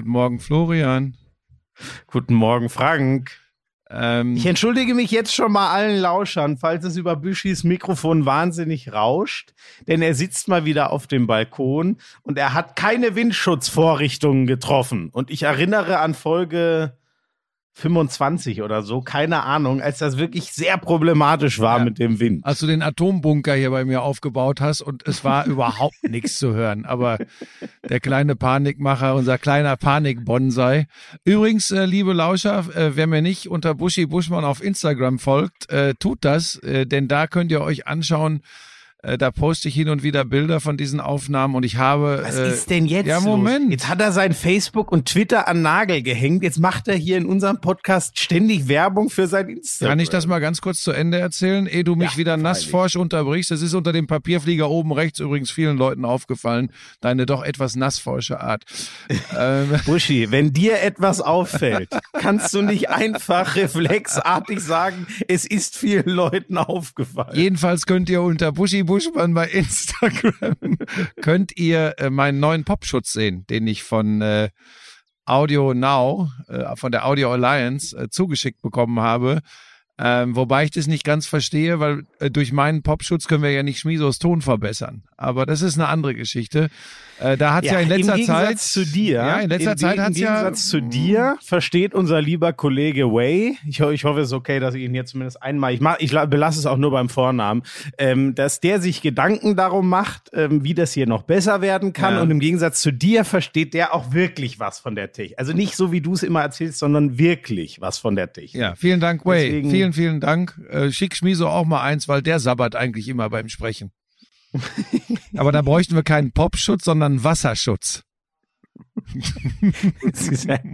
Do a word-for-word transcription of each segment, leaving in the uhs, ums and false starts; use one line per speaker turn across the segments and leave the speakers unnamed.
Guten Morgen, Florian.
Guten Morgen, Frank.
Ähm,
ich entschuldige mich jetzt schon mal allen Lauschern, falls es über Büschis Mikrofon wahnsinnig rauscht, denn er sitzt mal wieder auf dem Balkon und er hat keine Windschutzvorrichtungen getroffen. Und ich erinnere an Folge fünfundzwanzig oder so, keine Ahnung, als das wirklich sehr problematisch war
ja,
mit dem Wind.
Als du den Atombunker hier bei mir aufgebaut hast und es war überhaupt nichts zu hören, aber der kleine Panikmacher, unser kleiner Panik-Bonsai. Übrigens, äh, liebe Lauscher, äh, wer mir nicht unter Buschi Buschmann auf Instagram folgt, äh, tut das, äh, denn da könnt ihr euch anschauen, da poste ich hin und wieder Bilder von diesen Aufnahmen und ich habe...
Was
äh,
ist denn jetzt
Ja, Moment.
los? Jetzt hat er sein Facebook und Twitter an Nagel gehängt. Jetzt macht er hier in unserem Podcast ständig Werbung für sein Instagram.
Kann ich das mal ganz kurz zu Ende erzählen, ehe du mich
Ja,
wieder
freilich.
nassforsch unterbrichst? Das ist unter dem Papierflieger oben rechts übrigens vielen Leuten aufgefallen, deine doch etwas nassforsche Art. ähm,
Buschi, wenn dir etwas auffällt, kannst du nicht einfach reflexartig sagen, es ist vielen Leuten aufgefallen.
Jedenfalls könnt ihr unter Buschi Buschmann bei Instagram könnt ihr äh, meinen neuen Popschutz sehen, den ich von äh, Audio Now, äh, von der Audio Alliance äh, zugeschickt bekommen habe. Ähm, wobei ich das nicht ganz verstehe, weil äh, durch meinen Popschutz können wir ja nicht Schmisos Ton verbessern. Aber das ist eine andere Geschichte. Äh, da hat's ja, ja in letzter
im
Zeit
Gegensatz zu dir,
ja in letzter
im,
Zeit hat's
im
ja
Gegensatz zu dir versteht unser lieber Kollege Way. Ich, ho- ich hoffe, es ist okay, dass ich ihn jetzt zumindest einmal. Ich mach, ich la- belasse es auch nur beim Vornamen, ähm, dass der sich Gedanken darum macht, ähm, wie das hier noch besser werden kann.
Ja.
Und im Gegensatz zu dir versteht der auch wirklich was von der Technik. Also nicht so, wie du es immer erzählst, sondern wirklich was von der Technik.
Ja, vielen Dank, Way.
Deswegen-
Vielen, vielen Dank. Äh, schick Schmiso auch mal eins, weil der sabbert eigentlich immer beim Sprechen. Aber da bräuchten wir keinen Popschutz, sondern einen Wasserschutz.
Das ist ja-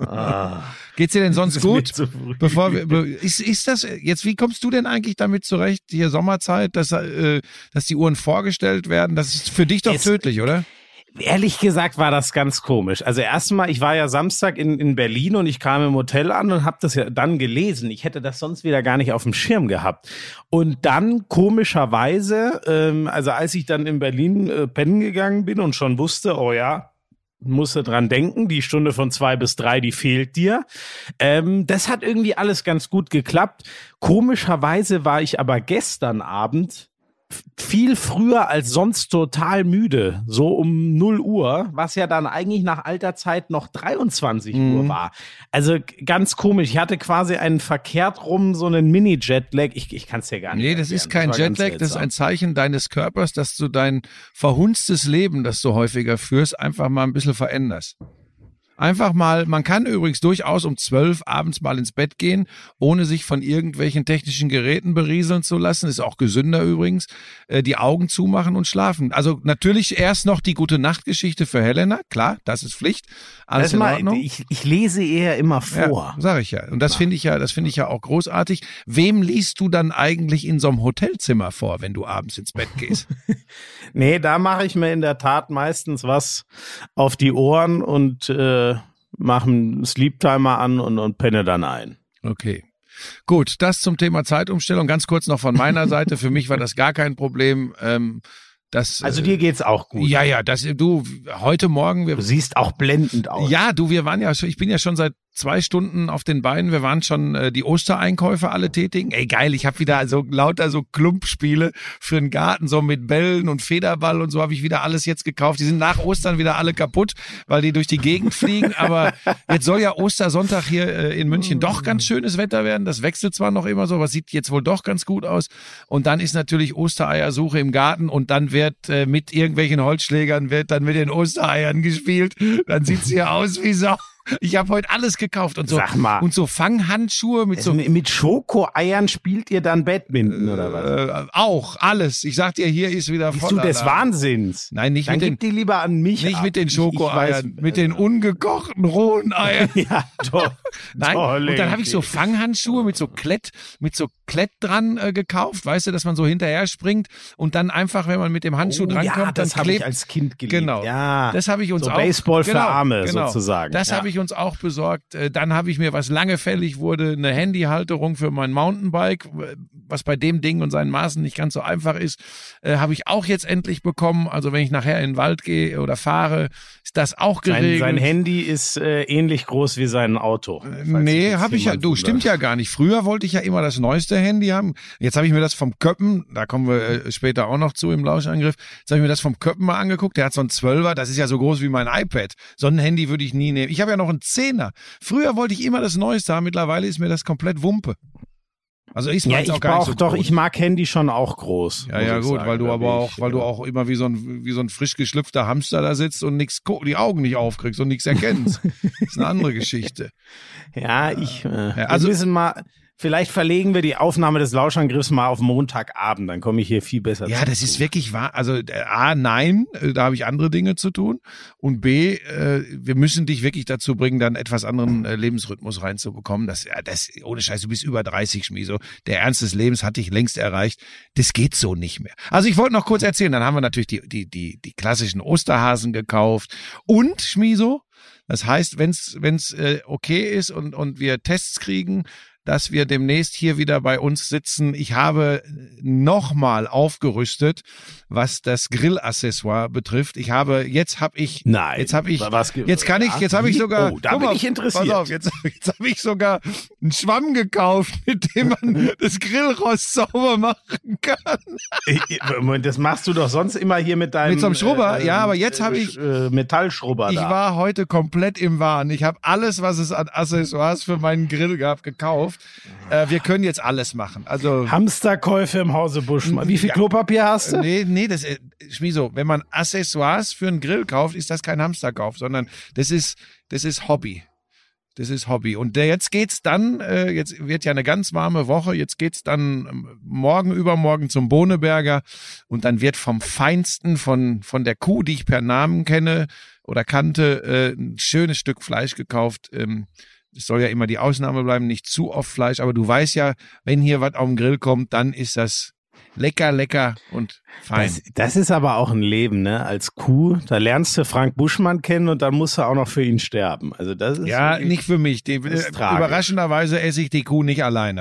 Ah,
Geht's dir denn sonst
das ist mir
gut?
zu früh.
Bevor wir, be- ist, ist das jetzt, wie kommst du denn eigentlich damit zurecht, hier Sommerzeit, dass, äh, dass die Uhren vorgestellt werden? Das ist für dich doch
Es-
tödlich, oder?
Ehrlich gesagt war das ganz komisch. Also erstmal, ich war ja Samstag in, in Berlin und ich kam im Hotel an und habe das ja dann gelesen. Ich hätte das sonst wieder gar nicht auf dem Schirm gehabt. Und dann komischerweise, ähm, also als ich dann in Berlin äh, pennen gegangen bin und schon wusste, oh ja, musste dran denken, die Stunde von zwei bis drei, die fehlt dir. Ähm, das hat irgendwie alles ganz gut geklappt. Komischerweise war ich aber gestern Abend viel früher als sonst total müde, so um null Uhr, was ja dann eigentlich nach alter Zeit noch dreiundzwanzig
Mhm.
Uhr war. Also g- ganz komisch. Ich hatte quasi einen verkehrt rum so einen Mini-Jetlag. Ich, ich kann es dir gar nicht
Nee, das
erklären.
ist kein
war ganz
Jetlag, das ist
seltsam.
ein Zeichen deines Körpers, dass du dein verhunstes Leben, das du häufiger führst, einfach mal ein bisschen veränderst. Einfach mal, man kann übrigens durchaus um zwölf abends mal ins Bett gehen, ohne sich von irgendwelchen technischen Geräten berieseln zu lassen. Ist auch gesünder übrigens. Äh, die Augen zumachen und schlafen. Also natürlich erst noch die Gute-Nacht-Geschichte für Helena. Klar, das ist Pflicht. Alles
Das
in
mal,
Ordnung.
ich, ich lese eher immer vor.
Ja, sag ich ja. Und das finde ich ja, das finde ich ja auch großartig. Wem liest du dann eigentlich in so einem Hotelzimmer vor, wenn du abends ins Bett gehst?
Nee, da mache ich mir in der Tat meistens was auf die Ohren und äh, mache einen Sleep-Timer an und, und penne dann ein.
Okay. Gut, das zum Thema Zeitumstellung. Ganz kurz noch von meiner Seite. Für mich war das gar kein Problem. Ähm, das,
Also
äh,
dir geht's auch gut.
Ja, ja, das, du, heute Morgen, wir,
Du siehst auch blendend aus.
ja, du, wir waren ja schon, ich bin ja schon seit zwei Stunden auf den Beinen. Wir waren schon äh, die Ostereinkäufe alle tätigen. Ey, geil, ich habe wieder so lauter so Klumpspiele für den Garten, so mit Bällen und Federball und so habe ich wieder alles jetzt gekauft. Die sind nach Ostern wieder alle kaputt, weil die durch die Gegend fliegen. Aber jetzt soll ja Ostersonntag hier äh, in München doch ganz schönes Wetter werden. Das wechselt zwar noch immer so, aber sieht jetzt wohl doch ganz gut aus. Und dann ist natürlich Ostereiersuche im Garten und dann wird äh, mit irgendwelchen Holzschlägern wird dann mit den Ostereiern gespielt. Dann sieht's hier aus wie Sau. Ich habe heute alles gekauft und so
Sag mal.
und so Fanghandschuhe mit so
Also mit Schokoeiern spielt ihr dann Badminton oder was?
äh, auch alles. Ich sag dir, hier ist wieder
Bist
voll.
du des Wahnsinns?
Nein, nicht
Dann
mit
gib
den
die lieber an mich
nicht
ab.
mit den
Ich- ich weiß-
Schokoeiern, mit den ungekochten rohen Eiern.
Ja, doch.
Nein, Tolle und dann habe ich so Fanghandschuhe mit so Klett, mit so Klett dran äh, gekauft, weißt du, dass man so hinterher springt und dann einfach, wenn man mit dem Handschuh
oh,
drankommt,
ja, das
dann klebt.
Ich als Kind geliebt.
Genau,
ja.
das habe ich uns
so
auch.
Baseball für
genau,
Arme
genau.
sozusagen.
Das
ja.
habe ich uns auch besorgt. Dann habe ich mir, was lange fällig wurde, eine Handyhalterung für mein Mountainbike, was bei dem Ding und seinen Maßen nicht ganz so einfach ist, äh, habe ich auch jetzt endlich bekommen. Also wenn ich nachher in den Wald gehe oder fahre, ist das auch geregelt.
Sein, sein Handy ist äh, ähnlich groß wie sein Auto.
Äh, nee, habe ich ja, du, stimmt ja gar nicht. Früher wollte ich ja immer das neueste Handy haben. Jetzt habe ich mir das vom Köppen, da kommen wir äh, später auch noch zu im Lauschangriff, jetzt habe ich mir das vom Köppen mal angeguckt, der hat so ein Zwölfer, das ist ja so groß wie mein iPad. So ein Handy würde ich nie nehmen. Ich habe ja noch einen Zehner. Früher wollte ich immer das neueste haben, mittlerweile ist mir das komplett Wumpe. Also ich
ja, ich
auch gar
brauch,
nicht so
doch,
groß.
Ich mag Handy schon auch groß.
Ja, ja, gut,
sagen,
weil du aber auch,
ich,
weil du auch immer wie so ein, wie so ein frisch geschlüpfter Hamster da sitzt und nix, die Augen nicht aufkriegst und nichts erkennst. Das ist eine andere Geschichte.
Ja, ich, äh,
ja, also,
wir müssen mal, vielleicht verlegen wir die Aufnahme des Lauschangriffs mal auf Montagabend, dann komme ich hier viel besser
Ja, das ist wirklich wahr. Also A, nein, da habe ich andere Dinge zu tun. Und B, äh, wir müssen dich wirklich dazu bringen, dann etwas anderen äh, Lebensrhythmus reinzubekommen. Das, ja, das, ohne Scheiß, du bist über dreißig, Schmieso. Der Ernst des Lebens hat dich längst erreicht. Das geht so nicht mehr. Also ich wollte noch kurz erzählen, dann haben wir natürlich die, die, die, die klassischen Osterhasen gekauft. Und, Schmieso, das heißt, wenn's, wenn's äh, okay ist und, und wir Tests kriegen, dass wir demnächst hier wieder bei uns sitzen. Ich habe nochmal aufgerüstet, was das Grillaccessoire betrifft. Ich habe, jetzt habe ich,
Nein,
jetzt habe ich,
was,
jetzt kann ich, jetzt habe ich sogar,
oh, da bin
mal,
ich interessiert.
Pass auf, jetzt, jetzt habe ich sogar einen Schwamm gekauft, mit dem man das Grillrost sauber machen kann.
Das machst du doch sonst immer hier mit deinem
mit so einem Schrubber,
äh,
ja, aber jetzt habe ich
äh, Metallschrubber.
Ich
da.
war heute komplett im Wahn. Ich habe alles, was es an Accessoires für meinen Grill gab, gekauft. Äh, wir können jetzt alles machen. Also
Hamsterkäufe im Hause Buschmann. Wie viel ja. Klopapier hast du?
Nee, nee, das ist Schmieso. Wenn man Accessoires für einen Grill kauft, ist das kein Hamsterkauf, sondern das ist, das ist Hobby. Das ist Hobby. Und der, jetzt geht's dann, äh, jetzt wird ja eine ganz warme Woche, jetzt geht's dann morgen, übermorgen zum Bohneberger und dann wird vom Feinsten, von, von der Kuh, die ich per Namen kenne oder kannte, äh, ein schönes Stück Fleisch gekauft. Ähm, Es soll ja immer die Ausnahme bleiben, nicht zu oft Fleisch, aber du weißt ja, wenn hier was auf den Grill kommt, dann ist das lecker, lecker und fein.
Das, das ist aber auch ein Leben, ne? Als Kuh, da lernst du Frank Buschmann kennen und dann musst du auch noch für ihn sterben. Also das ist
ja, nicht für mich. Die, überraschenderweise esse ich die Kuh nicht alleine.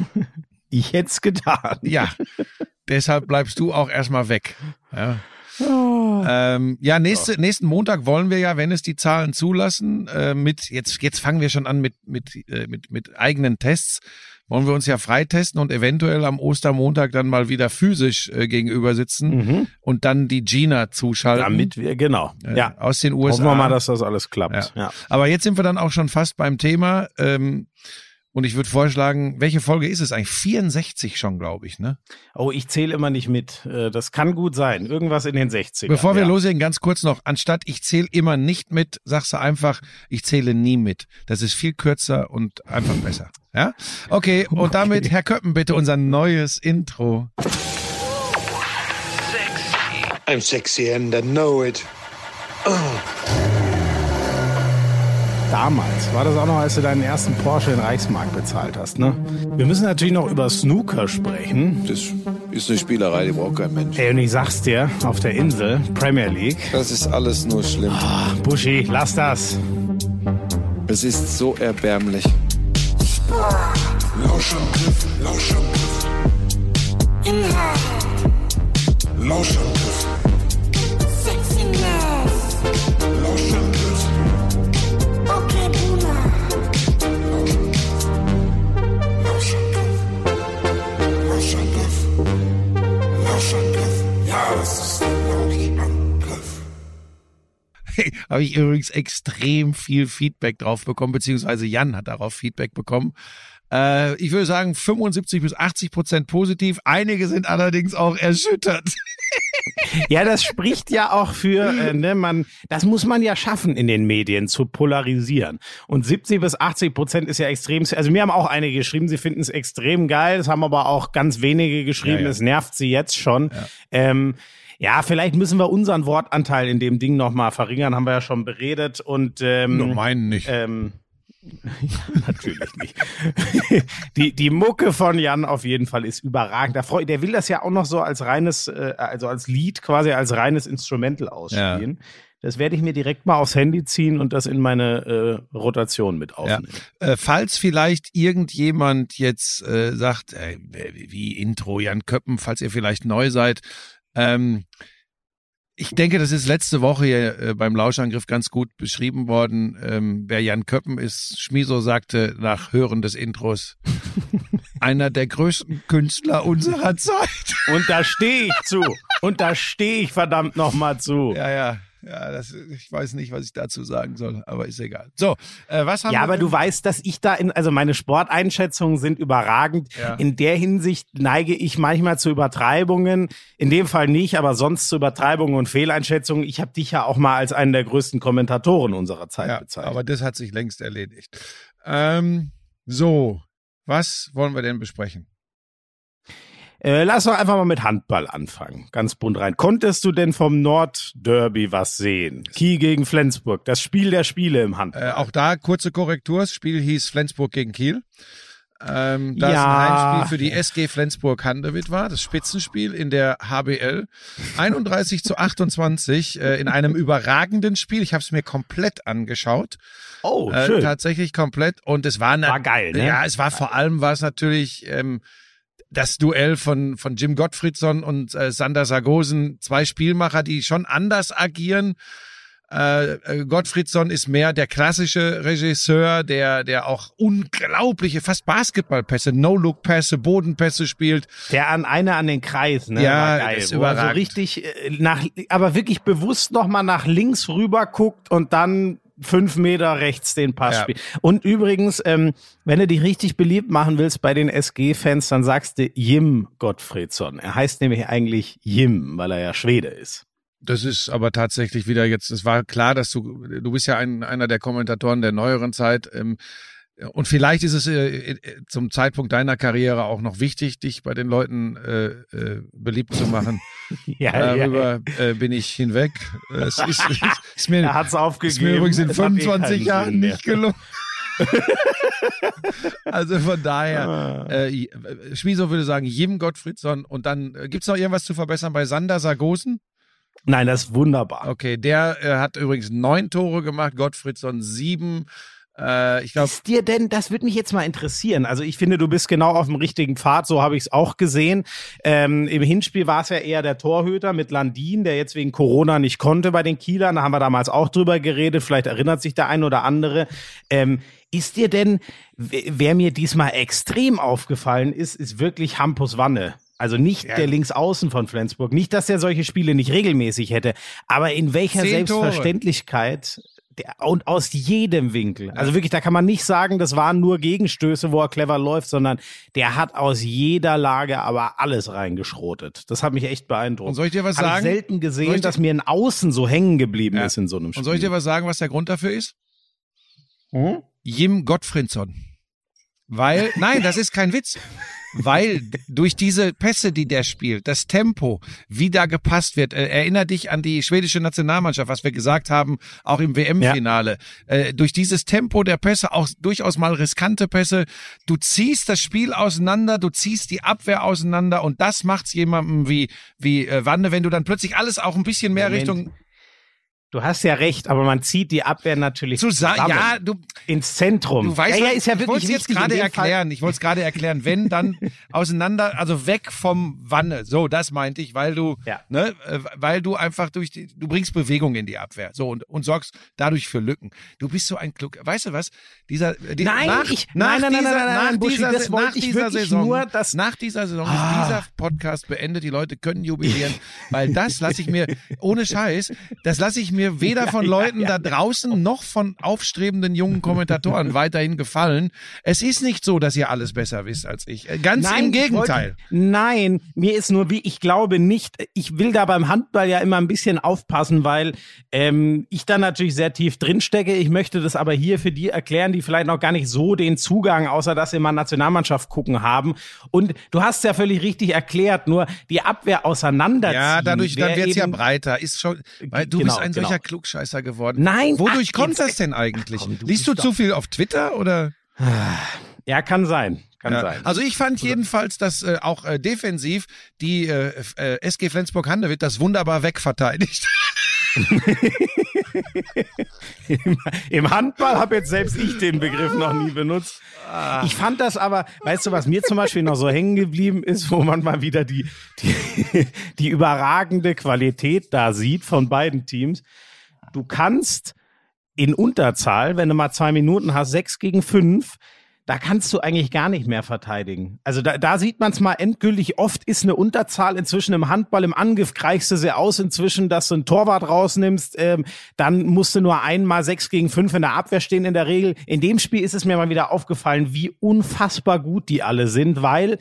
Ich hätte es getan.
Ja, deshalb bleibst du auch erstmal weg. Ja. Oh. Ähm, ja, nächste, oh. nächsten Montag wollen wir ja, wenn es die Zahlen zulassen, äh, mit, jetzt, jetzt fangen wir schon an mit, mit, äh, mit, mit eigenen Tests, wollen wir uns ja freitesten und eventuell am Ostermontag dann mal wieder physisch äh, gegenüber sitzen mhm. und dann die Gina zuschalten.
Damit wir, genau,
äh,
ja.
Aus den U S A.
Hoffen wir mal, dass das alles klappt.
Ja.
Ja.
Aber jetzt sind wir dann auch schon fast beim Thema, ähm, und ich würde vorschlagen, welche Folge ist es eigentlich? vierundsechzig schon, glaube ich, ne?
Oh, ich zähle immer nicht mit. Das kann gut sein. Irgendwas in den sechzigern.
Bevor wir
ja.
loslegen, ganz kurz noch. Anstatt ich zähle immer nicht mit, sagst du einfach, ich zähle nie mit. Das ist viel kürzer und einfach besser. Ja? Okay, und okay. damit, Herr Köppen, bitte unser neues Intro.
Sexy. I'm sexy and I know it. Oh.
Damals war das auch noch, als du deinen ersten Porsche in Reichsmark bezahlt hast, ne? Wir müssen natürlich noch über Snooker sprechen.
Das ist eine Spielerei, die braucht kein Mensch.
Ey, und ich sag's dir, auf der Insel, Premier League.
Das ist alles nur schlimm.
Oh, Buschi, lass das.
Es ist so erbärmlich.
Lauschangriff, Lauschangriff. Inhalt. Lauschangriff. Sexiness. Lauschangriff. Okay, Boomer. Lauschangriff. Lauschangriff. Lauschangriff. Ja, das ist der Lauschangriff.
Hey, habe ich übrigens extrem viel Feedback drauf bekommen, beziehungsweise Jan hat darauf Feedback bekommen. Äh, ich würde sagen fünfundsiebzig bis achtzig Prozent positiv. Einige sind allerdings auch erschüttert.
Ja, das spricht ja auch für, äh, ne, man, das muss man ja schaffen in den Medien zu polarisieren. Und siebzig bis achtzig Prozent ist ja extrem, also mir haben auch einige geschrieben, sie finden es extrem geil, es haben aber auch ganz wenige geschrieben, ja, ja. Es nervt sie jetzt schon. Ja. Ähm, Ja, vielleicht müssen wir unseren Wortanteil in dem Ding nochmal verringern, haben wir ja schon beredet. Und ähm,
no, meinen nicht.
Ähm, Ja, natürlich nicht. die, die Mucke von Jan auf jeden Fall ist überragend. Der, Freund, der will das ja auch noch so als reines, äh, also als Lied, quasi als reines Instrumental ausspielen. Ja. Das werde ich mir direkt mal aufs Handy ziehen und das in meine äh, Rotation mit aufnehmen.
Ja. Äh, falls vielleicht irgendjemand jetzt äh, sagt, äh, wie Intro Jan Köppen, falls ihr vielleicht neu seid, ähm, ich denke, das ist letzte Woche hier äh, beim Lauschangriff ganz gut beschrieben worden. Ähm, wer Jan Köppen ist, Schmiso sagte nach Hören des Intros, einer der größten Künstler unserer Zeit.
Und da stehe ich zu. Und da stehe ich verdammt nochmal zu.
Ja, ja. Ja, das, ich weiß nicht, was ich dazu sagen soll, aber ist egal. So, äh, was haben
ja,
wir
aber
denn?
Du weißt, dass ich da in, also meine Sporteinschätzungen sind überragend. Ja. In der Hinsicht neige ich manchmal zu Übertreibungen. In dem Fall nicht, aber sonst zu Übertreibungen und Fehleinschätzungen. Ich habe dich ja auch mal als einen der größten Kommentatoren unserer Zeit
ja,
bezeichnet.
Aber das hat sich längst erledigt. Ähm, so, was wollen wir denn besprechen?
Äh, lass doch einfach mal mit Handball anfangen. Ganz bunt rein. Konntest du denn vom Nordderby was sehen? Kiel gegen Flensburg, das Spiel der Spiele im Handball.
Äh, auch da kurze Korrektur. Das Spiel hieß Flensburg gegen Kiel. Ähm, da
ja.
es ein Heimspiel für die S G Flensburg-Handewitt war, das Spitzenspiel in der H B L. einunddreißig zu achtundzwanzig äh, in einem überragenden Spiel. Ich habe es mir komplett angeschaut.
Oh, schön.
Äh, tatsächlich komplett. Und es war,
war geil, ne?
Ja, es war vor allem, war es natürlich ähm, das Duell von von Jim Gottfriedson und äh, Sander Sargosen, zwei Spielmacher, die schon anders agieren. Äh, Gottfriedson ist mehr der klassische Regisseur, der der auch unglaubliche, fast Basketballpässe, No-Look-Pässe, Bodenpässe spielt.
Der an einer an den Kreis, ne?
Ja,
war geil,
ist
wo
überragend.
er so richtig äh, nach, aber wirklich bewusst nochmal nach links rüber guckt und dann fünf Meter rechts den Pass
ja.
spielt. Und übrigens, ähm, wenn du dich richtig beliebt machen willst bei den S G-Fans, dann sagst du Jim Gottfriedson. Er heißt nämlich eigentlich Jim, weil er ja Schwede ist.
Das ist aber tatsächlich wieder jetzt, es war klar, dass du, du bist ja ein, einer der Kommentatoren der neueren Zeit, ähm, und vielleicht ist es äh, zum Zeitpunkt deiner Karriere auch noch wichtig, dich bei den Leuten äh, äh, beliebt zu machen.
ja,
Darüber
ja.
Äh, bin ich hinweg. Es ist, ist, ist mir,
er hat's aufgegeben.
Ist mir übrigens in
es
fünfundzwanzig
eh
Jahren nicht gelungen.
Ah.
Also von daher, äh, Schmiso würde sagen, Jim Gottfriedson. Und dann äh, gibt's noch irgendwas zu verbessern bei Sander Sargosen?
Nein, das ist wunderbar.
Okay, der äh, hat übrigens neun Tore gemacht, Gottfriedson sieben. Äh, ich glaube,
ist dir denn, das würde mich jetzt mal interessieren. Also ich finde, du bist genau auf dem richtigen Pfad, so habe ich es auch gesehen. Ähm, Im Hinspiel war es ja eher der Torhüter mit Landin, der jetzt wegen Corona nicht konnte bei den Kielern. Da haben wir damals auch drüber geredet. Vielleicht erinnert sich der ein oder andere. Ähm, ist dir denn, wer mir diesmal extrem aufgefallen ist, ist wirklich Hampus Wanne. Also nicht ja. der Linksaußen von Flensburg. Nicht, dass er solche Spiele nicht regelmäßig hätte. Aber in welcher
Zehn
Selbstverständlichkeit... Der, und aus jedem Winkel. Also wirklich, da kann man nicht sagen, das waren nur Gegenstöße, wo er clever läuft, sondern der hat aus jeder Lage aber alles reingeschrotet. Das hat mich echt beeindruckt.
Und soll ich dir was
Hab
sagen?
Ich selten gesehen, ich dass mir ein Außen so hängen geblieben
ja.
ist in so einem Spiel.
Und soll ich dir was sagen, was der Grund dafür ist?
Hm?
Jim Gottfriedson. Weil, nein, das ist kein Witz. Weil durch diese Pässe, die der spielt, das Tempo, wie da gepasst wird, äh, erinnere dich an die schwedische Nationalmannschaft, was wir gesagt haben, auch im W M-Finale. Ja. Äh, durch dieses Tempo der Pässe, auch durchaus mal riskante Pässe, du ziehst das Spiel auseinander, du ziehst die Abwehr auseinander und das macht's jemandem wie wie äh, Wanne, wenn du dann plötzlich alles auch ein bisschen mehr
Moment.
Richtung...
Du hast ja recht, aber man zieht die Abwehr natürlich
Zusa-
zusammen
ja, du,
ins Zentrum.
Du weißt,
ja, ja, ist ja
ich wollte
wirklich
es jetzt gerade erklären.
Fall.
Ich wollte es gerade erklären. Wenn dann auseinander, also weg vom Wanne. So, das meinte ich, weil du,
ja.
ne, weil du einfach durch die, du bringst Bewegung in die Abwehr. So und und sorgst dadurch für Lücken. Du bist so ein Klug. Weißt du was? Dieser, die,
nein,
nach,
ich,
nach
nein, nein,
dieser,
nein, nein, nein,
nach
Buschi,
dieser,
das wollte
nach
ich
dieser
wirklich
Saison,
nur, dass
nach dieser Saison
ah.
ist dieser Podcast beendet. Die Leute können jubilieren, weil das lasse ich mir ohne Scheiß, das lasse ich mir weder von
ja,
Leuten
ja, ja.
da draußen noch von aufstrebenden jungen Kommentatoren weiterhin gefallen. Es ist nicht so, dass ihr alles besser wisst als ich. Ganz
nein,
im Gegenteil.
Wollte, nein, mir ist nur wie, ich glaube nicht, ich will da beim Handball ja immer ein bisschen aufpassen, weil ähm, ich da natürlich sehr tief drin stecke. Ich möchte das aber hier für die erklären, die vielleicht noch gar nicht so den Zugang, außer dass sie mal Nationalmannschaft gucken haben. Und du hast ja völlig richtig erklärt, nur die Abwehr auseinanderziehen.
Ja, dadurch dann wird's ja
eben,
breiter. Ist schon, weil du
genau,
bist ein
genau.
solcher Klugscheißer geworden.
Nein,
Wodurch
ach,
kommt
jetzt,
das denn eigentlich?
Komm, du
Liest du zu viel auf Twitter oder?
Ja, kann sein. Kann
Ja.
sein.
Also ich fand jedenfalls, dass äh, auch äh, defensiv die äh, äh, S G Flensburg-Handewitt das wunderbar wegverteidigt.
Im, Im Handball habe jetzt selbst ich den Begriff noch nie benutzt. Ich fand das aber, weißt du, was mir zum Beispiel noch so hängen geblieben ist, wo man mal wieder die, die, die überragende Qualität da sieht von beiden Teams. Du kannst in Unterzahl, wenn du mal zwei Minuten hast, sechs gegen fünf, da kannst du eigentlich gar nicht mehr verteidigen. Also da, da sieht man es mal endgültig. Oft ist eine Unterzahl inzwischen im Handball, im Angriff gleichst du sie aus inzwischen, dass du einen Torwart rausnimmst. Ähm, dann musst du nur einmal sechs gegen fünf in der Abwehr stehen in der Regel. In dem Spiel ist es mir mal wieder aufgefallen, wie unfassbar gut die alle sind, weil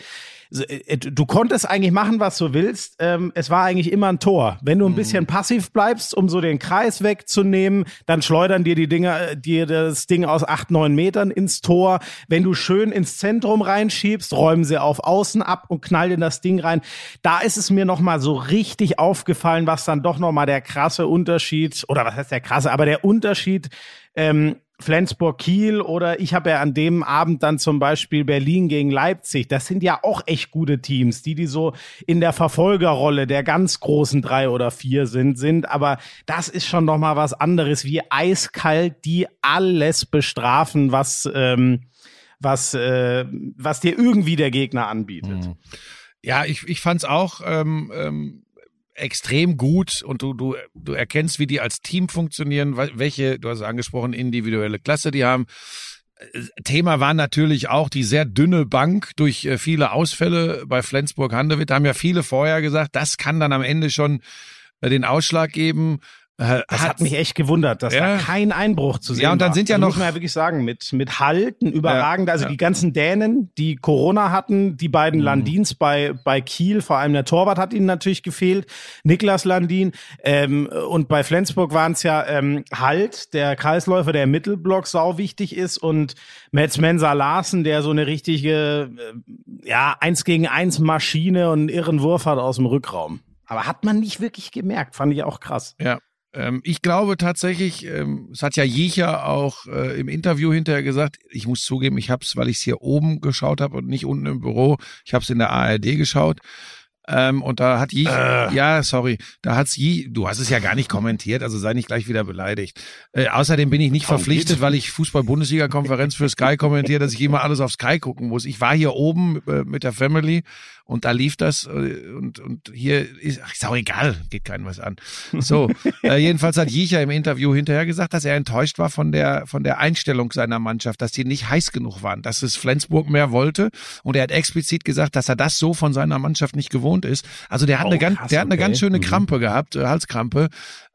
du konntest eigentlich machen, was du willst. Ähm, es war eigentlich immer ein Tor. Wenn du ein bisschen passiv bleibst, um so den Kreis wegzunehmen, dann schleudern dir die Dinger, dir das Ding aus acht, neun Metern ins Tor. Wenn du schön ins Zentrum reinschiebst, räumen sie auf Außen ab und knallen in das Ding rein. Da ist es mir nochmal so richtig aufgefallen, was dann doch nochmal der krasse Unterschied, oder was heißt der krasse, aber der Unterschied, ähm, Flensburg-Kiel oder ich habe ja an dem Abend dann zum Beispiel Berlin gegen Leipzig. Das sind ja auch echt gute Teams, die die so in der Verfolgerrolle der ganz großen drei oder vier sind, sind. Aber das ist schon noch mal was anderes, wie eiskalt die alles bestrafen, was ähm, was äh, was dir irgendwie der Gegner anbietet.
Ja, ich ich fand's auch ähm, ähm extrem gut und du, du, du erkennst, wie die als Team funktionieren, welche, du hast es angesprochen, individuelle Klasse die haben. Thema war natürlich auch die sehr dünne Bank durch viele Ausfälle bei Flensburg-Handewitt. Da haben ja viele vorher gesagt, das kann dann am Ende schon den Ausschlag geben.
Das hat, hat mich echt gewundert, dass
ja.
da kein Einbruch zu sehen war.
Ja, und dann sind ja
also
noch,
muss man ja wirklich sagen, mit mit Halt ein überragender, also
ja.
die ganzen Dänen, die Corona hatten, die beiden
Mhm.
Landins bei bei Kiel, vor allem der Torwart hat ihnen natürlich gefehlt, Niklas Landin, ähm, und bei Flensburg waren es ja ähm, Halt, der Kreisläufer, der im Mittelblock sau wichtig ist, und Mats Mensa Larsen, der so eine richtige, äh, ja, eins gegen eins Maschine und einen irren Wurf hat aus dem Rückraum. Aber hat man nicht wirklich gemerkt, fand ich auch krass.
Ja. Ich glaube tatsächlich, es hat ja Jicher auch äh, im Interview hinterher gesagt, ich muss zugeben, ich habe es, weil ich es hier oben geschaut habe und nicht unten im Büro, ich habe es in der A R D geschaut. Ähm, und da hat Jicher, äh. ja, sorry, da hat's Jicher, du hast es ja gar nicht kommentiert, also sei nicht gleich wieder beleidigt. Äh, außerdem bin ich nicht Komm, verpflichtet, geht. weil ich Fußball-Bundesliga-Konferenz für Sky kommentiere, dass ich immer alles auf Sky gucken muss. Ich war hier oben äh, mit der Family und da lief das äh, und und hier ist, ach, ist auch egal, geht keinem was an. So, äh, jedenfalls hat Jicher im Interview hinterher gesagt, dass er enttäuscht war von der von der Einstellung seiner Mannschaft, dass die nicht heiß genug waren, dass es Flensburg mehr wollte, und er hat explizit gesagt, dass er das so von seiner Mannschaft nicht gewohnt ist. Also der hat oh, eine ganz, krass, der hat eine okay. ganz schöne Krampe mhm. gehabt, äh, Halskrampe.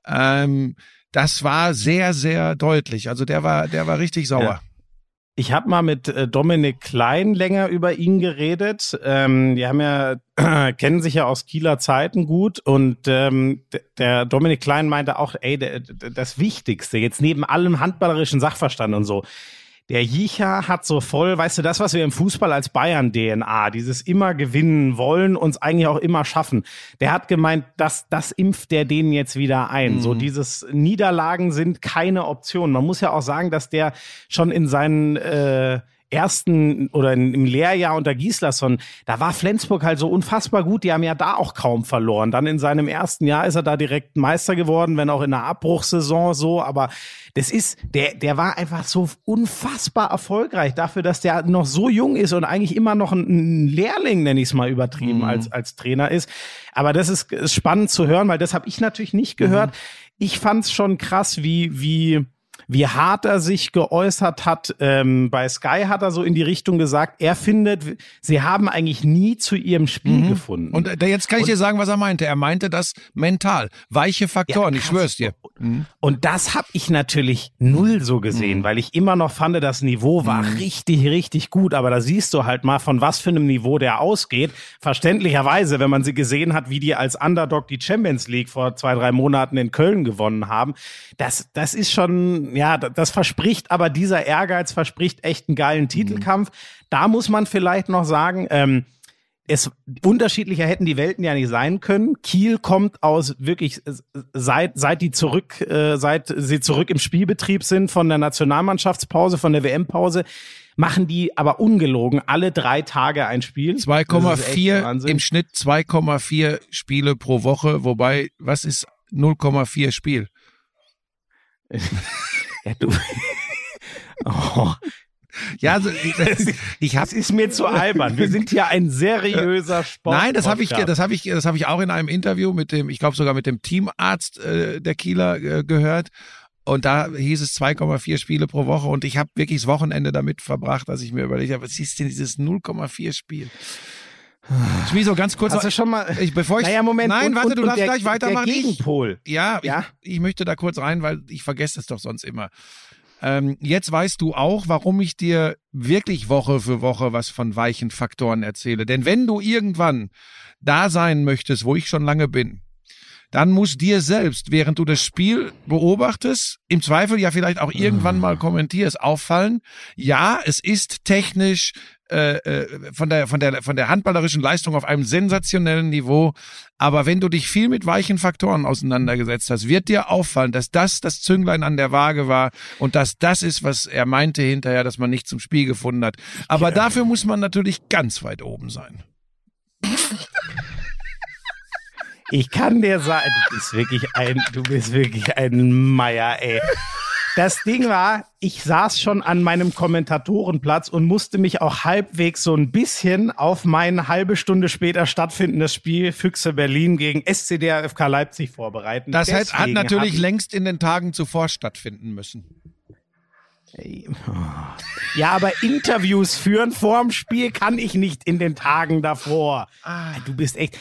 Ähm, das war sehr, sehr deutlich. Also der war, der war richtig sauer.
Ja. Ich habe mal mit äh, Dominik Klein länger über ihn geredet. Ähm, die haben ja äh, kennen sich ja aus Kieler Zeiten gut, und ähm, d- der Dominik Klein meinte auch, ey, der, der, das Wichtigste jetzt neben allem handballerischen Sachverstand und so. Der Jicher hat so voll, weißt du, das, was wir im Fußball als Bayern-D N A, dieses immer gewinnen wollen, uns eigentlich auch immer schaffen. Der hat gemeint, dass das impft der denen jetzt wieder ein. Mhm. So dieses Niederlagen sind keine Option. Man muss ja auch sagen, dass der schon in seinen äh, ersten oder in, im Lehrjahr unter Gislason, da war Flensburg halt so unfassbar gut, die haben ja da auch kaum verloren. Dann in seinem ersten Jahr ist er da direkt Meister geworden, wenn auch in der Abbruchssaison so, aber das ist, der, der war einfach so unfassbar erfolgreich dafür, dass der noch so jung ist und eigentlich immer noch ein, ein Lehrling, nenne ich es mal übertrieben, mhm. als, als Trainer ist. Aber das ist, ist spannend zu hören, weil das habe ich natürlich nicht gehört. Mhm. Ich fand es schon krass, wie, wie, wie hart er sich geäußert hat. Ähm, bei Sky hat er so in die Richtung gesagt, er findet, sie haben eigentlich nie zu ihrem Spiel mhm. gefunden.
Und äh, jetzt kann ich und, dir sagen, was er meinte. Er meinte das mental. Weiche Faktoren, ja, ich schwör's dir.
Mhm. Und das habe ich natürlich null so gesehen, mhm. weil ich immer noch fand, das Niveau war mhm. richtig, richtig gut. Aber da siehst du halt mal, von was für einem Niveau der ausgeht. Verständlicherweise, wenn man sie gesehen hat, wie die als Underdog die Champions League vor zwei, drei Monaten in Köln gewonnen haben. Das, das ist schon, ja, das verspricht, aber dieser Ehrgeiz verspricht echt einen geilen Titelkampf. Da muss man vielleicht noch sagen, ähm, es unterschiedlicher hätten die Welten ja nicht sein können. Kiel kommt aus wirklich seit seit die zurück äh, seit sie zurück im Spielbetrieb sind von der Nationalmannschaftspause, von der W M-Pause, machen die aber ungelogen alle drei Tage ein Spiel.
zwei Komma vier im Schnitt, zwei Komma vier Spiele pro Woche, wobei, was ist null Komma vier Spiel?
Ja, du. Oh.
Ja, also ich, ich hab,
das ist mir zu albern. Wir sind hier ein seriöser Sport.
Nein, das habe ich, das habe ich, das habe ich auch in einem Interview mit dem, ich glaube sogar mit dem Teamarzt äh, der Kieler äh, gehört. Und da hieß es zwei Komma vier Spiele pro Woche. Und ich habe wirklich das Wochenende damit verbracht, dass ich mir überlegt habe, was ist denn dieses null Komma vier Spiel? Schmieso, ganz kurz.
Hast du schon mal,
ich, bevor ich,
naja, Moment.
Nein,
und,
warte,
und,
du
und
darfst
der,
gleich weitermachen.
Der Gegenpol.
Ich, ja,
ja?
Ich, ich möchte da kurz rein, weil ich vergesse es doch sonst immer. Ähm, jetzt weißt du auch, warum ich dir wirklich Woche für Woche was von weichen Faktoren erzähle. Denn wenn du irgendwann da sein möchtest, wo ich schon lange bin, dann muss dir selbst, während du das Spiel beobachtest, im Zweifel ja vielleicht auch irgendwann mal kommentierst, auffallen, ja, es ist technisch äh, äh, von der von der von der handballerischen Leistung auf einem sensationellen Niveau, aber wenn du dich viel mit weichen Faktoren auseinandergesetzt hast, wird dir auffallen, dass das das Zünglein an der Waage war und dass das ist, was er meinte hinterher, dass man nicht zum Spiel gefunden hat. Aber ja. Dafür muss man natürlich ganz weit oben sein.
Ich kann dir sagen, du bist wirklich ein, du bist wirklich ein Meier, ey. Das Ding war, ich saß schon an meinem Kommentatorenplatz und musste mich auch halbwegs so ein bisschen auf mein halbe Stunde später stattfindendes Spiel Füchse Berlin gegen S C D R F K Leipzig vorbereiten.
Das Deswegen hat natürlich längst in den Tagen zuvor stattfinden müssen.
Ja, aber Interviews führen vorm Spiel kann ich nicht in den Tagen davor. Du bist echt...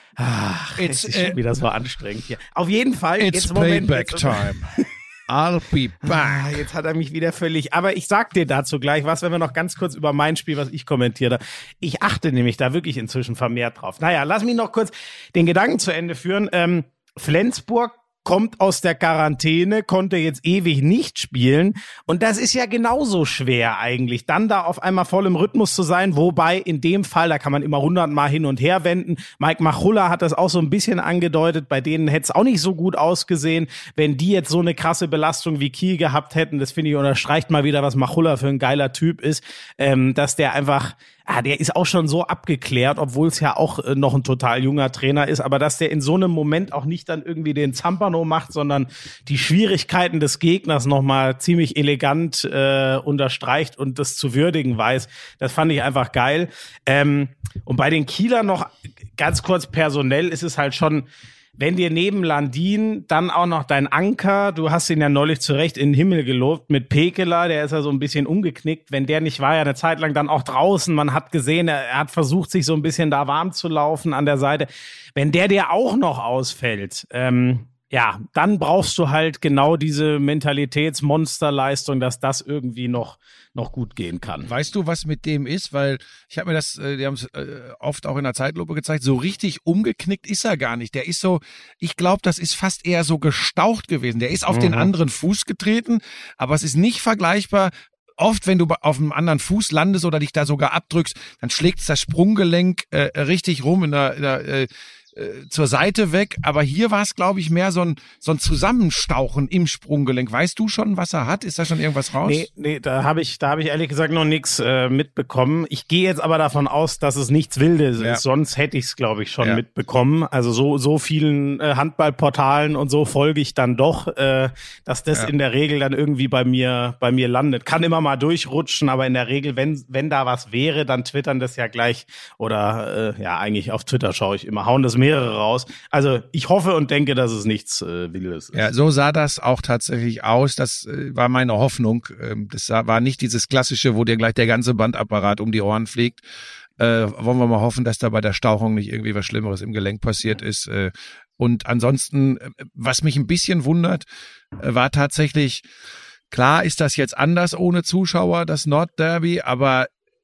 Ach, es ist schon wieder so anstrengend hier. Auf jeden Fall.
It's
jetzt
playback time. I'll be back.
Ah, jetzt hat er mich wieder völlig... Aber ich sag dir dazu gleich was, wenn wir noch ganz kurz über mein Spiel, was ich kommentiere. Ich achte nämlich da wirklich inzwischen vermehrt drauf. Naja, lass mich noch kurz den Gedanken zu Ende führen. Ähm, Flensburg kommt aus der Quarantäne, konnte jetzt ewig nicht spielen. Und das ist ja genauso schwer eigentlich, dann da auf einmal voll im Rhythmus zu sein. Wobei in dem Fall, da kann man immer hundertmal hin und her wenden. Mike Machulla hat das auch so ein bisschen angedeutet. Bei denen hätte es auch nicht so gut ausgesehen, wenn die jetzt so eine krasse Belastung wie Kiel gehabt hätten. Das finde ich unterstreicht mal wieder, was Machulla für ein geiler Typ ist. Ähm, dass der einfach... Ah, der ist auch schon so abgeklärt, obwohl es ja auch äh, noch ein total junger Trainer ist, aber dass der in so einem Moment auch nicht dann irgendwie den Zampano macht, sondern die Schwierigkeiten des Gegners nochmal ziemlich elegant äh, unterstreicht und das zu würdigen weiß, das fand ich einfach geil. Ähm, und bei den Kielern noch ganz kurz personell ist es halt schon, wenn dir neben Landin dann auch noch dein Anker, du hast ihn ja neulich zu Recht in den Himmel gelobt, mit Pekeler, der ist ja so ein bisschen umgeknickt, wenn der nicht war, ja eine Zeit lang dann auch draußen, man hat gesehen, er, er hat versucht, sich so ein bisschen da warm zu laufen an der Seite, wenn der dir auch noch ausfällt, ähm, ja, dann brauchst du halt genau diese Mentalitätsmonsterleistung, dass das irgendwie noch noch gut gehen kann.
Weißt du, was mit dem ist? Weil ich habe mir das, äh, die haben es äh, oft auch in der Zeitlupe gezeigt, so richtig umgeknickt ist er gar nicht. Der ist so, ich glaube, das ist fast eher so gestaucht gewesen. Der ist auf mhm. den anderen Fuß getreten, aber es ist nicht vergleichbar. Oft, wenn du auf einem anderen Fuß landest oder dich da sogar abdrückst, dann schlägt das Sprunggelenk äh, richtig rum in der, in der äh, zur Seite weg, aber hier war es, glaube ich, mehr so ein, so ein Zusammenstauchen im Sprunggelenk. Weißt du schon, was er hat? Ist da schon irgendwas raus?
Nee, nee, da habe ich, da habe ich ehrlich gesagt noch nichts äh, mitbekommen. Ich gehe jetzt aber davon aus, dass es nichts Wildes ja. ist, sonst hätte ich es, glaube ich, schon ja. mitbekommen. Also so so vielen äh, Handballportalen und so folge ich dann doch, äh, dass das ja. in der Regel dann irgendwie bei mir bei mir landet. Kann immer mal durchrutschen, aber in der Regel, wenn wenn da was wäre, dann twittern das ja gleich oder äh, ja, eigentlich auf Twitter schaue ich immer, hauen das mehrere raus. Also ich hoffe und denke, dass es nichts äh, Wildes ist.
Ja, so sah das auch tatsächlich aus. Das äh, war meine Hoffnung. Ähm, das sah, war nicht dieses klassische, wo dir gleich der ganze Bandapparat um die Ohren fliegt. Äh, wollen wir mal hoffen, dass da bei der Stauchung nicht irgendwie was Schlimmeres im Gelenk passiert ist. Äh, und ansonsten, was mich ein bisschen wundert, äh, war tatsächlich, klar ist das jetzt anders ohne Zuschauer, das Nordderby, aber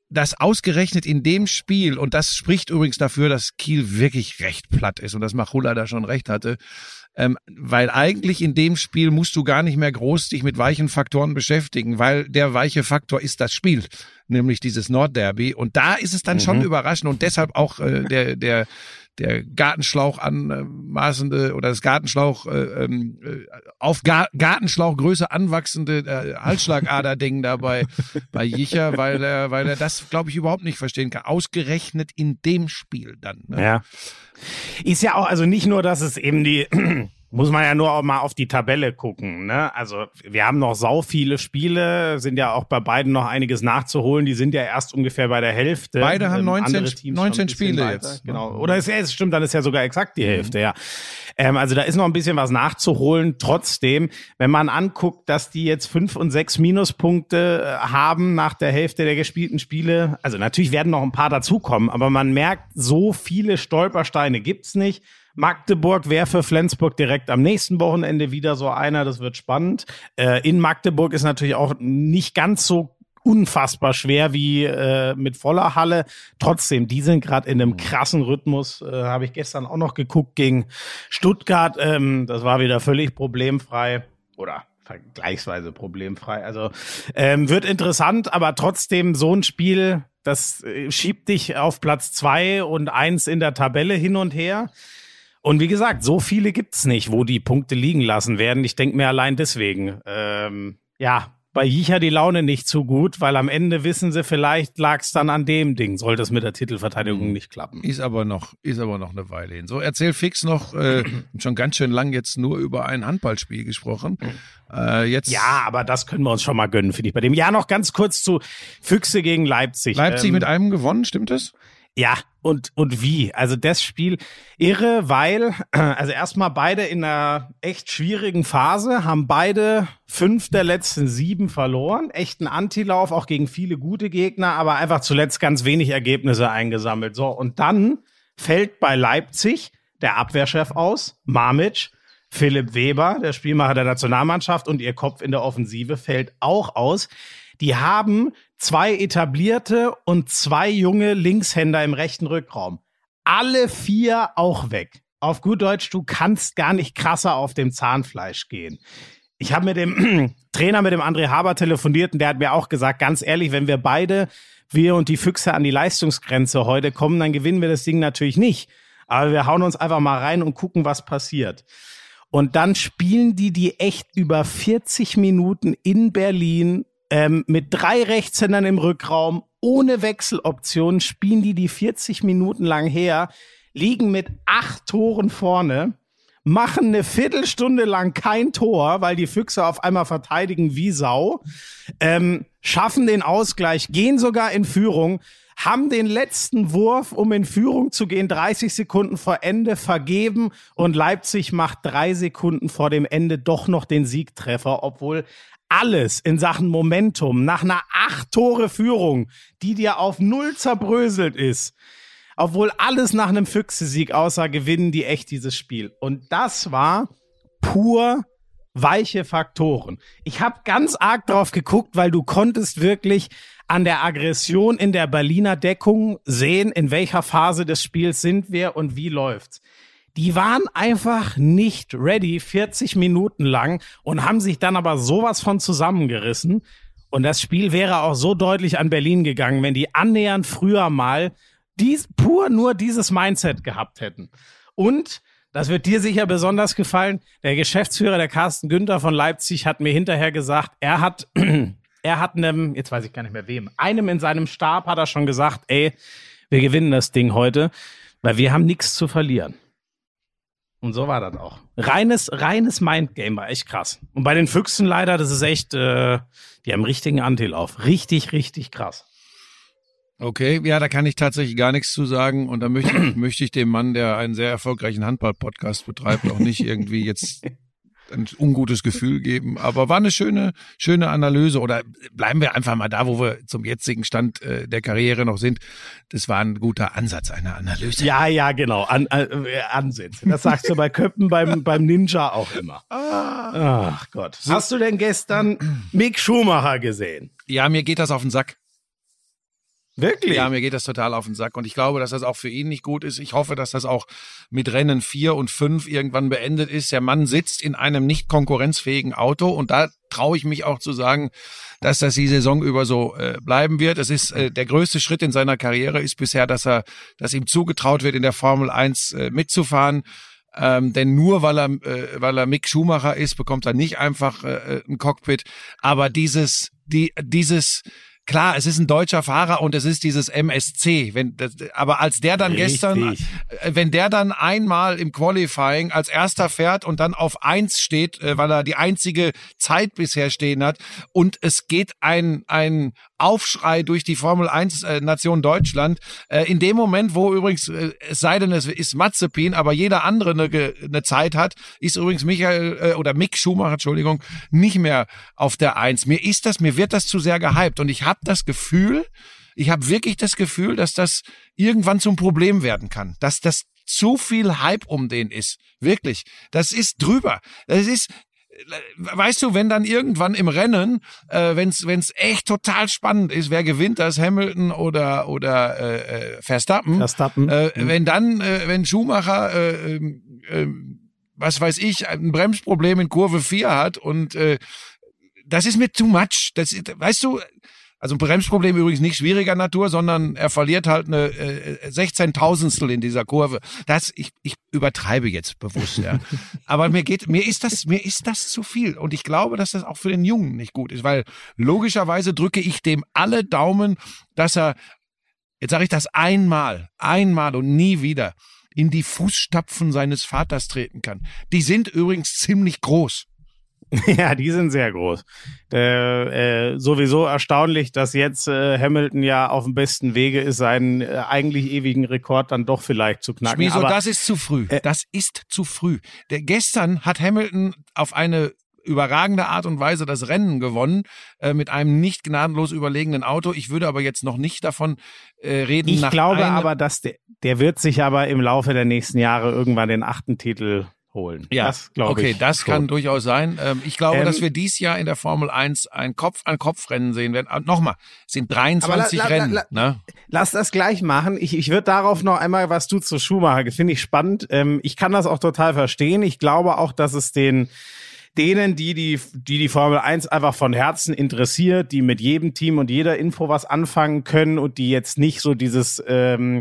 dass ausgerechnet in dem Spiel, und das spricht übrigens dafür, dass Kiel wirklich recht platt ist und dass Machulla da schon recht hatte, ähm, weil eigentlich in dem Spiel musst du gar nicht mehr groß dich mit weichen Faktoren beschäftigen, weil der weiche Faktor ist das Spiel, nämlich dieses Nordderby, und da ist es dann mhm. schon überraschend und deshalb auch äh, der der der Gartenschlauch anmaßende oder das Gartenschlauch äh, äh, auf Gar- Gartenschlauchgröße anwachsende äh, Halsschlagader-Ding dabei bei Jicher, weil er, weil er das, glaube ich, überhaupt nicht verstehen kann. Ausgerechnet in dem Spiel dann. Ne?
Ja. Ist ja auch, also nicht nur, dass es eben die, muss man ja nur auch mal auf die Tabelle gucken, ne? Also wir haben noch sau viele Spiele, sind ja auch bei beiden noch einiges nachzuholen. Die sind ja erst ungefähr bei der Hälfte.
Beide haben
ähm,
neunzehn, neunzehn Spiele
weiter,
jetzt.
Genau. Oder es, es stimmt, dann ist ja sogar exakt die Hälfte, mhm. ja. Ähm, also da ist noch ein bisschen was nachzuholen. Trotzdem, wenn man anguckt, dass die jetzt fünf und sechs Minuspunkte haben nach der Hälfte der gespielten Spiele. Also natürlich werden noch ein paar dazukommen, aber man merkt, so viele Stolpersteine gibt's nicht. Magdeburg wäre für Flensburg direkt am nächsten Wochenende wieder so einer, das wird spannend. Äh, in Magdeburg ist natürlich auch nicht ganz so unfassbar schwer wie äh, mit voller Halle. Trotzdem, die sind gerade in einem krassen Rhythmus. Äh, habe ich gestern auch noch geguckt gegen Stuttgart. Ähm, das war wieder völlig problemfrei oder vergleichsweise problemfrei. Also ähm, wird interessant, aber trotzdem so ein Spiel, das äh, schiebt dich auf Platz zwei und eins in der Tabelle hin und her. Und wie gesagt, so viele gibt's nicht, wo die Punkte liegen lassen werden. Ich denke mir allein deswegen, ähm, ja, bei Jicher die Laune nicht zu gut, weil am Ende wissen sie, vielleicht lag's dann an dem Ding, sollte es mit der Titelverteidigung nicht klappen.
Ist aber noch, ist aber noch eine Weile hin. So, erzähl fix noch, äh, schon ganz schön lang jetzt nur über ein Handballspiel gesprochen. Äh, jetzt
ja, aber das können wir uns schon mal gönnen, finde ich. Bei dem Jahr noch ganz kurz zu Füchse gegen Leipzig.
Leipzig
ähm,
mit einem gewonnen, stimmt das?
Ja, und und wie? Also das Spiel irre, weil also erstmal beide in einer echt schwierigen Phase, haben beide fünf der letzten sieben verloren. Echt ein Antilauf, auch gegen viele gute Gegner, aber einfach zuletzt ganz wenig Ergebnisse eingesammelt. So, und dann fällt bei Leipzig der Abwehrchef aus, Mamic, Philipp Weber, der Spielmacher der Nationalmannschaft, und ihr Kopf in der Offensive fällt auch aus. Die haben zwei etablierte und zwei junge Linkshänder im rechten Rückraum. Alle vier auch weg. Auf gut Deutsch, du kannst gar nicht krasser auf dem Zahnfleisch gehen. Ich habe mit dem Trainer, mit dem André Haber telefoniert, und der hat mir auch gesagt, ganz ehrlich, wenn wir beide, wir und die Füchse an die Leistungsgrenze heute kommen, dann gewinnen wir das Ding natürlich nicht. Aber wir hauen uns einfach mal rein und gucken, was passiert. Und dann spielen die die echt über vierzig Minuten in Berlin Ähm, mit drei Rechtshändern im Rückraum, ohne Wechseloptionen, spielen die die vierzig Minuten lang her, liegen mit acht Toren vorne, machen eine Viertelstunde lang kein Tor, weil die Füchse auf einmal verteidigen wie Sau, ähm, schaffen den Ausgleich, gehen sogar in Führung, haben den letzten Wurf, um in Führung zu gehen, dreißig Sekunden vor Ende vergeben, und Leipzig macht drei Sekunden vor dem Ende doch noch den Siegtreffer, obwohl alles in Sachen Momentum nach einer acht Tore Führung, die dir auf null zerbröselt ist, obwohl alles nach einem Füchse-Sieg aussah, gewinnen die echt dieses Spiel. Und das war pur weiche Faktoren. Ich habe ganz arg drauf geguckt, weil du konntest wirklich an der Aggression in der Berliner Deckung sehen, in welcher Phase des Spiels sind wir und wie läuft's. Die waren einfach nicht ready, vierzig Minuten lang, und haben sich dann aber sowas von zusammengerissen. Und das Spiel wäre auch so deutlich an Berlin gegangen, wenn die annähernd früher mal dies, pur nur dieses Mindset gehabt hätten. Und, das wird dir sicher besonders gefallen, der Geschäftsführer, der Carsten Günther von Leipzig, hat mir hinterher gesagt, er hat, er hat einem, jetzt weiß ich gar nicht mehr wem, einem in seinem Stab hat er schon gesagt, ey, wir gewinnen das Ding heute, weil wir haben nichts zu verlieren. Und so war das auch. Reines, reines Mindgame, war echt krass. Und bei den Füchsen leider, das ist echt, äh, die haben richtigen Antilauf. Richtig, richtig krass.
Okay, ja, da kann ich tatsächlich gar nichts zu sagen. Und da möchte, möchte ich dem Mann, der einen sehr erfolgreichen Handball-Podcast betreibt, auch nicht irgendwie jetzt ein ungutes Gefühl geben. Aber war eine schöne, schöne Analyse. Oder bleiben wir einfach mal da, wo wir zum jetzigen Stand äh, der Karriere noch sind. Das war ein guter Ansatz einer Analyse.
Ja, ja, genau. An, äh, Ansätze. Das sagst du bei Köppen beim, beim Ninja auch immer. Ach Gott. Hast du denn gestern Mick Schumacher gesehen?
Ja, mir geht das auf den Sack.
Wirklich?
Ja, mir geht das total auf den Sack und ich glaube, dass das auch für ihn nicht gut ist. Ich hoffe, dass das auch mit Rennen vier und fünf irgendwann beendet ist. Der Mann sitzt in einem nicht konkurrenzfähigen Auto und da traue ich mich auch zu sagen, dass das die Saison über so äh, bleiben wird. Es ist äh, der größte Schritt in seiner Karriere ist bisher, dass er, dass ihm zugetraut wird, in der Formel eins äh, mitzufahren. Ähm, denn nur weil er, äh, weil er Mick Schumacher ist, bekommt er nicht einfach äh, ein Cockpit. Aber dieses, die, dieses Klar, es ist ein deutscher Fahrer und es ist dieses M S C. Wenn, das, aber als der dann
Richtig.
gestern, wenn der dann einmal im Qualifying als erster fährt und dann auf eins steht, weil er die einzige Zeit bisher stehen hat und es geht ein ein Aufschrei durch die Formel eins Nation Deutschland. In dem Moment, wo übrigens, es sei denn, es ist Mazepin, aber jeder andere eine, eine Zeit hat, ist übrigens Michael oder Mick Schumacher, Entschuldigung, nicht mehr auf der Eins. Mir ist das, mir wird das zu sehr gehypt und ich habe das Gefühl, ich habe wirklich das Gefühl, dass das irgendwann zum Problem werden kann, dass das zu viel Hype um den ist. Wirklich. Das ist drüber. Das ist, weißt du, wenn dann irgendwann im Rennen, äh, wenn's wenn's echt total spannend ist, wer gewinnt das, Hamilton oder oder äh, Verstappen,
Verstappen.
Äh, mhm. wenn dann, äh, wenn Schumacher, äh, äh, was weiß ich, ein Bremsproblem in Kurve vier hat und äh, das ist mir too much. Das, weißt du, also ein Bremsproblem übrigens nicht schwieriger Natur, sondern er verliert halt eine äh, sechzehntausendstel in dieser Kurve. Das ich ich übertreibe jetzt bewusst, ja. Aber mir geht mir ist das mir ist das zu viel und ich glaube, dass das auch für den Jungen nicht gut ist, weil logischerweise drücke ich dem alle Daumen, dass er, jetzt sage ich das einmal, einmal und nie wieder in die Fußstapfen seines Vaters treten kann. Die sind übrigens ziemlich groß.
Ja, die sind sehr groß. Äh, äh, sowieso erstaunlich, dass jetzt äh, Hamilton ja auf dem besten Wege ist, seinen äh, eigentlich ewigen Rekord dann doch vielleicht zu knacken.
Schmieso,
Aber
das ist zu früh. Äh, das ist zu früh. Der, gestern hat Hamilton auf eine überragende Art und Weise das Rennen gewonnen, äh, mit einem nicht gnadenlos überlegenen Auto. Ich würde aber jetzt noch nicht davon äh, reden.
Ich
nach
glaube
einem,
aber, dass der, der wird sich aber im Laufe der nächsten Jahre irgendwann den achten Titel holen.
Ja,
das glaube
okay,
ich.
das
schon.
kann durchaus sein. Ähm, ich glaube,
Ähm,
dass wir dies Jahr in der Formel eins ein Kopf-an-Kopf-Rennen sehen werden. Ah, nochmal, es sind dreiundzwanzig
Aber la- la-
Rennen.
la-
Ne?
Lass das gleich machen. Ich, ich würde darauf noch einmal, was du zu Schumacher, finde ich spannend. Ähm, ich kann das auch total verstehen. Ich glaube auch, dass es den denen, die die, die die Formel eins einfach von Herzen interessiert, die mit jedem Team und jeder Info was anfangen können und die jetzt nicht so dieses, ähm,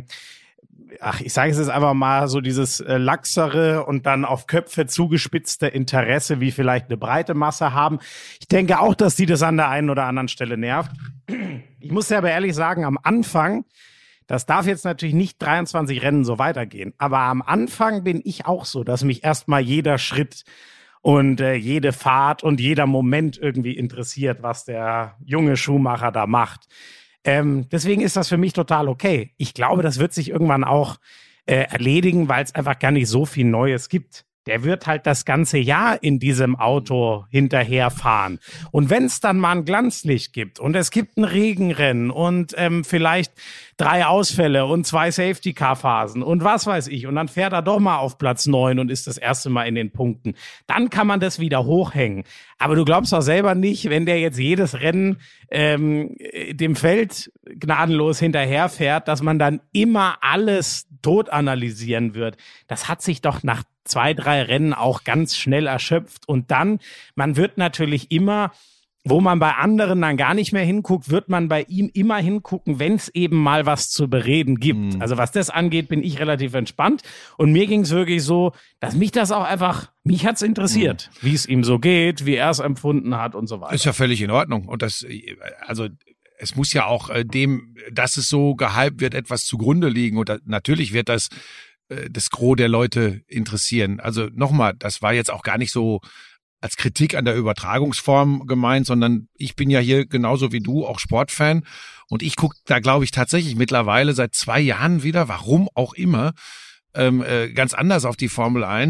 ach, ich sage es jetzt einfach mal, so dieses äh, laxere und dann auf Köpfe zugespitzte Interesse, wie vielleicht eine breite Masse haben. Ich denke auch, dass die das an der einen oder anderen Stelle nervt. Ich muss ja aber ehrlich sagen, am Anfang, das darf jetzt natürlich nicht dreiundzwanzig Rennen so weitergehen, aber am Anfang bin ich auch so, dass mich erstmal jeder Schritt und äh, jede Fahrt und jeder Moment irgendwie interessiert, was der junge Schumacher da macht. Ähm, deswegen ist das für mich total okay. Ich glaube, das wird sich irgendwann auch äh, erledigen, weil es einfach gar nicht so viel Neues gibt. Der wird halt das ganze Jahr in diesem Auto hinterherfahren. Und wenn es dann mal ein Glanzlicht gibt und es gibt ein Regenrennen und ähm, vielleicht drei Ausfälle und zwei Safety-Car-Phasen und was weiß ich, und dann fährt er doch mal auf Platz neun und ist das erste Mal in den Punkten, dann kann man das wieder hochhängen. Aber du glaubst doch selber nicht, wenn der jetzt jedes Rennen ähm, dem Feld gnadenlos hinterherfährt, dass man dann immer alles tot analysieren wird. Das hat sich doch nach zwei, drei Rennen auch ganz schnell erschöpft. Und dann, man wird natürlich immer, wo man bei anderen dann gar nicht mehr hinguckt, wird man bei ihm immer hingucken, wenn es eben mal was zu bereden gibt. Mhm. Also was das angeht, bin ich relativ entspannt. Und mir ging es wirklich so, dass mich das auch einfach, mich hat's interessiert, mhm. wie es ihm so geht, wie er es empfunden hat und so weiter.
Ist ja völlig in Ordnung. Und das, also es muss ja auch dem, dass es so gehypt wird, etwas zugrunde liegen. Und natürlich wird das das Gros der Leute interessieren. Also nochmal, das war jetzt auch gar nicht so als Kritik an der Übertragungsform gemeint, sondern ich bin ja hier genauso wie du auch Sportfan und ich gucke da, glaube ich, tatsächlich mittlerweile seit zwei Jahren wieder, warum auch immer, ähm, äh, ganz anders auf die Formel eins.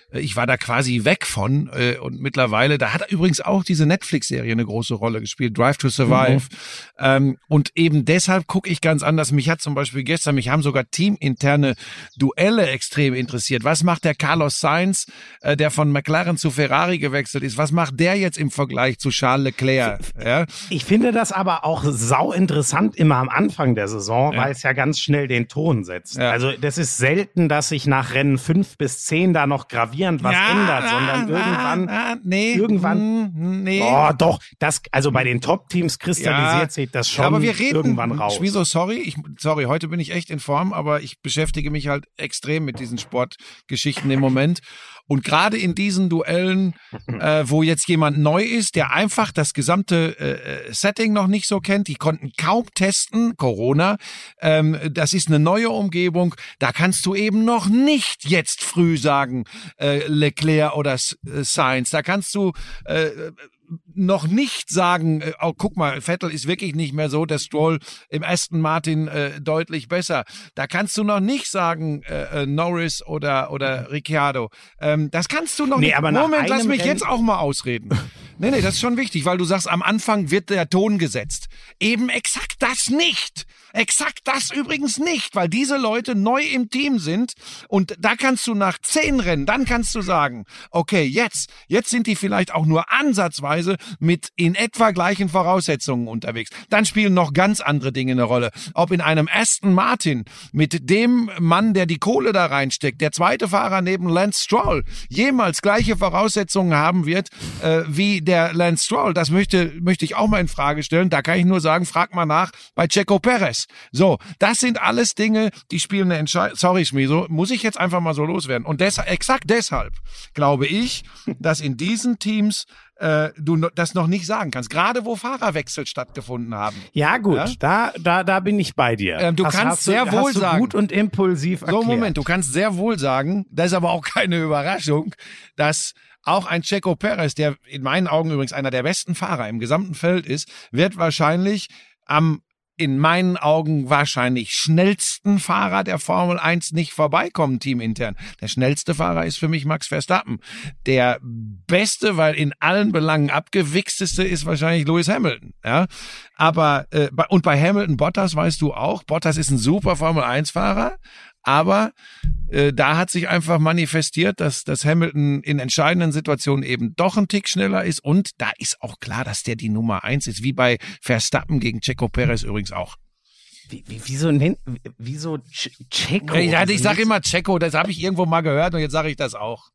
ich war da quasi weg von äh, und mittlerweile, da hat übrigens auch diese Netflix-Serie eine große Rolle gespielt, Drive to Survive. Mhm. Ähm, und eben deshalb gucke ich ganz anders. Mich hat zum Beispiel gestern, mich haben sogar teaminterne Duelle extrem interessiert. Was macht der Carlos Sainz, äh, der von McLaren zu Ferrari gewechselt ist? Was macht der jetzt im Vergleich zu Charles Leclerc? Ja?
Ich finde das aber auch sau interessant immer am Anfang der Saison, ja. weil es ja ganz schnell den Ton setzt. Ja. Also das ist selten, dass sich nach Rennen fünf bis zehn da noch gravierend was
ja,
ändert,
na,
sondern
na,
irgendwann,
na, nee,
irgendwann,
nee.
Oh, doch, das, also bei den Top-Teams kristallisiert ja, sich das schon
aber wir reden,
irgendwann raus.
Wieso, sorry, ich, sorry, heute bin ich echt in Form, aber ich beschäftige mich halt extrem mit diesen Sportgeschichten im Moment. Und gerade in diesen Duellen, äh, wo jetzt jemand neu ist, der einfach das gesamte äh, Setting noch nicht so kennt, die konnten kaum testen, Corona, ähm, das ist eine neue Umgebung, da kannst du eben noch nicht jetzt früh sagen, äh, Leclerc oder äh, Sainz, da kannst du äh, noch nicht sagen, äh, oh, guck mal, Vettel ist wirklich nicht mehr so, der Stroll im Aston Martin äh, deutlich besser. Da kannst du noch nicht sagen, äh, äh, Norris oder oder Ricciardo. Ähm, das kannst du noch
nee,
nicht.
Aber
Moment, lass mich
Rennen
jetzt auch mal ausreden. Nee, nee, das ist schon wichtig, weil du sagst, am Anfang wird der Ton gesetzt. Eben exakt das nicht. Exakt das übrigens nicht, weil diese Leute neu im Team sind und da kannst du nach zehn Rennen, dann kannst du sagen, okay, jetzt, jetzt sind die vielleicht auch nur ansatzweise mit in etwa gleichen Voraussetzungen unterwegs. Dann spielen noch ganz andere Dinge eine Rolle. Ob in einem Aston Martin mit dem Mann, der die Kohle da reinsteckt, der zweite Fahrer neben Lance Stroll, jemals gleiche Voraussetzungen haben wird äh, wie der Lance Stroll, das möchte, möchte ich auch mal in Frage stellen. Da kann ich nur sagen, frag mal nach bei Checo Perez. So, das sind alles Dinge, die spielen eine Entscheidung. Sorry, Schmieso, muss ich jetzt einfach mal so loswerden. Und deshalb, exakt deshalb glaube ich, dass in diesen Teams äh, du das noch nicht sagen kannst. Gerade wo Fahrerwechsel stattgefunden haben.
Ja gut, ja? Da, da, da bin ich bei dir.
Ähm, du
das
kannst sehr
du,
wohl
hast du
sagen.
gut und impulsiv erklärt.
So, Moment, du kannst sehr wohl sagen, das ist aber auch keine Überraschung, dass auch ein Checo Perez, der in meinen Augen übrigens einer der besten Fahrer im gesamten Feld ist, wird wahrscheinlich am in meinen Augen wahrscheinlich schnellsten Fahrer der Formel eins nicht vorbeikommen, teamintern. Der schnellste Fahrer ist für mich Max Verstappen. Der beste, weil in allen Belangen abgewichsteste ist wahrscheinlich Lewis Hamilton. Ja, aber äh, und bei Hamilton Bottas weißt du auch, Bottas ist ein super Formel eins Fahrer. Aber äh, da hat sich einfach manifestiert, dass, dass Hamilton in entscheidenden Situationen eben doch ein Tick schneller ist. Und da ist auch klar, dass der die Nummer eins ist, wie bei Verstappen gegen Checo Perez übrigens auch.
Wie, wie, wieso nennt, wieso Checo?
Ja, ich sage immer Checo, das habe ich irgendwo mal gehört und jetzt sage ich das auch.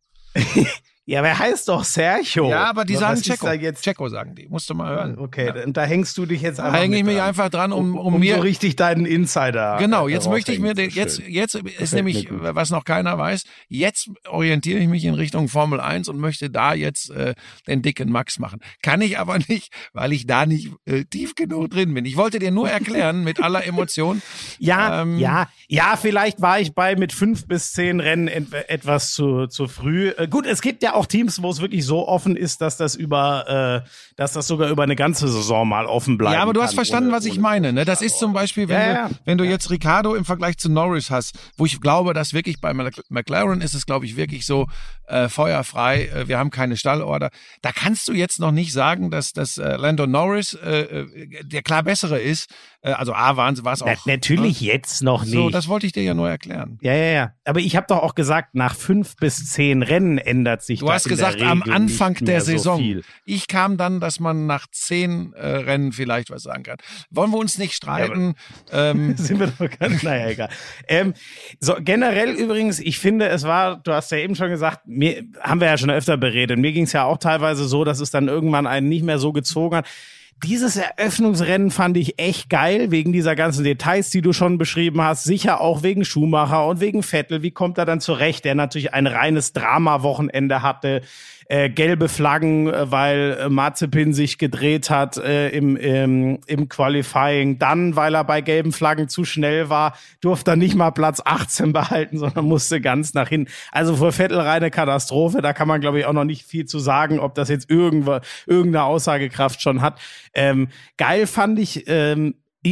Ja, aber er heißt doch Sergio.
Ja, aber die sagen
was
Checo.
Jetzt?
Checo sagen die. Musst du mal hören.
Okay,
ja.
Und da hängst du dich jetzt
einfach
einfach
Da hänge ich mich
dran.
einfach dran, um, um,
um
mir
so richtig deinen Insider.
Genau, jetzt möchte ich mir den, jetzt, jetzt ist nämlich, was noch keiner weiß, jetzt orientiere ich mich in Richtung Formel eins und möchte da jetzt äh, den dicken Max machen. Kann ich aber nicht, weil ich da nicht äh, tief genug drin bin. Ich wollte dir nur erklären, mit aller Emotion.
Ja,
ähm,
ja, ja, vielleicht war ich bei mit fünf bis zehn Rennen et- etwas zu, zu früh. Äh, gut, es gibt ja auch Teams, wo es wirklich so offen ist, dass das über, äh, dass das sogar über eine ganze Saison mal offen bleibt.
Ja, aber du hast verstanden,
ohne,
was ich meine. Ne? Das ist zum Beispiel, wenn,
ja,
du,
ja.
wenn du jetzt Ricciardo im Vergleich zu Norris hast, wo ich glaube, dass wirklich bei McLaren ist es, glaube ich, wirklich so äh, feuerfrei. Äh, wir haben keine Stallorder. Da kannst du jetzt noch nicht sagen, dass, dass äh, Lando Norris äh, der klar bessere ist. Äh, also A, war es auch.
Na, natürlich
äh,
jetzt noch nicht.
So, das wollte ich dir ja nur erklären.
Ja, ja, ja. Aber ich habe doch auch gesagt, nach fünf bis zehn Rennen ändert sich
Du
das
hast
in
gesagt,
der
am
Regel
Anfang
nicht
der
mehr so
Saison.
viel.
Ich kam dann, dass man nach zehn äh, Rennen vielleicht was sagen kann. Wollen wir uns nicht streiten? Ja, ähm,
sind wir doch gar nicht. Naja, egal. Ähm, so, generell übrigens, ich finde, es war, du hast ja eben schon gesagt, mir haben wir ja schon öfter beredet. Mir ging es ja auch teilweise so, dass es dann irgendwann einen nicht mehr so gezogen hat. Dieses Eröffnungsrennen fand ich echt geil, wegen dieser ganzen Details, die du schon beschrieben hast. Sicher auch wegen Schumacher und wegen Vettel. Wie kommt er dann zurecht, der natürlich ein reines Drama-Wochenende hatte. Äh, gelbe Flaggen, äh, weil äh, Mazepin sich gedreht hat äh, im, im, im Qualifying. Dann, weil er bei gelben Flaggen zu schnell war, durfte er nicht mal Platz achtzehn behalten, sondern musste ganz nach hinten. Also für Vettel reine Katastrophe. Da kann man, glaube ich, auch noch nicht viel zu sagen, ob das jetzt irgendwo, irgendeine Aussagekraft schon hat. Ähm, geil fand ich ähm,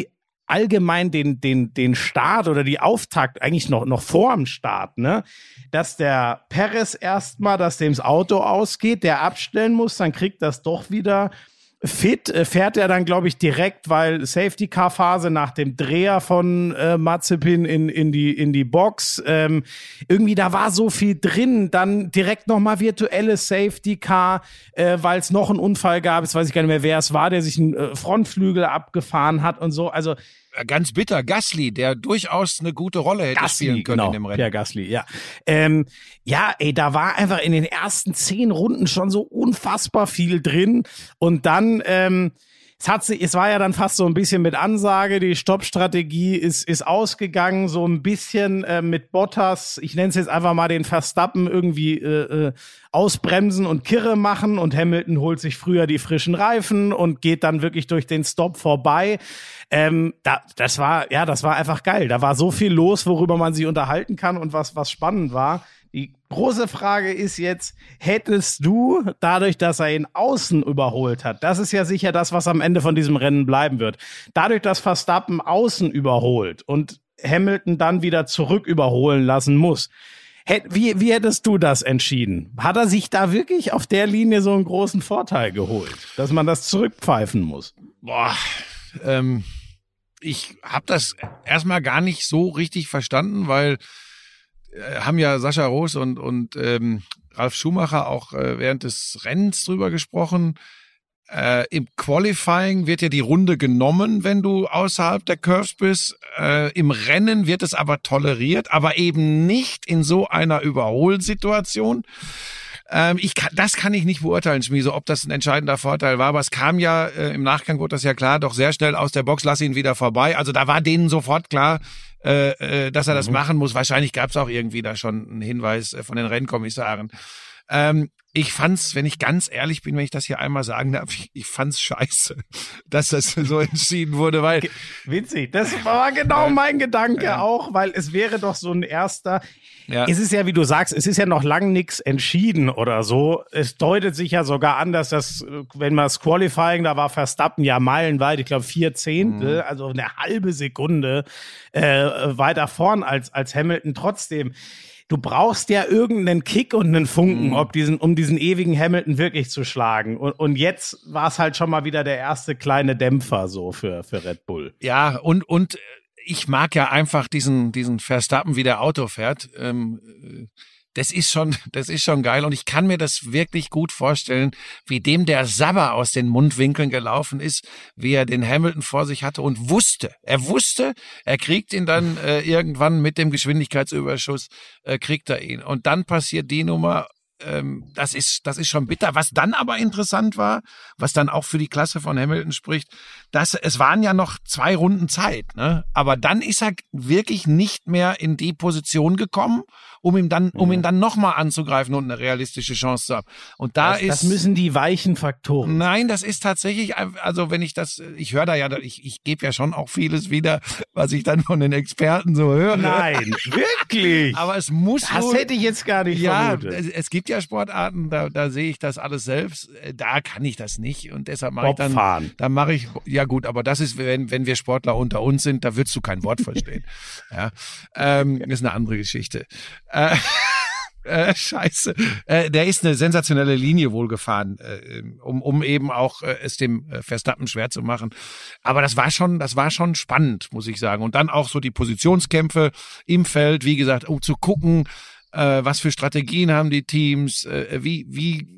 allgemein den, den, den Start oder die Auftakt eigentlich noch, noch vor dem Start, ne? Dass der Perez erstmal, dass dem das Auto ausgeht, der abstellen muss, dann kriegt das doch wieder fit, äh, fährt er dann, glaube ich, direkt, weil Safety-Car-Phase nach dem Dreher von äh, Mazepin in, in, die, in die Box. Ähm, irgendwie, da war so viel drin. Dann direkt nochmal virtuelles Safety-Car, äh, weil es noch einen Unfall gab. Jetzt weiß ich gar nicht mehr, wer es war, der sich einen äh, Frontflügel abgefahren hat und so. Also
ganz bitter, Gasly, der durchaus eine gute Rolle hätte
Gasly,
spielen können
genau,
in dem Rennen.
Pierre Gasly, ja. Ähm, ja, ey, da war einfach in den ersten zehn Runden schon so unfassbar viel drin. Und dann, ähm, es hat sich, es war ja dann fast so ein bisschen mit Ansage, die Stoppstrategie ist, ist ausgegangen, so ein bisschen äh, mit Bottas, ich nenne es jetzt einfach mal den Verstappen irgendwie äh, äh, ausbremsen und Kirre machen und Hamilton holt sich früher die frischen Reifen und geht dann wirklich durch den Stop vorbei. Ähm, da, das war, ja, das war einfach geil. Da war so viel los, worüber man sich unterhalten kann und was, was spannend war. Die große Frage ist jetzt, hättest du, dadurch, dass er ihn außen überholt hat, das ist ja sicher das, was am Ende von diesem Rennen bleiben wird, dadurch, dass Verstappen außen überholt und Hamilton dann wieder zurück überholen lassen muss, hätt, wie, wie hättest du das entschieden? Hat er sich da wirklich auf der Linie so einen großen Vorteil geholt, dass man das zurückpfeifen muss?
Boah, ähm, ich habe das erstmal gar nicht so richtig verstanden, weil haben ja Sascha Roos und und ähm, Ralf Schumacher auch äh, während des Rennens drüber gesprochen. Äh, Im Qualifying wird ja die Runde genommen, wenn du außerhalb der Curves bist. Äh, Im Rennen wird es aber toleriert, aber eben nicht in so einer Überholsituation. Ähm, ich kann, das kann ich nicht beurteilen, Schmiese, ob das ein entscheidender Vorteil war. Aber es kam ja, äh, im Nachgang wurde das ja klar, doch sehr schnell aus der Box, lass ihn wieder vorbei. Also da war denen sofort klar, äh, äh, dass er das mhm. machen muss. Wahrscheinlich gab es auch irgendwie da schon einen Hinweis äh, von den Rennkommissaren. Ähm, ich fand's, wenn ich ganz ehrlich bin, wenn ich das hier einmal sagen darf, ich, ich fand's scheiße, dass das so entschieden wurde, weil...
Witzig, das war genau mein Gedanke ja. auch, weil es wäre doch so ein erster... Ja. Es ist ja, wie du sagst, es ist ja noch lang nichts entschieden oder so. Es deutet sich ja sogar an, dass das, wenn man das Qualifying, da war Verstappen ja meilenweit, ich glaube vier Zehntel, mhm. also eine halbe Sekunde äh, weiter vorn als, als Hamilton. Trotzdem, du brauchst ja irgendeinen Kick und einen Funken, mhm. ob diesen, um diesen ewigen Hamilton wirklich zu schlagen. Und, und jetzt war es halt schon mal wieder der erste kleine Dämpfer so für, für Red Bull.
Ja, und, und ich mag ja einfach diesen, diesen Verstappen, wie der Auto fährt. Ähm, das ist schon, das ist schon geil. Und ich kann mir das wirklich gut vorstellen, wie dem der Sabber aus den Mundwinkeln gelaufen ist, wie er den Hamilton vor sich hatte und wusste, er wusste, er kriegt ihn dann äh, irgendwann mit dem Geschwindigkeitsüberschuss, äh, kriegt er ihn. Und dann passiert die Nummer, ähm, das ist, das ist schon bitter. Was dann aber interessant war, was dann auch für die Klasse von Hamilton spricht, dass es waren ja noch zwei Runden Zeit, ne? Aber dann ist er wirklich nicht mehr in die Position gekommen, um ihn dann, um ihn dann nochmal anzugreifen und eine realistische Chance zu haben. Und da
das,
ist.
Das müssen die weichen Faktoren.
Nein, das ist tatsächlich, also wenn ich das, ich höre da ja, ich, ich gebe ja schon auch vieles wieder, was ich dann von den Experten so höre.
Nein, wirklich.
Aber es muss.
Das wohl, hätte ich jetzt gar nicht
ja,
vermutet.
Es, es gibt ja Sportarten, da, da sehe ich das alles selbst. Da kann ich das nicht und deshalb mache ich dann.
Fahren.
Da mache ich, ja gut, aber das ist, wenn, wenn wir Sportler unter uns sind, da würdest du kein Wort verstehen. Ja, ähm, ist eine andere Geschichte. Äh, äh, scheiße. Äh, der ist eine sensationelle Linie wohl gefahren, äh, um, um eben auch äh, es dem äh, Verstappen schwer zu machen. Aber das war schon, das war schon spannend, muss ich sagen. Und dann auch so die Positionskämpfe im Feld, wie gesagt, um zu gucken, äh, was für Strategien haben die Teams, äh, wie, wie,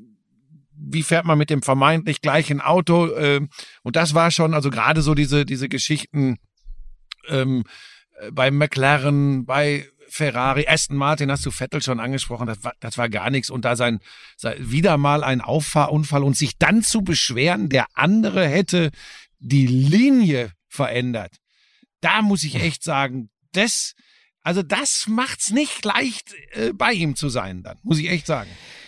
wie fährt man mit dem vermeintlich gleichen Auto? Äh, und das war schon, also gerade so diese, diese Geschichten ähm, bei McLaren, bei Ferrari, Aston Martin, hast du Vettel schon angesprochen, das war, das war gar nichts. Und da sein, sein wieder mal ein Auffahrunfall und sich dann zu beschweren, der andere hätte die Linie verändert. Da muss ich echt sagen, das, also das macht's nicht leicht, äh, bei ihm zu sein dann, muss ich echt sagen.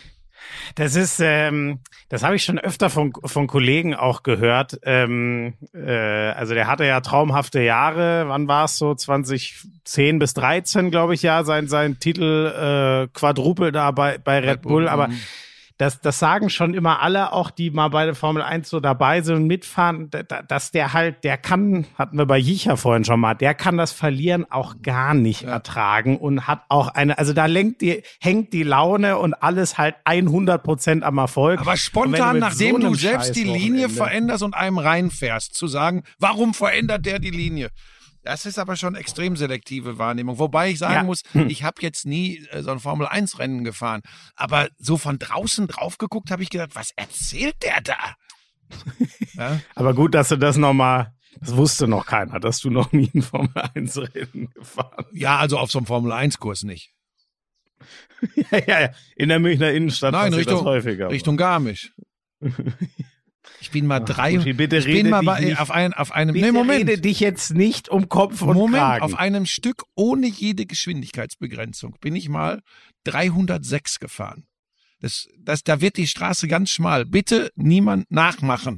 Das ist, ähm, das habe ich schon öfter von, von Kollegen auch gehört. Ähm, äh, also der hatte ja traumhafte Jahre. Wann war es so? zwanzig zehn bis dreizehn, glaube ich, ja, sein, sein Titel äh, Quadruple da bei, bei Red Bull. Aber das, das sagen schon immer alle, auch die mal bei der Formel eins so dabei sind und mitfahren, dass der halt, der kann, hatten wir bei Jicha vorhin schon mal, der kann das Verlieren auch gar nicht ja. ertragen und hat auch eine, also da lenkt die, hängt die Laune und alles halt hundert Prozent am Erfolg.
Aber spontan, nachdem
so
du selbst die Linie
Wochenende
veränderst und einem reinfährst, zu sagen, warum verändert der die Linie? Das ist aber schon extrem selektive Wahrnehmung. Wobei ich sagen ja. muss, ich habe jetzt nie äh, so ein Formel eins Rennen gefahren. Aber so von draußen drauf geguckt, habe ich gedacht, was erzählt der da? Ja?
Aber gut, dass du das nochmal, das wusste noch keiner, dass du noch nie ein Formel eins Rennen gefahren hast.
Ja, also auf so einem Formel eins Kurs nicht.
ja, ja, ja. In der Münchner Innenstadt
Nein,
passiert
Richtung,
das häufiger.
Richtung Garmisch. Ich bin mal
Ach,
drei.
Buschi, bitte
ich bin
rede
mal
dich
bei,
nicht,
auf, ein, auf einem.
Bitte
nee, Moment.
rede dich jetzt nicht um Kopf und
Moment,
Kragen.
auf einem Stück ohne jede Geschwindigkeitsbegrenzung bin ich mal dreihundertsechs gefahren. Das, das, da wird die Straße ganz schmal. Bitte niemand nachmachen.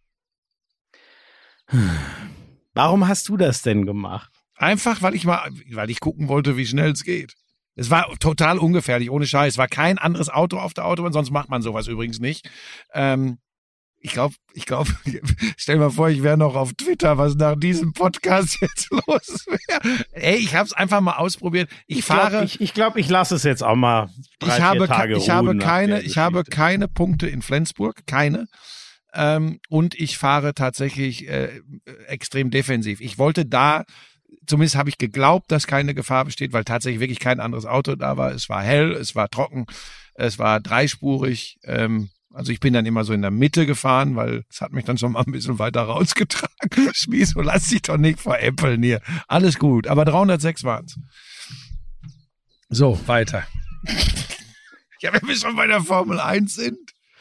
Warum hast du das denn gemacht?
Einfach, weil ich mal, weil ich gucken wollte, wie schnell es geht. Es war total ungefährlich, ohne Scheiß. Es war kein anderes Auto auf der Autobahn, sonst macht man sowas übrigens nicht. Ähm, ich glaube, ich glaube, stell dir mal vor, ich wäre noch auf Twitter, was nach diesem Podcast jetzt los wäre. Ey, ich habe es einfach mal ausprobiert. Ich,
ich
fahre.
Glaub, ich ich glaube, ich lasse es jetzt auch mal drei,
ich habe,
vier Tage
ich habe keine, ich habe
Geschichte.
keine Punkte in Flensburg, keine. Ähm, und ich fahre tatsächlich äh, extrem defensiv. Ich wollte da, zumindest habe ich geglaubt, dass keine Gefahr besteht, weil tatsächlich wirklich kein anderes Auto da war. Es war hell, es war trocken, es war dreispurig. Ähm, also ich bin dann immer so in der Mitte gefahren, weil es hat mich dann schon mal ein bisschen weiter rausgetragen. Schmieso, lass dich doch nicht veräppeln hier. Alles gut, aber dreihundertsechs waren es. So, weiter. Ja, wenn wir schon bei der Formel eins sind.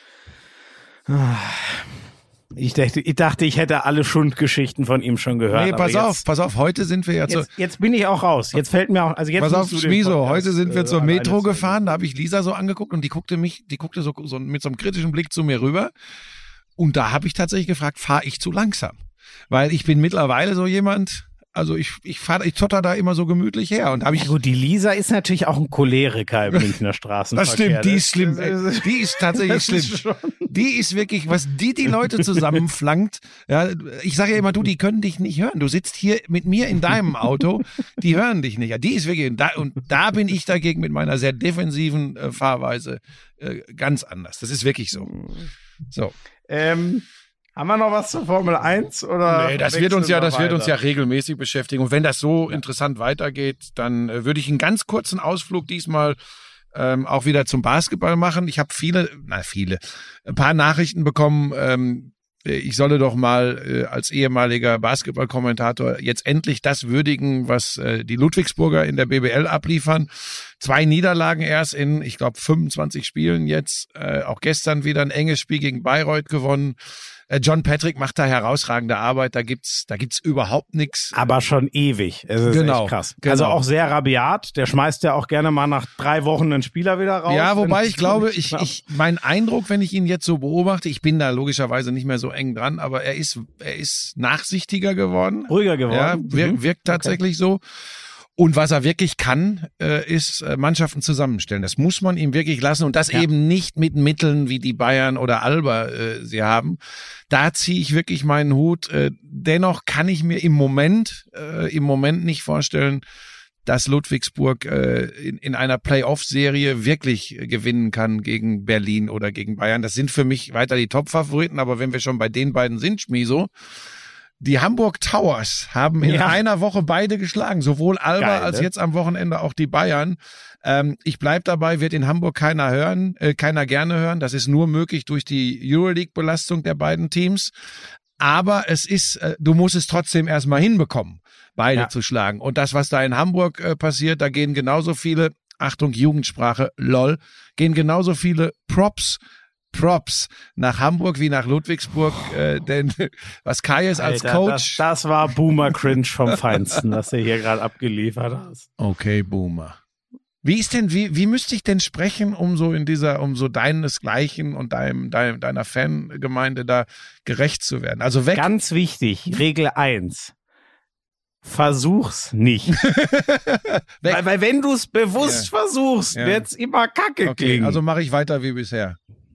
Ich dachte, ich dachte, ich hätte alle Schundgeschichten von ihm schon gehört.
Nee, pass
aber
auf,
jetzt,
pass auf, heute sind wir ja zu...
Jetzt, jetzt bin ich auch raus. Jetzt fällt mir auch... Also jetzt
Pass auf,
musst du den
Schmieso,
Podcast,
heute sind wir
äh,
zur Metro
alleine
gefahren, da habe ich Lisa so angeguckt und die guckte mich, die guckte so, so mit so einem kritischen Blick zu mir rüber und da habe ich tatsächlich gefragt, fahre ich zu langsam? Weil ich bin mittlerweile so jemand... Also ich, ich fahre, ich zotter da immer so gemütlich her und habe ich.
Ja gut, die Lisa ist natürlich auch ein Choleriker im Münchner Straßenverkehr.
Das stimmt, die
das,
ist schlimm.
das ist,
die ist tatsächlich schlimm.
Ist schon.
Die ist wirklich, was die die Leute zusammenflankt. Ja, ich sage ja immer, du, die können dich nicht hören. Du sitzt hier mit mir in deinem Auto, die hören dich nicht. Ja, die ist wirklich, da, und da bin ich dagegen mit meiner sehr defensiven äh, Fahrweise äh, ganz anders. Das ist wirklich so. So.
Ähm. Haben wir noch was zur Formel eins? Oder
nee, das wird uns ja, das
weiter?
wird uns ja regelmäßig beschäftigen. Und wenn das so ja. interessant weitergeht, dann äh, würde ich einen ganz kurzen Ausflug diesmal ähm, auch wieder zum Basketball machen. Ich habe viele, na viele, ein paar Nachrichten bekommen. Ähm, ich solle doch mal äh, als ehemaliger Basketballkommentator jetzt endlich das würdigen, was äh, die Ludwigsburger in der B B L abliefern. Zwei Niederlagen erst in, ich glaube, fünfundzwanzig Spielen jetzt. Äh, auch gestern wieder ein enges Spiel gegen Bayreuth gewonnen. John Patrick macht da herausragende Arbeit, da gibt's da gibt's überhaupt nichts.
Aber schon ewig, es ist
genau,
echt krass.
Genau.
Also auch sehr rabiat, der schmeißt ja auch gerne mal nach drei Wochen einen Spieler wieder raus.
Ja, wobei ich glaube, ich, ich mein Eindruck, wenn ich ihn jetzt so beobachte, ich bin da logischerweise nicht mehr so eng dran, aber er ist er ist nachsichtiger geworden.
Ruhiger geworden.
Ja, wirkt, wirkt tatsächlich okay. so. Und was er wirklich kann, äh, ist äh, Mannschaften zusammenstellen. Das muss man ihm wirklich lassen und das ja. eben nicht mit Mitteln wie die Bayern oder Alba äh, sie haben. Da ziehe ich wirklich meinen Hut. Äh, dennoch kann ich mir im Moment äh, im Moment nicht vorstellen, dass Ludwigsburg äh, in, in einer Playoff-Serie wirklich äh, gewinnen kann gegen Berlin oder gegen Bayern. Das sind für mich weiter die Top-Favoriten, aber wenn wir schon bei den beiden sind, Schmieso, die Hamburg Towers haben in ja. einer Woche beide geschlagen, sowohl Alba Geil, als ne? jetzt am Wochenende auch die Bayern. Ähm, ich bleib dabei, wird in Hamburg keiner hören, äh, keiner gerne hören. Das ist nur möglich durch die Euroleague-Belastung der beiden Teams. Aber es ist, äh, du musst es trotzdem erstmal hinbekommen, beide ja. zu schlagen. Und das, was da in Hamburg äh, passiert, da gehen genauso viele, Achtung, Jugendsprache, lol, gehen genauso viele Props Props nach Hamburg wie nach Ludwigsburg, äh, denn was Kayes als
Alter,
Coach...
Das, das war Boomer-Cringe vom Feinsten, was du hier gerade abgeliefert hast.
Okay, Boomer. Wie ist denn, wie, wie müsste ich denn sprechen, um so in dieser, um so deinesgleichen und deinem, deinem, deiner Fangemeinde da gerecht zu werden? Also weg.
Ganz wichtig, Regel eins. Versuch's nicht. weil, weil wenn du es bewusst ja. versuchst, ja. wird's immer kacke
okay,
klingen.
Also mache ich weiter wie bisher.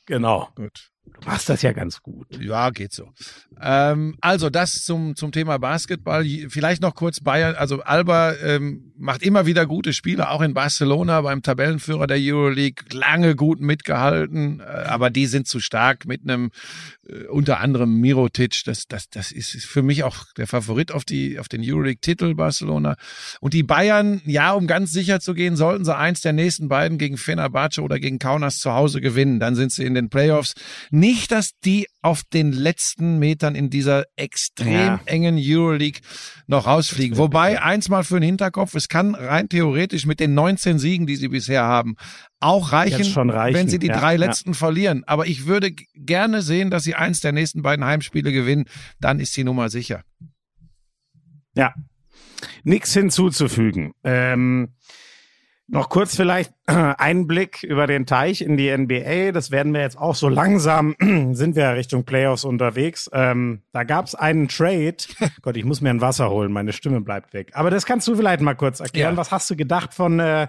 Genau.
Gut.
Du machst das ja ganz gut.
Ja, geht so. Ähm, also das zum zum Thema Basketball. Vielleicht noch kurz Bayern. Also Alba ähm, macht immer wieder gute Spiele, auch in Barcelona beim Tabellenführer der Euroleague. Lange gut mitgehalten, äh, aber die sind zu stark mit einem äh, unter anderem Mirotic. Das das das ist für mich auch der Favorit auf die auf den Euroleague-Titel Barcelona. Und die Bayern, ja, um ganz sicher zu gehen, sollten sie eins der nächsten beiden gegen Fenerbahce oder gegen Kaunas zu Hause gewinnen. Dann sind sie in den Playoffs. Nicht, dass die auf den letzten Metern in dieser extrem ja. engen Euroleague noch rausfliegen. Wobei, eins mal für den Hinterkopf, es kann rein theoretisch mit den neunzehn Siegen, die sie bisher haben, auch reichen,
schon reichen.
wenn sie die
ja,
drei
ja.
letzten verlieren. Aber ich würde g- gerne sehen, dass sie eins der nächsten beiden Heimspiele gewinnen. Dann ist die Nummer sicher.
Ja, nichts hinzuzufügen. Ähm, noch kurz vielleicht ein Blick über den Teich in die N B A. Das werden wir jetzt auch so langsam, sind wir Richtung Playoffs unterwegs. Ähm, da gab es einen Trade. Gott, ich muss mir ein Wasser holen, meine Stimme bleibt weg. Aber das kannst du vielleicht mal kurz erklären.
Ja.
Was hast du gedacht von äh,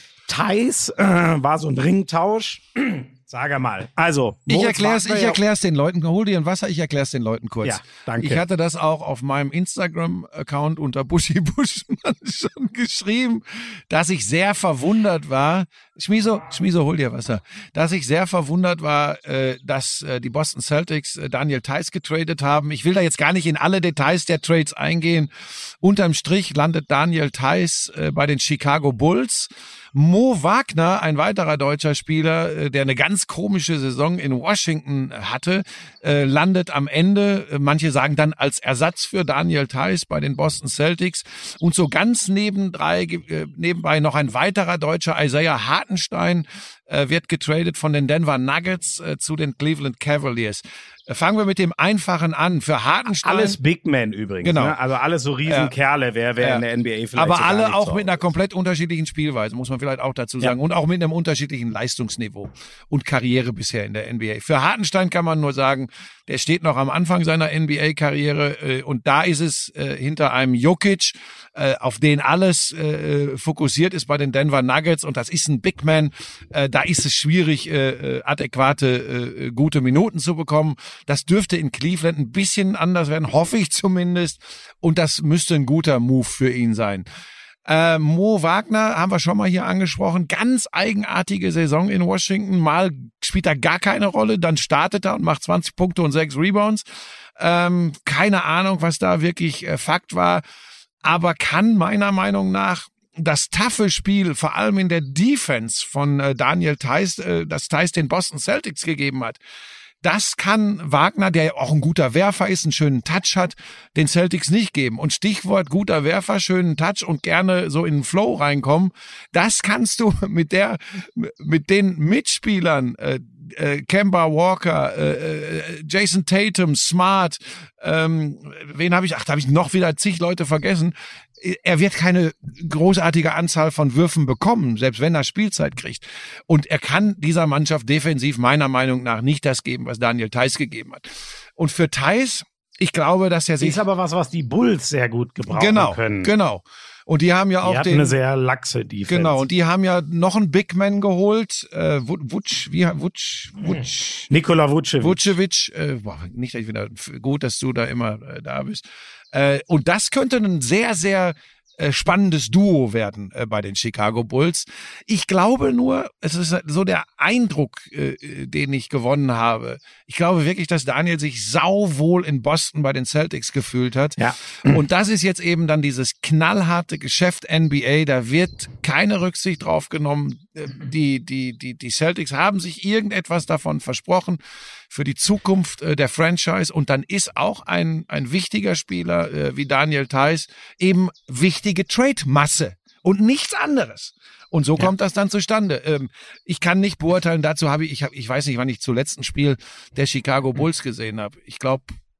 Theis? Äh, war so ein Ringtausch? Sag mal. Also,
Ich
Moritz
erklär's,
Wagner
ich
ja-
erklär's den Leuten. Hol dir ein Wasser, ich erklär's den Leuten kurz.
Ja, danke.
Ich hatte das auch auf meinem Instagram-Account unter Buschi Buschmann schon geschrieben, dass ich sehr verwundert war. Schmieso, Schmieso, hol dir Wasser. Dass ich sehr verwundert war, äh, dass äh, die Boston Celtics äh, Daniel Theis getradet haben. Ich will da jetzt gar nicht in alle Details der Trades eingehen. Unterm Strich landet Daniel Theis äh, bei den Chicago Bulls. Mo Wagner, ein weiterer deutscher Spieler, äh, der eine ganz komische Saison in Washington hatte, äh, landet am Ende, äh, manche sagen dann als Ersatz für Daniel Theis bei den Boston Celtics. Und so ganz nebendrei, äh, nebenbei noch ein weiterer Deutscher, Isaiah Hartenstein, äh, wird getradet von den Denver Nuggets äh, zu den Cleveland Cavaliers. Äh, fangen wir mit dem Einfachen an. Für Hartenstein.
Alles Big Men übrigens.
Genau.
Ne? Also alles so Riesenkerle, wer, wer
Ja.
in der N B A vielleicht
Aber
sogar
alle
nicht
auch
so
mit einer
aus.
komplett unterschiedlichen Spielweise, muss man vielleicht auch dazu
Ja.
sagen. Und auch mit einem unterschiedlichen Leistungsniveau und Karriere bisher in der N B A. Für Hartenstein kann man nur sagen, der steht noch am Anfang seiner N B A-Karriere äh, und da ist es äh, hinter einem Jokic, äh, auf den alles äh, fokussiert ist bei den Denver Nuggets und das ist ein Big Man. Äh, da ist es schwierig, äh, adäquate, äh, gute Minuten zu bekommen. Das dürfte in Cleveland ein bisschen anders werden, hoffe ich zumindest. Und das müsste ein guter Move für ihn sein. Äh, Mo Wagner haben wir schon mal hier angesprochen. Ganz eigenartige Saison in Washington. Mal spielt er gar keine Rolle, dann startet er und macht zwanzig Punkte und sechs Rebounds. Ähm, keine Ahnung, was da wirklich äh, Fakt war. Aber kann meiner Meinung nach das taffe Spiel, vor allem in der Defense von äh, Daniel Theis, äh, das Theis den Boston Celtics gegeben hat, das kann Wagner, der ja auch ein guter Werfer ist, einen schönen Touch hat, den Celtics nicht geben. Und Stichwort guter Werfer, schönen Touch und gerne so in den Flow reinkommen, das kannst du mit der, mit den Mitspielern, äh, äh, Kemba Walker, äh, äh, Jason Tatum, Smart, ähm, wen habe ich, ach, da habe ich noch wieder zig Leute vergessen. Er wird keine großartige Anzahl von Würfen bekommen, selbst wenn er Spielzeit kriegt. Und er kann dieser Mannschaft defensiv meiner Meinung nach nicht das geben, was Daniel Theis gegeben hat. Und für Theis, ich glaube, dass er sich...
Ist aber was, was die Bulls sehr gut gebrauchen
genau,
können.
Genau. Und die haben ja
Die
auch
hatten
den...
eine sehr laxe Defense.
Genau, und die haben ja noch einen Big Man geholt, äh, Wutsch, wie, Wutsch, Wutsch,
Nikola Vucevic.
Vucevic, äh, boah, nicht, dass ich wieder, gut, dass du da immer äh, da bist. Äh, und das könnte ein sehr, sehr äh, spannendes Duo werden äh, bei den Chicago Bulls. Ich glaube nur, es ist so der Eindruck, äh, den ich gewonnen habe. Ich glaube wirklich, dass Daniel sich sauwohl in Boston bei den Celtics gefühlt hat.
Ja.
Und das ist jetzt eben dann dieses knallharte Geschäft N B A. Da wird keine Rücksicht drauf genommen. Die, die, die, die Celtics haben sich irgendetwas davon versprochen für die Zukunft äh, der Franchise. Und dann ist auch ein, ein wichtiger Spieler äh, wie Daniel Theis eben wichtige Trade-Masse und nichts anderes. Und so
Ja.
kommt das dann zustande. Ähm, ich kann nicht beurteilen, dazu habe ich, ich, hab, ich weiß nicht, wann ich zuletzt ein Spiel der Chicago Bulls gesehen habe. Ich glaube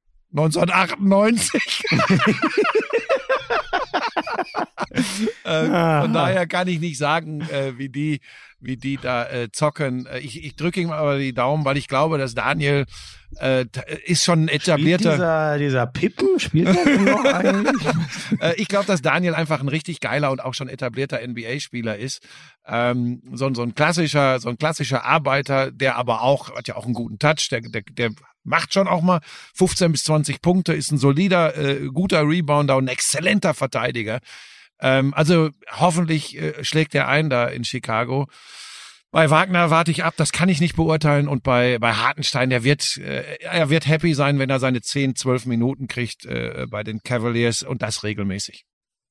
neunzehnhundertachtundneunzig. äh,
Aha.
von daher kann ich nicht sagen, äh, wie die wie die da äh, zocken. Ich, ich drücke ihm aber die Daumen, weil ich glaube, dass Daniel äh, ist schon ein etablierter...
Spielt dieser, dieser Pippen, spielt der denn noch eigentlich?
äh, ich glaube, dass Daniel einfach ein richtig geiler und auch schon etablierter N B A-Spieler ist. Ähm, so, so ein klassischer, so ein klassischer Arbeiter, der aber auch, hat ja auch einen guten Touch, der, der, der macht schon auch mal fünfzehn bis zwanzig Punkte, ist ein solider, äh, guter Rebounder und ein exzellenter Verteidiger. Ähm, also hoffentlich äh, schlägt er ein da in Chicago. Bei Wagner warte ich ab, das kann ich nicht beurteilen. Und bei bei Hartenstein, der wird äh, er wird happy sein, wenn er seine zehn, zwölf Minuten kriegt äh, bei den Cavaliers und das regelmäßig.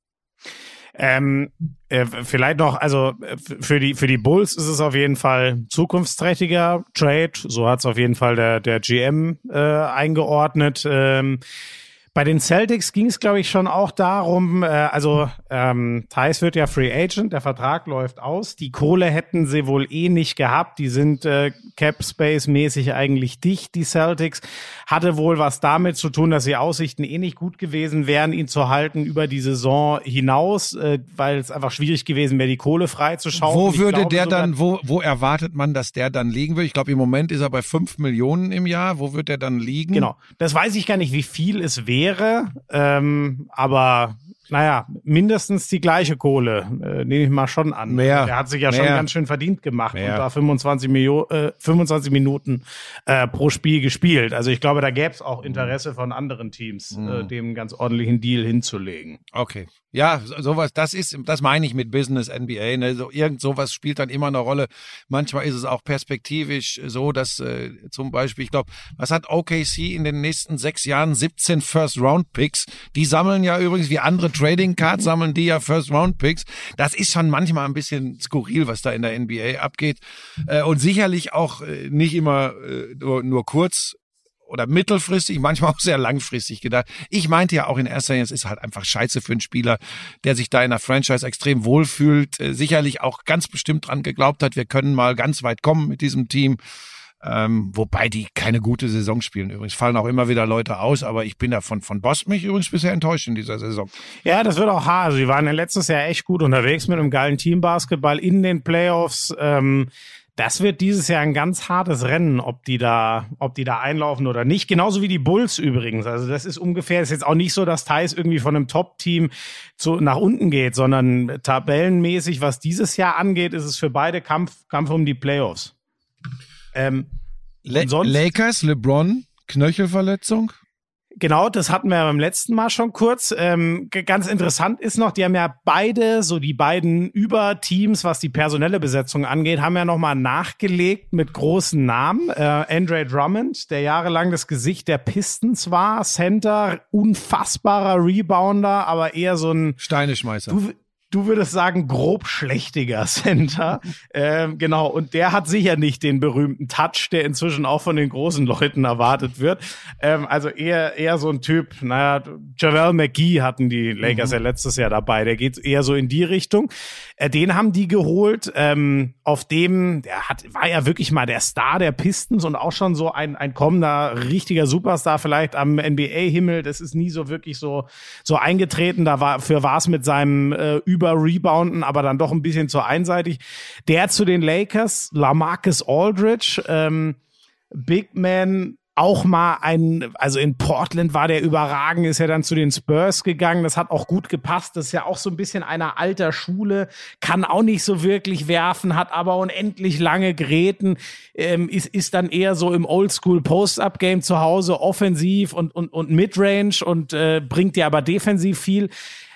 Ähm, äh, vielleicht noch, also äh, für die für die Bulls ist es auf jeden Fall zukunftsträchtiger Trade. So hat es auf jeden Fall der der G M äh, eingeordnet. Ähm, Bei den Celtics ging es, glaube ich, schon auch darum, äh, also ähm, Theis wird ja Free Agent, der Vertrag läuft aus, die Kohle hätten sie wohl eh nicht gehabt, die sind äh, Cap-Space-mäßig eigentlich dicht, die Celtics, hatte wohl was damit zu tun, dass die Aussichten eh nicht gut gewesen wären, ihn zu halten über die Saison hinaus, äh, weil es einfach schwierig gewesen wäre, die Kohle freizuschaufeln.
Wo würde
glaube,
der dann, wo wo erwartet man, dass der dann liegen will? Ich glaube, im Moment ist er bei fünf Millionen im Jahr. Wo wird der dann liegen?
Genau, das weiß ich gar nicht, wie viel es wäre. Wäre, ähm, aber naja, mindestens die gleiche Kohle, äh, nehme ich mal schon an.
Mehr.
Der hat sich ja
Mehr.
schon ganz schön verdient gemacht
Mehr.
und da fünfundzwanzig, Millionen, äh, fünfundzwanzig Minuten äh, pro Spiel gespielt. Also ich glaube, da gäbe es auch Interesse von anderen Teams,
Mhm.
äh, dem einen ganz ordentlichen Deal hinzulegen.
Okay. Ja, so- sowas, das ist, das meine ich mit Business N B A. Ne? So, irgend sowas spielt dann immer eine Rolle. Manchmal ist es auch perspektivisch so, dass äh, zum Beispiel, ich glaube, was hat O K C in den nächsten sechs Jahren? siebzehn First-Round-Picks. Die sammeln ja übrigens, wie andere Trading Cards, sammeln die ja First-Round-Picks. Das ist schon manchmal ein bisschen skurril, was da in der N B A abgeht. Äh, und sicherlich auch äh, nicht immer äh, nur, nur kurz oder mittelfristig, manchmal auch sehr langfristig gedacht. Ich meinte ja auch in erster Linie, es ist halt einfach scheiße für einen Spieler, der sich da in der Franchise extrem wohlfühlt, äh, sicherlich auch ganz bestimmt dran geglaubt hat, wir können mal ganz weit kommen mit diesem Team. Ähm, wobei die keine gute Saison spielen übrigens. Fallen auch immer wieder Leute aus, aber ich bin da von, von Boston mich übrigens bisher enttäuscht in dieser Saison.
Ja, das wird auch hart. Also die waren ja letztes Jahr echt gut unterwegs mit einem geilen Teambasketball in den Playoffs. Ähm, das wird dieses Jahr ein ganz hartes Rennen, ob die da, ob die da einlaufen oder nicht. Genauso wie die Bulls übrigens. Also das ist ungefähr, ist jetzt auch nicht so, dass Theis irgendwie von einem Top-Team zu, nach unten geht, sondern tabellenmäßig, was dieses Jahr angeht, ist es für beide Kampf, Kampf um die Playoffs. Ähm,
La-
und sonst-
Lakers, LeBron, Knöchelverletzung.
Genau, das hatten wir beim letzten Mal schon kurz. Ähm, g- ganz interessant ist noch, die haben ja beide, so die beiden Überteams, was die personelle Besetzung angeht, haben ja nochmal nachgelegt mit großen Namen. Äh, Andre Drummond, der jahrelang das Gesicht der Pistons war, Center, unfassbarer Rebounder, aber eher so ein
Steineschmeißer.
Du, du würdest sagen, grob schlechtiger Center. ähm, genau, und der hat sicher nicht den berühmten Touch, der inzwischen auch von den großen Leuten erwartet wird. Ähm, also eher eher so ein Typ, naja, JaVale McGee hatten die Lakers ja letztes Jahr dabei. Der geht eher so in die Richtung. Äh, den haben die geholt, ähm, auf dem, der hat war ja wirklich mal der Star der Pistons und auch schon so ein, ein kommender, richtiger Superstar vielleicht am N B A-Himmel. Das ist nie so wirklich so so eingetreten. Da war für war es mit seinem äh, Über-Rebounden, aber dann doch ein bisschen zu einseitig. Der zu den Lakers, LaMarcus Aldridge, ähm, Big Man, auch mal ein, also in Portland war der überragend, ist ja dann zu den Spurs gegangen, das hat auch gut gepasst, das ist ja auch so ein bisschen einer alter Schule, kann auch nicht so wirklich werfen, hat aber unendlich lange Gräten, ähm, ist, ist dann eher so im Oldschool-Post-Up-Game zu Hause, offensiv und, und, und Midrange und äh, bringt dir aber defensiv viel.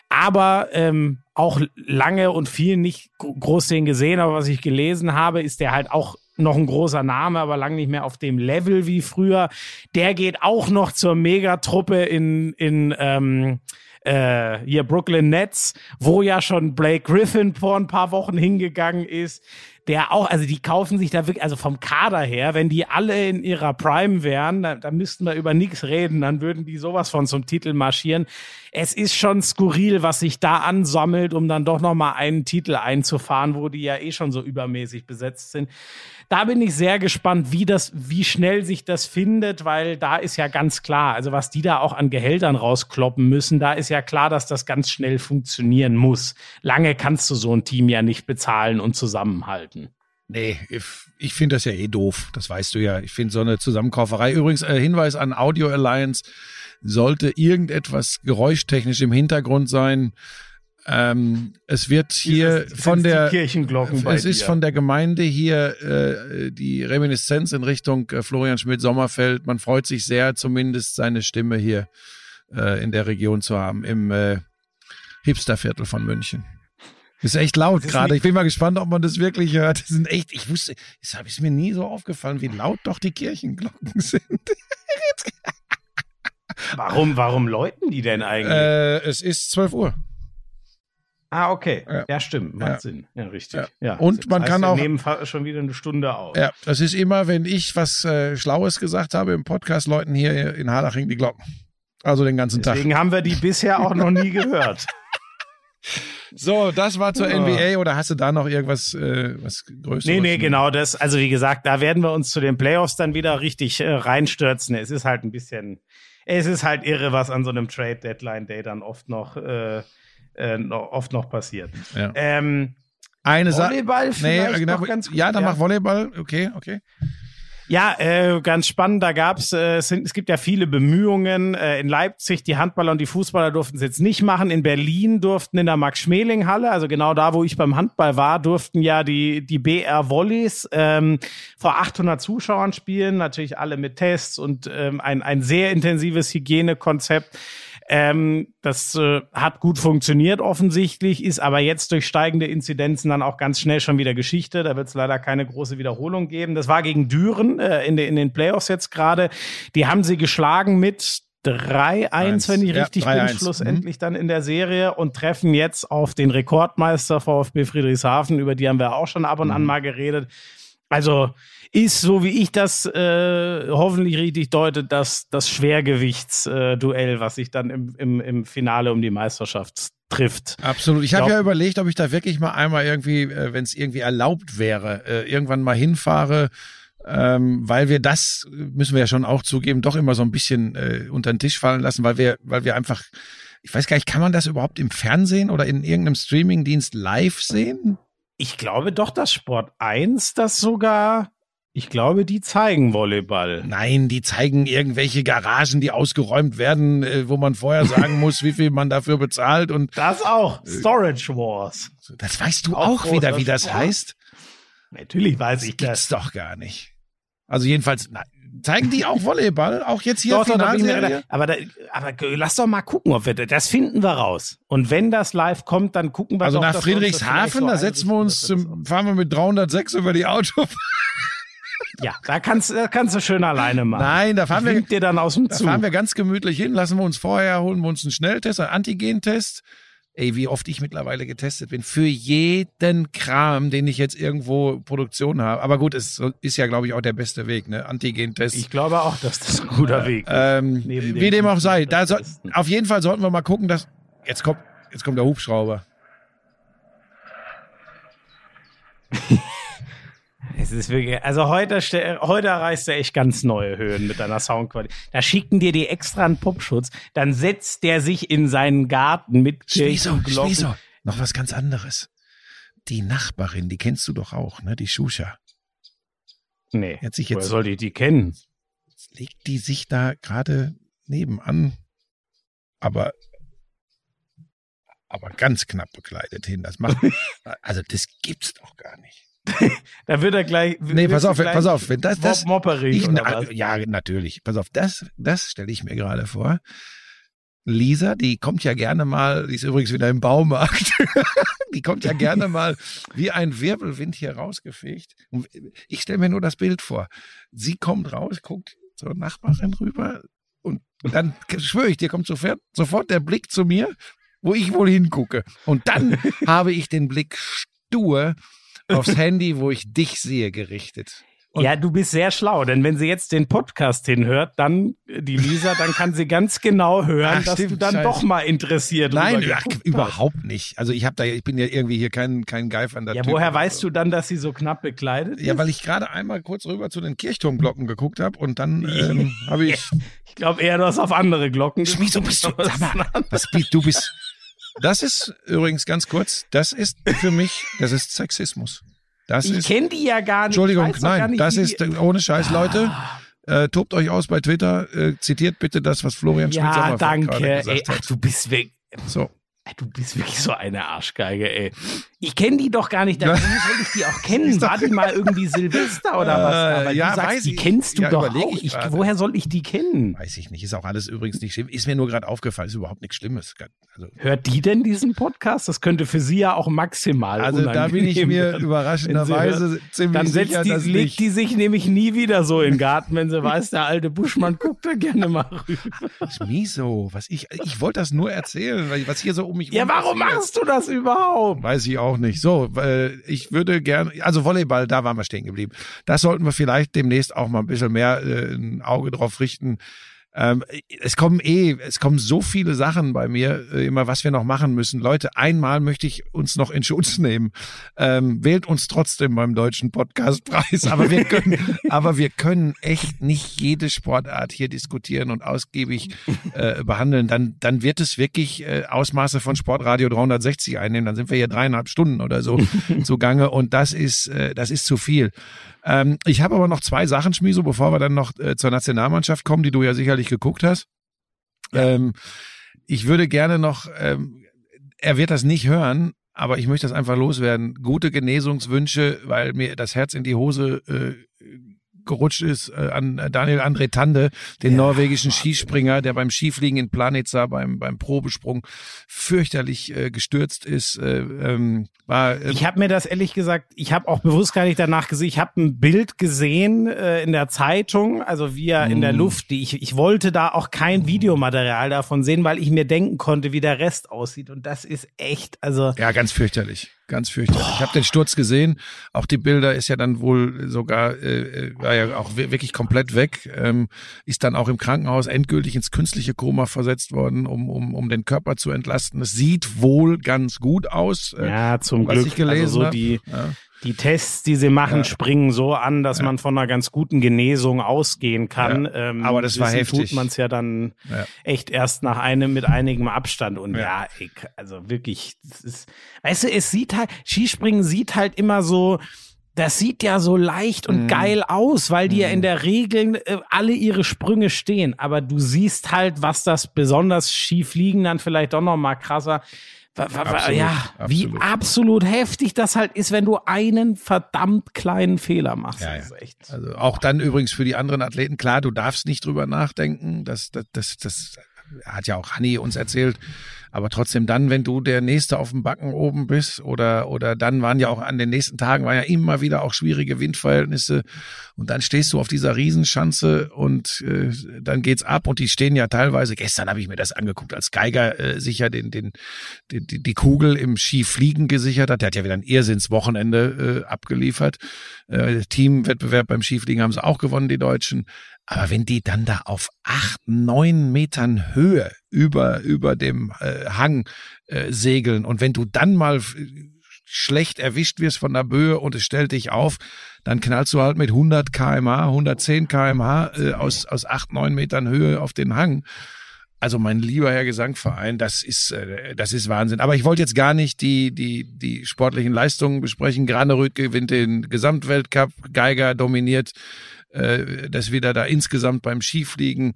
Aber ähm, auch lange und viel nicht groß den gesehen, aber was ich gelesen habe, ist der halt auch noch ein großer Name, aber lang nicht mehr auf dem Level wie früher. Der geht auch noch zur Megatruppe in in ähm, äh, hier Brooklyn Nets, wo ja schon Blake Griffin vor ein paar Wochen hingegangen ist. Der auch, also die kaufen sich da wirklich, also vom Kader her, wenn die alle in ihrer Prime wären, da, da müssten wir über nichts reden, dann würden die sowas von zum Titel marschieren. Es ist schon skurril, was sich da ansammelt, um dann doch noch mal einen Titel einzufahren, wo die ja eh schon so übermäßig besetzt sind. Da bin ich sehr gespannt, wie das, wie schnell sich das findet, weil da ist ja ganz klar, also was die da auch an Gehältern rauskloppen müssen, da ist ja klar, dass das ganz schnell funktionieren muss. Lange kannst du so ein Team ja nicht bezahlen und zusammenhalten.
Nee, ich, ich finde das ja eh doof. Das weißt du ja. Ich finde so eine Zusammenkauferei. Übrigens, äh, Hinweis an Audio Alliance. Sollte irgendetwas geräuschtechnisch im Hintergrund sein, ähm, es wird hier
Ist es-
von
sind's die
der
Kirchenglocken bei
es ist
dir?
von der Gemeinde hier äh, die Reminiszenz in Richtung äh, Florian Schmidt-Sommerfeld. Man freut sich sehr, zumindest seine Stimme hier äh, in der Region zu haben, im äh, Hipsterviertel von München. Ist echt laut
ist
gerade.
nicht-
Ich bin mal gespannt, ob man das wirklich hört. Das sind echt, ich wusste, das habe ich mir nie so aufgefallen, wie laut doch die Kirchenglocken sind.
Warum, warum läuten die denn eigentlich?
äh, es ist zwölf Uhr.
ah, okay.
ja.
Ja, stimmt. Macht
Ja.
Sinn. Ja, richtig.
Ja.
Ja.
Und
Das
man
heißt,
kann
wir
auch-
nehmen fa- schon wieder eine Stunde auf.
Ja, das ist immer, wenn ich was äh, Schlaues gesagt habe im Podcast, Leuten hier in Harlaching die Glocken. Also den ganzen
Deswegen haben wir die bisher auch noch nie gehört.
Tag. So, das war zur
Ja.
N B A oder hast du da noch irgendwas äh, was Größeres?
Nee, nee, genau das. Also wie gesagt, da werden wir uns zu den Playoffs dann wieder richtig äh, reinstürzen. Es ist halt ein bisschen, es ist halt irre, was an so einem Trade-Deadline-Day dann oft noch, äh, äh, noch, oft noch passiert.
Ja.
Ähm,
Eine Sache.
Volleyball vielleicht
Nee, genau,
noch ganz
ja, dann
ja.
mach Volleyball. Okay, okay.
Ja, äh, ganz spannend. Da gab's, äh, es, sind, es gibt ja viele Bemühungen. Äh, in Leipzig, die Handballer und die Fußballer durften es jetzt nicht machen. In Berlin durften in der Max-Schmeling-Halle, also genau da, wo ich beim Handball war, durften ja die, die B R Volleys ähm, vor achthundert Zuschauern spielen. Natürlich alle mit Tests und ähm, ein, ein sehr intensives Hygienekonzept. Ähm, das äh, hat gut funktioniert offensichtlich, ist aber jetzt durch steigende Inzidenzen dann auch ganz schnell schon wieder Geschichte. Da wird es leider keine große Wiederholung geben. Das war gegen Düren äh, in, de, in den Playoffs jetzt gerade. Die haben sie geschlagen mit drei eins, wenn ich
Ja,
richtig
drei
bin,
eins.
schlussendlich dann in der Serie und treffen jetzt auf den Rekordmeister VfB Friedrichshafen. Über die haben wir auch schon ab und an mal geredet. Also ist, so wie ich das äh, hoffentlich richtig deute, das, das Schwergewichtsduell, äh, was sich dann im, im, im Finale um die Meisterschaft trifft.
Absolut. Ich habe
Glaub-
ja überlegt, ob ich da wirklich mal einmal irgendwie, äh, wenn es irgendwie erlaubt wäre, äh, irgendwann mal hinfahre, ähm, weil wir das, müssen wir ja schon auch zugeben, doch immer so ein bisschen äh, unter den Tisch fallen lassen, weil wir, weil wir einfach, ich weiß gar nicht, kann man das überhaupt im Fernsehen oder in irgendeinem Streamingdienst live sehen?
Ich glaube doch, dass Sport eins das sogar, ich glaube, die zeigen Volleyball.
Nein, die zeigen irgendwelche Garagen, die ausgeräumt werden, äh, wo man vorher sagen muss, wie viel man dafür bezahlt und
Das auch. Storage Wars.
das weißt du
Auch
auch, wieder,
großer
wie das
Sport.
heißt.
Natürlich weiß ich
Gibt's
das.
doch gar nicht. Also jedenfalls, na, zeigen die auch Volleyball? Auch jetzt hier
Doch, doch, da bin ich mir
Finalserie?
gedacht, aber, da, aber lass doch mal gucken, ob wir das, das finden wir raus. Und wenn das live kommt, dann gucken wir
Also
doch,
nach
dass wir uns das
Friedrichshafen,
vielleicht
da
so
setzen wir
einrichten,
uns,
dass wir das
zum, fahren wir mit dreihundertsechs über die Autobahn.
Ja, da kannst, da kannst du schön alleine machen.
Nein, da fahren
ich
wir,
wink dir dann aus dem
da
Zug.
fahren wir ganz gemütlich hin, lassen wir uns vorher, holen wir uns einen Schnelltest, einen Antigentest. Ey, wie oft ich mittlerweile getestet bin. Für jeden Kram, den ich jetzt irgendwo Produktion habe. Aber gut, es ist ja, glaube ich, auch der beste Weg, ne? Antigentest.
Ich glaube auch, dass das ein guter Weg ist.
Ähm,
Neben
wie
dem
dem auch sei. Da so,
Testen.
auf jeden Fall sollten wir mal gucken, dass. Jetzt kommt, jetzt kommt der Hubschrauber.
Es ist wirklich, also heute, ste- heute erreichst du echt ganz neue Höhen mit deiner Soundqualität. Da schicken dir die extra einen Popschutz, dann setzt der sich in seinen Garten mit
Schwieso,
Kirchenglocken.
Schwieso. Noch was ganz anderes. Die Nachbarin, die kennst du doch auch, ne? Die Shusha.
Nee,
Hat sich
woher
jetzt-
soll ich die kennen?
Legt die sich da gerade nebenan, aber aber ganz knapp bekleidet hin. Das macht, also das gibt's doch gar nicht.
Da wird er gleich.
Nee, pass auf, pass auf, wenn das, das,
Mopperig
ich,
oder
na,
was?
ja, natürlich. Pass auf, das, das stelle ich mir gerade vor. Lisa, die kommt ja gerne mal, die ist übrigens wieder im Baumarkt, die kommt ja gerne mal wie ein Wirbelwind hier rausgefegt. Und ich stelle mir nur das Bild vor. Sie kommt raus, guckt zur Nachbarin rüber und dann schwöre ich dir, kommt sofort, sofort der Blick zu mir, wo ich wohl hingucke. Und dann habe ich den Blick stur aufs Handy, wo ich dich sehe, gerichtet. Und
Ja, du bist sehr schlau, denn wenn sie jetzt den Podcast hinhört, dann, die Lisa, dann kann sie ganz genau hören,
Ach,
dass
stimmt,
du dann
scheiße.
doch mal interessiert
Nein,
drüber
ach,
geguckt hast.
überhaupt nicht. Also ich habe da, ich bin ja irgendwie hier kein kein geifernder
Ja,
Typ
woher
oder
weißt
so.
du dann, dass sie so knapp bekleidet
Ja,
ist?
weil ich gerade einmal kurz rüber zu den Kirchturmglocken geguckt habe und dann ähm, habe ich.
Ich glaube eher, du hast auf andere Glocken
Wieso bist du?
geguckt.
Sag mal, was bist du bist? Das ist übrigens ganz kurz. Das ist für mich, das ist Sexismus. Das
ich
ist,
kenne die ja gar nicht.
Entschuldigung,
ich weiß doch
nein,
gar nicht,
das
wie
ist,
die,
ohne Scheiß, Leute, äh, tobt euch aus bei Twitter, äh, zitiert bitte das, was Florian
ja,
Schmidt-Sommerfeld
danke.
gerade gesagt
Ey, ach,
hat.
du bist weg.
So.
Du bist wirklich so eine Arschgeige, ey. Ich kenne die doch gar nicht. Dann soll ich die auch kennen. War die mal irgendwie Silvester oder was? Aber
Äh, ja,
du sagst,
weiß
die
ich.
kennst du
Ja,
doch
überleg
auch.
ich
Ich,
gerade.
woher soll ich die kennen?
Weiß ich nicht, ist auch alles übrigens nicht schlimm. Ist mir nur gerade aufgefallen, ist überhaupt nichts Schlimmes. Also,
Hört die denn diesen Podcast? Das könnte für sie ja auch maximal
also da bin ich
unangenehm
mir
werden, wenn sie
überraschenderweise
hört.
ziemlich
Dann setzt
sicher,
die,
dass
legt
nicht.
die sich nämlich nie wieder so in den Garten, wenn sie weiß, der alte Buschmann guckt da gerne mal rüber.
Das ist Miso, was ich, ich wollte das nur erzählen, weil was hier so um mich
Ja,
rum
warum
passiert.
machst du das überhaupt?
Weiß ich auch nicht. So, äh, ich würde gerne, also Volleyball, da waren wir stehen geblieben. Das sollten wir vielleicht demnächst auch mal ein bisschen mehr äh, ein Auge drauf richten. Ähm, es kommen eh, es kommen so viele Sachen bei mir äh, immer, was wir noch machen müssen. Leute, einmal möchte ich uns noch in Schutz nehmen. Ähm, wählt uns trotzdem beim Deutschen Podcastpreis. Aber wir können, aber wir können echt nicht jede Sportart hier diskutieren und ausgiebig äh, behandeln. Dann, dann wird es wirklich äh, Ausmaße von Sportradio dreihundertsechzig einnehmen. Dann sind wir hier dreieinhalb Stunden oder so zugange und das ist, äh, das ist zu viel. Ähm, ich habe aber noch zwei Sachen, Schmiso, bevor wir dann noch äh, zur Nationalmannschaft kommen, die du ja sicherlich geguckt hast. Ja. Ähm, ich würde gerne noch, ähm, er wird das nicht hören, aber ich möchte das einfach loswerden. Gute Genesungswünsche, weil mir das Herz in die Hose äh, gerutscht ist äh, an Daniel André Tande, den ja, norwegischen Wahnsinn. Skispringer, der beim Skifliegen in Planica beim beim Probesprung fürchterlich äh, gestürzt ist. Äh, ähm, war, äh,
ich habe mir das ehrlich gesagt, ich habe auch bewusst gar nicht danach gesehen. Ich habe ein Bild gesehen äh, in der Zeitung, also wie er mm. in der Luft. Die, ich, ich wollte da auch kein Videomaterial davon sehen, weil ich mir denken konnte, wie der Rest aussieht. Und das ist echt, also
ja, ganz fürchterlich. Ganz fürchterlich. Boah. Ich habe den Sturz gesehen. Auch die Bilder ist ja dann wohl sogar, äh, war ja auch wirklich komplett weg. Ähm, ist dann auch im Krankenhaus endgültig ins künstliche Koma versetzt worden, um um um den Körper zu entlasten. Es sieht wohl ganz gut aus. Äh,
ja, zum
was
Glück.
Ich gelesen
also so
hab.
die
ja.
Die Tests, die sie machen,
ja.
springen so an, dass ja. man von einer ganz guten Genesung ausgehen kann.
Ja.
Ähm,
Aber das war heftig.
Tut man es ja dann
ja.
echt erst nach einem mit einigem Abstand. Und ja,
ja
ey, also wirklich, das ist, weißt du, es sieht halt, Skispringen sieht halt immer so, das sieht ja so leicht und mm. geil aus, weil die mm. ja in der Regel äh, alle ihre Sprünge stehen. Aber du siehst halt, was das besonders Skifliegen dann vielleicht doch noch mal krasser. Absolut, ja, absolut. Wie absolut heftig das halt ist, wenn du einen verdammt kleinen Fehler machst.
Ja, ja.
Das ist echt
also auch dann übrigens für die anderen Athleten, klar, du darfst nicht drüber nachdenken. Das, das, das, das hat ja auch Hanni uns erzählt. Aber trotzdem dann, wenn du der Nächste auf dem Backen oben bist oder oder dann waren ja auch an den nächsten Tagen waren ja immer wieder auch schwierige Windverhältnisse und dann stehst du auf dieser Riesenschanze und äh, dann geht's ab und die stehen ja teilweise, gestern habe ich mir das angeguckt, als Geiger äh, sicher den, den, den die, die Kugel im Skifliegen gesichert hat, der hat ja wieder ein Irrsinnswochenende äh, abgeliefert. Äh, Teamwettbewerb beim Skifliegen haben sie auch gewonnen, die Deutschen. Aber wenn die dann da auf acht, neun Metern Höhe über über dem äh, Hang äh, segeln und wenn du dann mal f- schlecht erwischt wirst von der Böe und es stellt dich auf, dann knallst du halt mit hundert Kilometer pro Stunde, hundertzehn Kilometer pro Stunde äh, aus aus acht, neun Metern Höhe auf den Hang. Also mein lieber Herr Gesangverein, das ist äh, das ist Wahnsinn. Aber ich wollte jetzt gar nicht die die die sportlichen Leistungen besprechen. Granerüth gewinnt den Gesamtweltcup, Geiger dominiert äh, das wieder da insgesamt beim Skifliegen.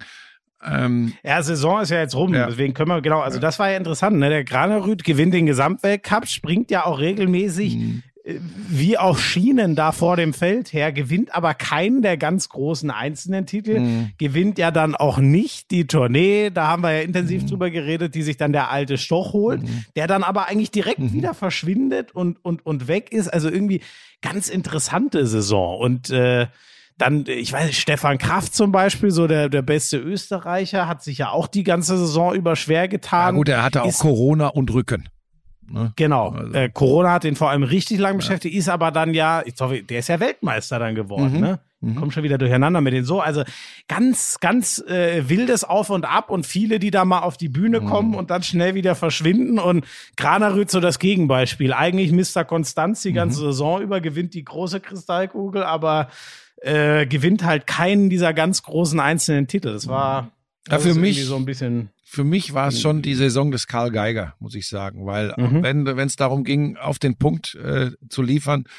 Ähm,
ja, Saison ist ja jetzt rum,
ja.
deswegen können wir, genau, also ja. das war ja interessant, ne? Der Granerüth gewinnt den Gesamtweltcup, springt ja auch regelmäßig mhm. wie auf Schienen da vor dem Feld her, gewinnt aber keinen der ganz großen einzelnen Titel, mhm. gewinnt ja dann auch nicht die Tournee, da haben wir ja intensiv mhm. drüber geredet, die sich dann der alte Stoch holt, mhm. der dann aber eigentlich direkt mhm. wieder verschwindet und, und, und weg ist, also irgendwie ganz interessante Saison und äh, dann, ich weiß nicht, Stefan Kraft zum Beispiel, so der, der beste Österreicher, hat sich ja auch die ganze Saison über schwer getan.
Ja gut, er hatte auch
ist,
Corona und Rücken.
Ne? Genau, also. äh, Corona hat ihn vor allem richtig lang beschäftigt, ja. ist aber dann ja, ich hoffe, der ist ja Weltmeister dann geworden, mhm. ne? Mhm. Kommt schon wieder durcheinander mit den so, also ganz, ganz äh, wildes Auf und Ab und viele, die da mal auf die Bühne mhm. kommen und dann schnell wieder verschwinden und Granerüth so das Gegenbeispiel. Eigentlich Mister Konstanz die ganze mhm. Saison über, gewinnt die große Kristallkugel, aber Äh, gewinnt halt keinen dieser ganz großen einzelnen Titel. Das war
ja, für mich
so ein bisschen.
Für mich war es schon die Saison des Karl Geiger, muss ich sagen, weil mhm. wenn wenn es darum ging, auf den Punkt äh, zu liefern,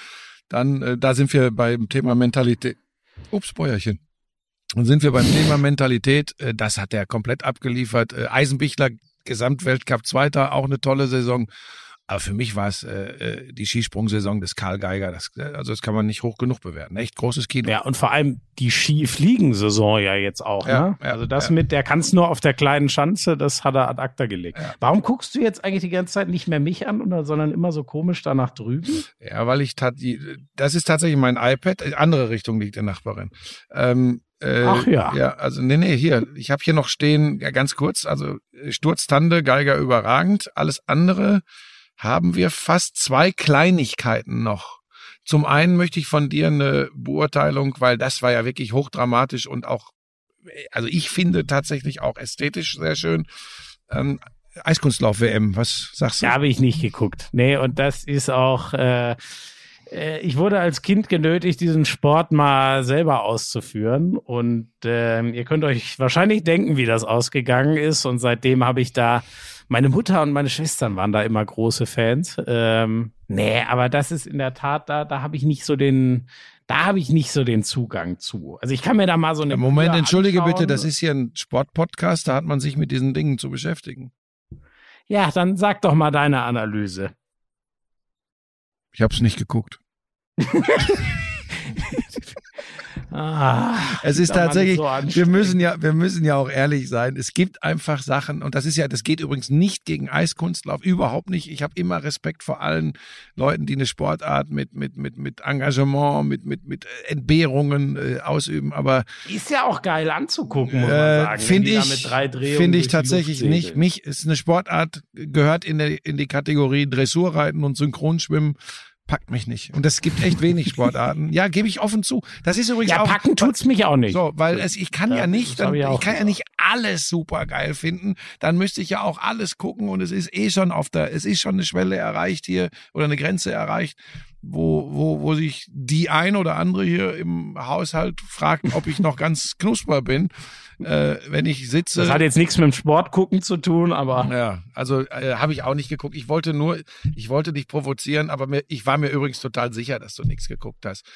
dann, äh, da sind wir beim Thema Mentalität. Ups, Bäuerchen. Dann sind wir beim Thema Mentalität. Äh, das hat er komplett abgeliefert. Äh, Eisenbichler, Gesamtweltcup Zweiter, auch eine tolle Saison. Aber für mich war es äh, die Skisprungsaison des Karl Geiger. Das, also das kann man nicht hoch genug bewerten. Echt großes Kino.
Ja, und vor allem die Skifliegensaison ja jetzt auch.
Ja,
ne?
ja,
also das
ja.
mit, der kann es nur auf der kleinen Schanze, das hat er ad acta gelegt.
Ja.
Warum guckst du jetzt eigentlich die ganze Zeit nicht mehr mich an, oder, sondern immer so komisch da nach drüben?
Ja, weil ich tat, das ist tatsächlich mein iPad. Andere Richtung liegt der Nachbarin. Ähm, äh,
Ach ja.
Ja, also nee, nee, hier. Ich habe hier noch stehen, ja, ganz kurz, also Sturztande, Geiger überragend. Alles andere haben wir fast zwei Kleinigkeiten noch. Zum einen möchte ich von dir eine Beurteilung, weil das war ja wirklich hochdramatisch und auch, also ich finde tatsächlich auch ästhetisch sehr schön. Ähm, Eiskunstlauf-W M, was sagst du?
Da habe ich nicht geguckt. Nee, und das ist auch, äh, äh, ich wurde als Kind genötigt, diesen Sport mal selber auszuführen. Und äh, ihr könnt euch wahrscheinlich denken, wie das ausgegangen ist. Und seitdem habe ich da, meine Mutter und meine Schwestern waren da immer große Fans. Ähm, nee, aber das ist in der Tat, da, da habe ich nicht so den, da habe ich nicht so den Zugang zu. Also ich kann mir da mal so eine
Moment,
Kür
entschuldige
anschauen.
bitte, das ist hier ein Sportpodcast, da hat man sich mit diesen Dingen zu beschäftigen.
Ja, dann sag doch mal deine Analyse.
Ich habe es nicht geguckt.
Ah,
Es ist
da war
tatsächlich,
nicht so
wir
anstrengend.
müssen ja, wir müssen ja auch ehrlich sein. Es gibt einfach Sachen, und das ist ja, das geht übrigens nicht gegen Eiskunstlauf, überhaupt nicht. Ich habe immer Respekt vor allen Leuten, die eine Sportart mit mit mit mit Engagement, mit mit mit Entbehrungen äh, ausüben. Aber
Ist ja auch geil anzugucken, muss man
äh,
sagen. wenn
finde
die da
ich,
mit drei Drehungen
finde ich
durch die Luft
tatsächlich
segeln.
nicht. Mich ist eine Sportart, gehört in der in die Kategorie Dressurreiten und Synchronschwimmen. Packt mich nicht. Und es gibt echt wenig Sportarten. Ja, gebe ich offen zu. Das ist übrigens
Ja,
auch.
packen tut's mich auch nicht.
So, weil es, ich kann ja,
Ja,
nicht,
das
dann,
hab ich
ich,
auch
kann ja
gesagt.
nicht alles super geil finden. Dann müsste ich ja auch alles gucken und es ist eh schon auf der, es ist schon eine Schwelle erreicht hier oder eine Grenze erreicht, wo, wo, wo sich die ein oder andere hier im Haushalt fragt, ob ich noch ganz knusper bin, äh, wenn ich sitze.
Das hat jetzt nichts mit dem Sport gucken zu tun, aber
Ja, also äh, habe ich auch nicht geguckt. Ich wollte nur, ich wollte dich provozieren, aber mir, ich war mir übrigens total sicher, dass du nichts geguckt hast.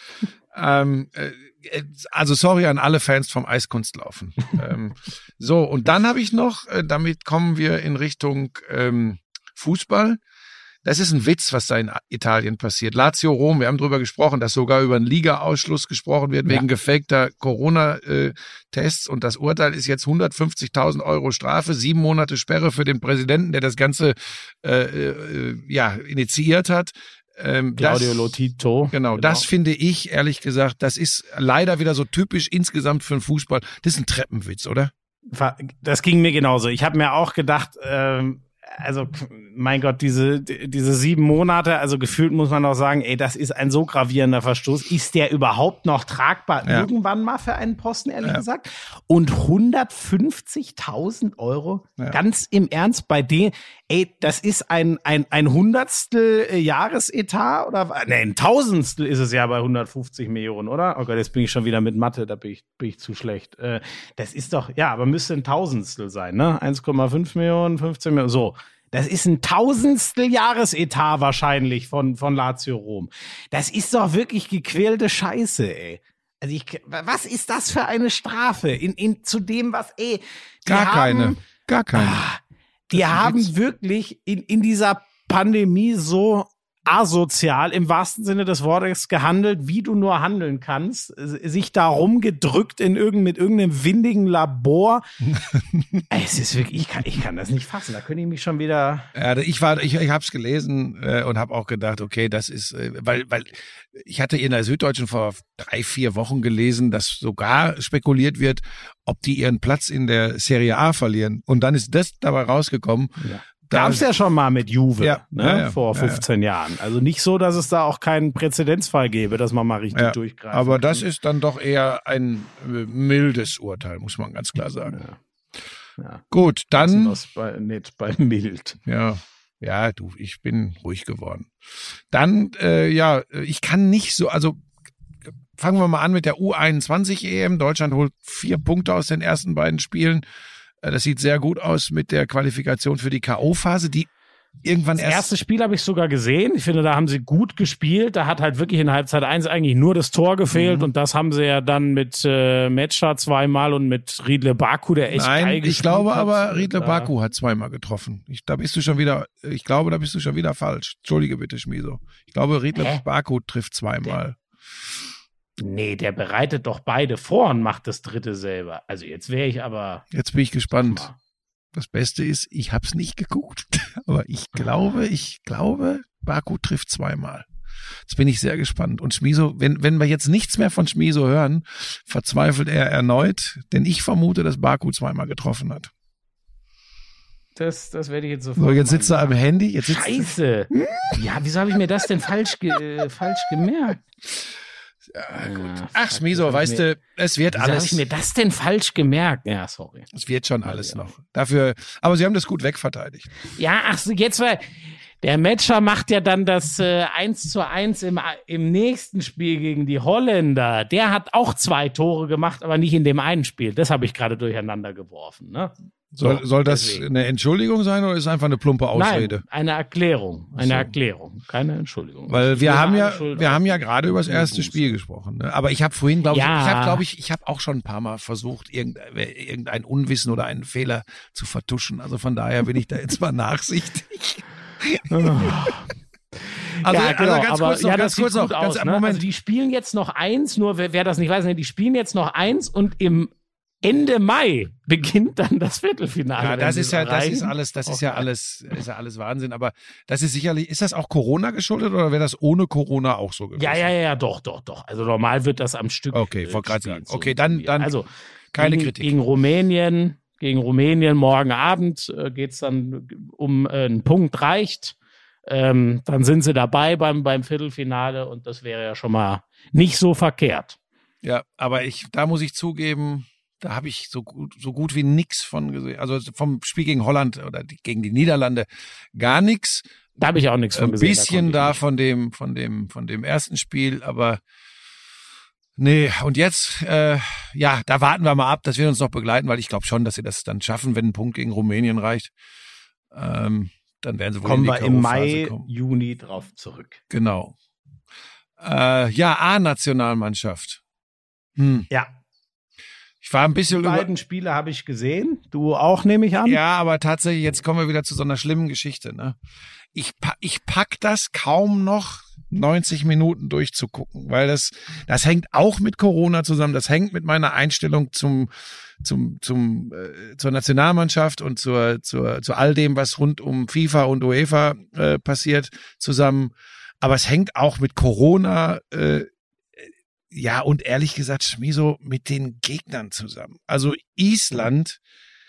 ähm, äh, also sorry an alle Fans vom Eiskunstlaufen. ähm, so, und dann habe ich noch, äh, damit kommen wir in Richtung ähm, Fußball. Das ist ein Witz, was da in Italien passiert. Lazio Rom, wir haben drüber gesprochen, dass sogar über einen Liga-Ausschluss gesprochen wird, wegen
Ja.
gefakter Corona-Tests. Und das Urteil ist jetzt hundertfünfzigtausend Euro Strafe, sieben Monate Sperre für den Präsidenten, der das Ganze äh, äh, ja initiiert hat. Ähm,
Claudio
das,
Lotito.
Genau, das finde ich, ehrlich gesagt, das ist leider wieder so typisch insgesamt für den Fußball. Das ist ein Treppenwitz, oder?
Das ging mir genauso. Ich habe mir auch gedacht, ähm, also mein Gott, diese diese sieben Monate, also gefühlt muss man doch sagen, ey, das ist ein so gravierender Verstoß. Ist der überhaupt noch tragbar?
Ja.
Irgendwann mal für einen Posten, ehrlich
Ja.
gesagt? Und hundertfünfzigtausend Euro?
Ja.
Ganz im Ernst, bei denen, ey, das ist ein ein ein Hundertstel äh, Jahresetat oder nee, ein Tausendstel ist es ja bei hundertfünfzig Millionen, oder? Oh Gott, jetzt bin ich schon wieder mit Mathe, da bin ich bin ich zu schlecht. Äh, das ist doch, ja, aber müsste ein Tausendstel sein, ne? eins Komma fünf Millionen, fünfzehn Millionen, so. Das ist ein Tausendstel Jahresetat wahrscheinlich von, von Lazio Rom. Das ist doch wirklich gequälte Scheiße, ey. Also ich, was ist das für eine Strafe? In, in, zu dem, was, ey. die
Gar
haben,
keine. Gar keine.
Ah, die
Das ist ein
haben
Witz.
wirklich in, in dieser Pandemie so asozial im wahrsten Sinne des Wortes gehandelt, wie du nur handeln kannst, sich da rumgedrückt in irgend, mit irgendeinem windigen Labor. Es ist wirklich, ich kann, ich kann das nicht fassen. Da könnte ich mich schon wieder.
Ja, ich war, ich, ich habe es gelesen äh, und habe auch gedacht, okay, das ist, äh, weil, weil ich hatte in der Süddeutschen vor drei, vier Wochen gelesen, dass sogar spekuliert wird, ob die ihren Platz in der Serie A verlieren. Und dann ist das dabei rausgekommen.
Ja.
Da-
Gab's ja schon mal mit Juve,
Ja,
ne,
ja, ja,
vor
ja, ja.
fünfzehn Jahren. Also nicht so, dass es da auch keinen Präzedenzfall gäbe, dass man mal richtig
Ja,
durchgreift.
aber das ist dann doch eher ein äh, mildes Urteil, muss man ganz klar sagen.
Ja.
Gut, dann,
was bei, nicht bei mild.
ja, ja, du, ich bin ruhig geworden. Dann, äh, ja, ich kann nicht so, also fangen wir mal an mit der U einundzwanzig E M. Deutschland holt vier Punkte aus den ersten beiden Spielen. Das sieht sehr gut aus mit der Qualifikation für die K O-Phase, die irgendwann
Das
erst...
erste Spiel habe ich sogar gesehen. Ich finde, da haben sie gut gespielt. Da hat halt wirklich in Halbzeit eins eigentlich nur das Tor gefehlt.
Mhm.
Und das haben sie ja dann mit äh, Metscher zweimal und mit Riedle Baku, der echt
Nein,
geil
ich
gespielt
glaube
hat.
aber, Riedle
Da-
Baku hat zweimal getroffen. Ich, da bist du schon wieder, ich glaube, da bist du schon wieder falsch. Entschuldige bitte, Schmieso. Ich glaube, Riedle
Hä?
Baku trifft zweimal.
Nee, der bereitet doch beide vor und macht das dritte selber. Also jetzt wäre ich aber...
Jetzt bin ich gespannt. Das Beste ist, ich hab's nicht geguckt, aber ich glaube, ich glaube, Baku trifft zweimal. Jetzt bin ich sehr gespannt. Und Schmieso, wenn, wenn wir jetzt nichts mehr von Schmieso hören, verzweifelt er erneut, denn ich vermute, dass Baku zweimal getroffen hat.
Das, das werde ich jetzt sofort
So, jetzt sitzt er
machen.
am Handy. Jetzt sitzt
Scheiße. Ja, wieso habe ich mir das denn falsch, ge äh, falsch gemerkt?
Ja, gut.
Ja,
Ach,
fuck,
Schmieso,
das hab ich
weißt
mir-
du, es wird
Wieso habe
alles,
ich mir das denn falsch gemerkt? Ja, sorry.
es wird schon alles noch. Dafür, aber sie haben das gut wegverteidigt.
Ja, ach so, jetzt war... Der Matcher macht ja dann das äh, eins zu eins im, im nächsten Spiel gegen die Holländer. Der hat auch zwei Tore gemacht, aber nicht in dem einen Spiel. Das habe ich gerade durcheinander geworfen. Ne?
Soll, soll das
deswegen.
eine Entschuldigung sein oder ist es einfach eine plumpe Ausrede?
Nein, eine Erklärung. Eine
So.
Erklärung, keine Entschuldigung.
Weil wir
Ich
haben
nehme
ja,
alle Schuld
wir
auf
haben ja
mich.
gerade über das erste
Buße.
Spiel gesprochen. Ne? Aber ich habe vorhin, glaube ich,
Ja.
ich habe, glaube ich, ich habe auch schon ein paar Mal versucht, irgendein, irgendein Unwissen oder einen Fehler zu vertuschen. Also von daher bin ich da jetzt mal nachsichtig. Also,
Ja, genau,
also ganz
aber
kurz noch,
ja,
ganz
das
kurz
sieht
noch,
gut
ganz,
aus, ne?
Moment.
Also die spielen jetzt noch eins, nur wer, wer das nicht weiß, ne, die spielen jetzt noch eins und im Ende Mai beginnt dann das Viertelfinale.
Ja,
wenn
das
sie
ist
es
ja, das
erreichen.
ist alles, das ist ja
Okay.
alles, ist ja alles Wahnsinn. Aber das ist sicherlich, ist das auch Corona geschuldet oder wäre das ohne Corona auch so gewesen?
Ja, ja, ja, doch, doch, doch. Also normal wird das am Stück.
Okay,
äh,
wollte gerade
gespielt,
sagen. Okay, dann- dann
also
keine
gegen,
Kritik.
Gegen Rumänien, gegen Rumänien morgen Abend äh, geht's dann um äh, einen Punkt reicht. Ähm, dann sind sie dabei beim, beim Viertelfinale und das wäre ja schon mal nicht so verkehrt.
Ja, aber ich, da muss ich zugeben, da habe ich so gut, so gut wie nix von gesehen. Also vom Spiel gegen Holland oder die, gegen die Niederlande gar nichts.
Da habe ich auch nichts von
Ein
gesehen.
bisschen
konnte ich
da
nicht.
von dem, von dem, von dem ersten Spiel, aber nee, und jetzt, äh, ja, da warten wir mal ab, das wird uns noch begleiten, weil ich glaube schon, dass sie das dann schaffen, wenn ein Punkt gegen Rumänien reicht. Ähm, dann werden sie wohl
Kommen
in die
wir im
K O-Phase
Mai,
kommen.
Juni drauf zurück.
Genau. Äh, ja, A-Nationalmannschaft. Hm.
Ja,
Ich war ein
die
bisschen über,
beiden Spiele habe ich gesehen. Du auch, nehme ich an?
ja, aber tatsächlich, jetzt kommen wir wieder zu so einer schlimmen Geschichte, ne? Ich, pa ich pack das kaum noch neunzig Minuten durchzugucken, weil das, das hängt auch mit Corona zusammen, das hängt mit meiner Einstellung zum, zum, zum, äh, zur Nationalmannschaft und zur, zur, zu all dem, was rund um FIFA und UEFA äh, passiert, zusammen. Aber es hängt auch mit Corona, äh, ja, und ehrlich gesagt, Schmieso, mit den Gegnern zusammen. Also Island,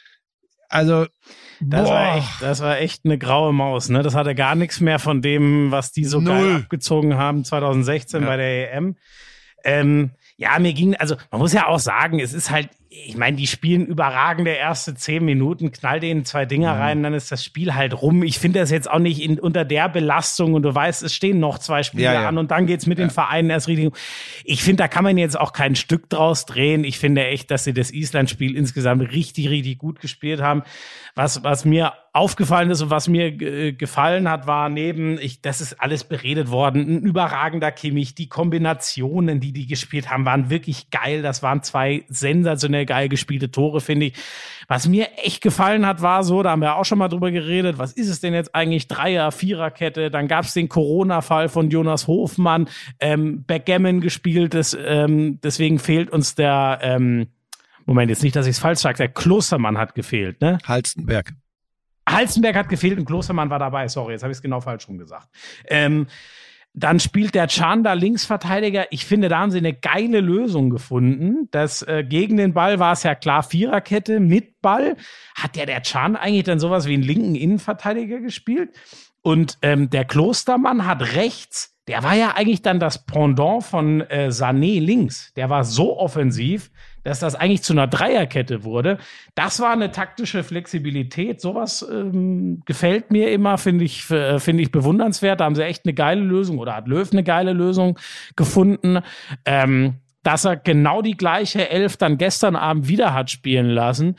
also
Das
boah,
war, echt, das war echt eine graue Maus, ne? Das hatte gar nichts mehr von dem, was die so geil
Null.
abgezogen haben zwanzig sechzehn
Ja.
bei der E M. Ähm, ja, mir ging, also man muss ja auch sagen, es ist halt, ich meine, die spielen überragende erste zehn Minuten, knall denen zwei Dinger
Mhm.
rein, dann ist das Spiel halt rum. Ich finde das jetzt auch nicht in, unter der Belastung und du weißt, es stehen noch zwei Spiele
Ja, ja.
an und dann geht's mit den Vereinen erst richtig. Ich finde, da kann man jetzt auch kein Stück draus drehen. Ich finde echt, dass sie das Island-Spiel insgesamt richtig, richtig gut gespielt haben. Was, was mir aufgefallen ist und was mir äh, gefallen hat, war neben, ich, das ist alles beredet worden, ein überragender Kimmich. Die Kombinationen, die die gespielt haben, waren wirklich geil. Das waren zwei sensationell geil gespielte Tore, finde ich. Was mir echt gefallen hat, war so, da haben wir auch schon mal drüber geredet, was ist es denn jetzt eigentlich? Dreier-, Viererkette, dann gab es den Corona-Fall von Jonas Hofmann, ähm, Backgammon gespielt, das, ähm, deswegen fehlt uns der, ähm, Moment, jetzt nicht, dass ich es falsch sage, der Klostermann hat gefehlt, ne?
Halstenberg.
Halstenberg hat gefehlt und Klostermann war dabei. Sorry, jetzt habe ich es genau falsch rum gesagt. Ähm, dann spielt der Can da Linksverteidiger. Ich finde, da haben sie eine geile Lösung gefunden. Das äh, gegen den Ball war es ja klar Viererkette mit Ball. Hat ja der Can eigentlich dann sowas wie einen linken Innenverteidiger gespielt? Und ähm, der Klostermann hat rechts, der war ja eigentlich dann das Pendant von äh, Sané links. Der war so offensiv, dass das eigentlich zu einer Dreierkette wurde. Das war eine taktische Flexibilität. Sowas ähm, gefällt mir immer, finde ich, äh, finde ich bewundernswert. Da haben sie echt eine geile Lösung oder hat Löw eine geile Lösung gefunden. Ähm, dass er genau die gleiche Elf dann gestern Abend wieder hat spielen lassen.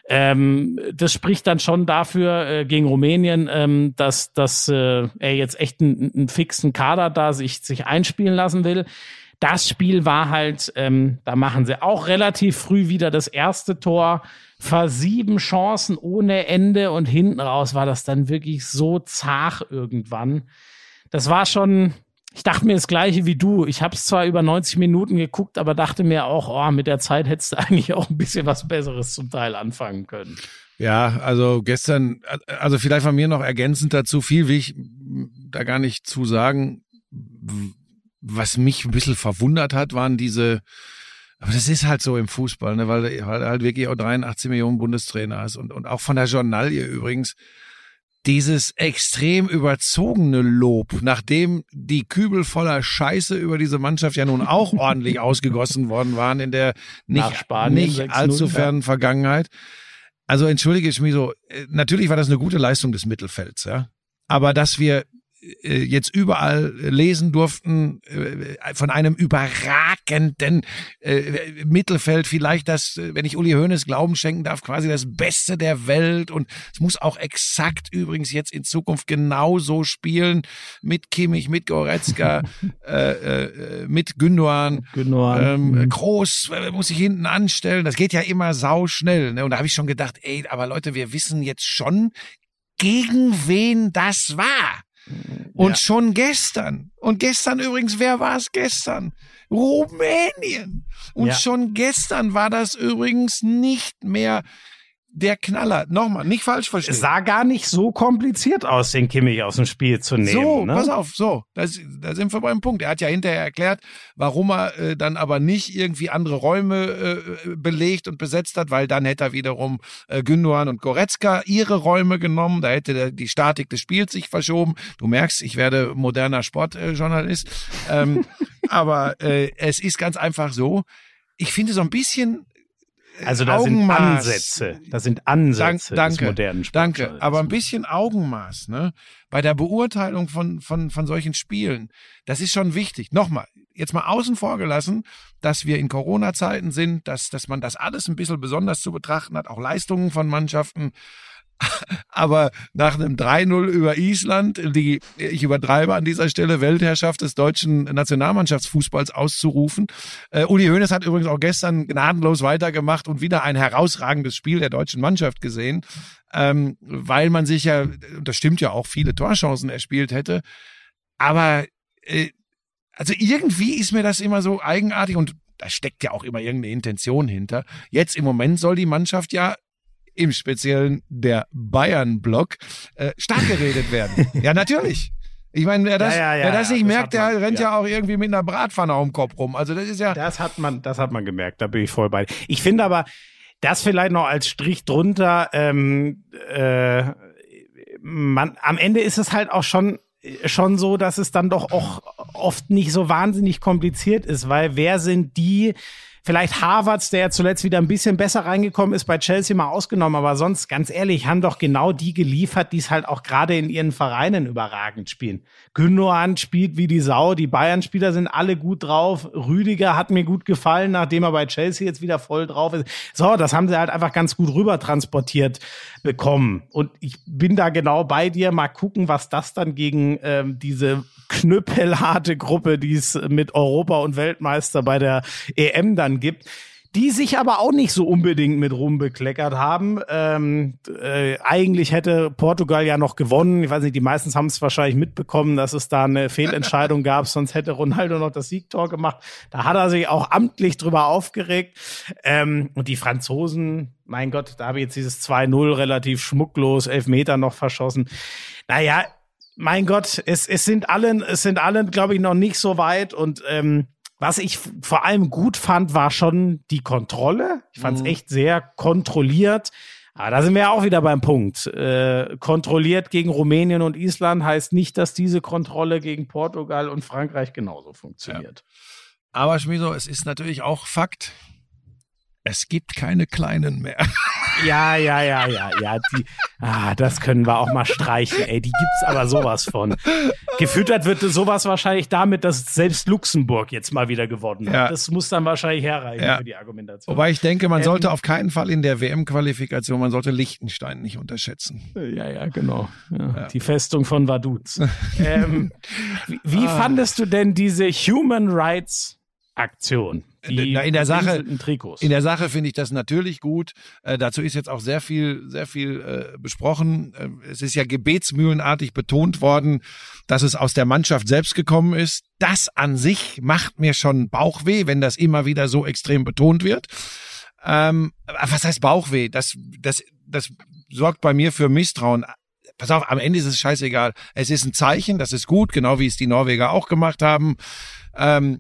Ähm, das spricht dann schon dafür äh, gegen Rumänien, ähm, dass, dass äh, er jetzt echt einen, einen fixen Kader da sich, sich einspielen lassen will. Das Spiel war halt, ähm, da machen sie auch relativ früh wieder das erste Tor, versieben Chancen ohne Ende und hinten raus war das dann wirklich so zart irgendwann. Das war schon, ich dachte mir das Gleiche wie du. Ich habe es zwar über neunzig Minuten geguckt, aber dachte mir auch, oh, mit der Zeit hättest du eigentlich auch ein bisschen was Besseres zum Teil anfangen können.
Ja, also gestern, also vielleicht von mir noch ergänzend dazu, viel will ich da gar nicht zu sagen. Was mich ein bisschen verwundert hat, waren diese, aber das ist halt so im Fußball, ne, weil, weil er halt wirklich auch dreiundachtzig Millionen Bundestrainer ist und, und auch von der Journalie übrigens, dieses extrem überzogene Lob, nachdem die Kübel voller Scheiße über diese Mannschaft ja nun auch ordentlich ausgegossen worden waren in der nicht, nicht allzu fernen Vergangenheit. Also entschuldige ich mich so, natürlich war das eine gute Leistung des Mittelfelds, ja, aber dass wir jetzt überall lesen durften von einem überragenden Mittelfeld, vielleicht das, wenn ich Uli Hoeneß Glauben schenken darf, quasi das Beste der Welt, und es muss auch exakt übrigens jetzt in Zukunft genauso spielen mit Kimmich, mit Goretzka, äh, mit Gündoğan,
Gündoğan.
Ähm, Groß muss sich hinten anstellen, das geht ja immer sauschnell, ne? Und da habe ich schon gedacht, ey, aber Leute, wir wissen jetzt schon, gegen wen das war. Und ja. schon gestern, und gestern übrigens, wer war es gestern? Rumänien. Und ja. schon gestern war das übrigens nicht mehr der Knaller. Nochmal, nicht falsch verstehen.
Es sah gar nicht so kompliziert aus, den Kimmich aus dem Spiel zu nehmen.
So,
ne?
pass auf, so, da sind wir beim Punkt. Er hat ja hinterher erklärt, warum er äh, dann aber nicht irgendwie andere Räume äh, belegt und besetzt hat, weil dann hätte er wiederum äh, Gündoğan und Goretzka ihre Räume genommen, da hätte der, die Statik des Spiels sich verschoben. Du merkst, ich werde moderner Sportjournalist. Äh, ähm, aber äh, es ist ganz einfach so, ich finde so ein bisschen
Also da
Augenmaß.
sind Ansätze, das sind Ansätze
Dank,
des
danke,
modernen Sports.
Danke, aber ein bisschen Augenmaß, ne? Bei der Beurteilung von, von, von solchen Spielen, das ist schon wichtig. Nochmal, jetzt mal außen vor gelassen, dass wir in Corona-Zeiten sind, dass, dass man das alles ein bisschen besonders zu betrachten hat, auch Leistungen von Mannschaften. Aber nach einem drei null über Island, die, ich übertreibe an dieser Stelle, Weltherrschaft des deutschen Nationalmannschaftsfußballs auszurufen. Äh, Uli Hoeneß hat übrigens auch gestern gnadenlos weitergemacht und wieder ein herausragendes Spiel der deutschen Mannschaft gesehen, ähm, weil man sich ja, das stimmt ja auch, viele Torchancen erspielt hätte. Aber äh, also irgendwie ist mir das immer so eigenartig, und da steckt ja auch immer irgendeine Intention hinter. Jetzt im Moment soll die Mannschaft ja im Speziellen der Bayern-Block, äh, stark geredet werden. Ja, natürlich. Ich meine, wer das,
ja, ja, ja,
wer das nicht
das
merkt, der
man,
rennt ja.
ja
auch irgendwie mit einer Bratpfanne auf dem Kopf rum. Also das ist ja...
Das hat man, das hat man gemerkt, da bin ich voll bei. Ich finde aber, das vielleicht noch als Strich drunter, ähm, äh, man, am Ende ist es halt auch schon schon so, dass es dann doch auch oft nicht so wahnsinnig kompliziert ist, weil wer sind die, vielleicht Havertz, der ja zuletzt wieder ein bisschen besser reingekommen ist, bei Chelsea mal ausgenommen, aber sonst, ganz ehrlich, haben doch genau die geliefert, die es halt auch gerade in ihren Vereinen überragend spielen. Gündoğan spielt wie die Sau, die Bayern-Spieler sind alle gut drauf, Rüdiger hat mir gut gefallen, nachdem er bei Chelsea jetzt wieder voll drauf ist. So, das haben sie halt einfach ganz gut rüber transportiert bekommen. Und ich bin da genau bei dir, mal gucken, was das dann gegen ähm, diese knüppelharte Gruppe, die es mit Europa und Weltmeister bei der E M dann gibt, die sich aber auch nicht so unbedingt mit Ruhm bekleckert haben. Ähm, äh, eigentlich hätte Portugal ja noch gewonnen. Ich weiß nicht, die meisten haben es wahrscheinlich mitbekommen, dass es da eine Fehlentscheidung gab, sonst hätte Ronaldo noch das Siegtor gemacht. Da hat er sich auch amtlich drüber aufgeregt. Ähm, und die Franzosen, mein Gott, da habe ich jetzt dieses zwei null relativ schmucklos, Elfmeter noch verschossen. Naja, mein Gott, es, es sind alle, es sind alle, glaube ich, noch nicht so weit. Und ähm, was ich vor allem gut fand, war schon die Kontrolle. Ich fand es mhm. echt sehr kontrolliert. Aber da sind wir ja auch wieder beim Punkt. Äh, kontrolliert gegen Rumänien und Island heißt nicht, dass diese Kontrolle gegen Portugal und Frankreich genauso funktioniert.
Ja. Aber Schmiso, es ist natürlich auch Fakt, Es gibt keine Kleinen mehr.
Ja, ja, ja, ja, ja. Die, ah, das können wir auch mal streichen, ey. Die gibt's aber sowas von. Gefüttert wird sowas wahrscheinlich damit, dass selbst Luxemburg jetzt mal wieder gewonnen hat.
Ja.
Das muss dann wahrscheinlich herreichen
Ja.
für die Argumentation.
Wobei ich denke, man
Ähm,
sollte auf keinen Fall in der W M-Qualifikation, man sollte Liechtenstein nicht unterschätzen.
Ja, ja, genau. Ja, ja. Die Festung von Vaduz. ähm, wie wie
Ah.
fandest du denn diese Human Rights Aktion? Die
Na, in der Sache,
gepinselten Trikots.
in der Sache finde ich das natürlich gut. Äh, dazu ist jetzt auch sehr viel, sehr viel äh, besprochen. Äh, es ist ja gebetsmühlenartig betont worden, dass es aus der Mannschaft selbst gekommen ist. Das an sich macht mir schon Bauchweh, wenn das immer wieder so extrem betont wird. Ähm, was heißt Bauchweh? Das, das, das sorgt bei mir für Misstrauen. Pass auf, am Ende ist es scheißegal. Es ist ein Zeichen, das ist gut, genau wie es die Norweger auch gemacht haben. Ähm,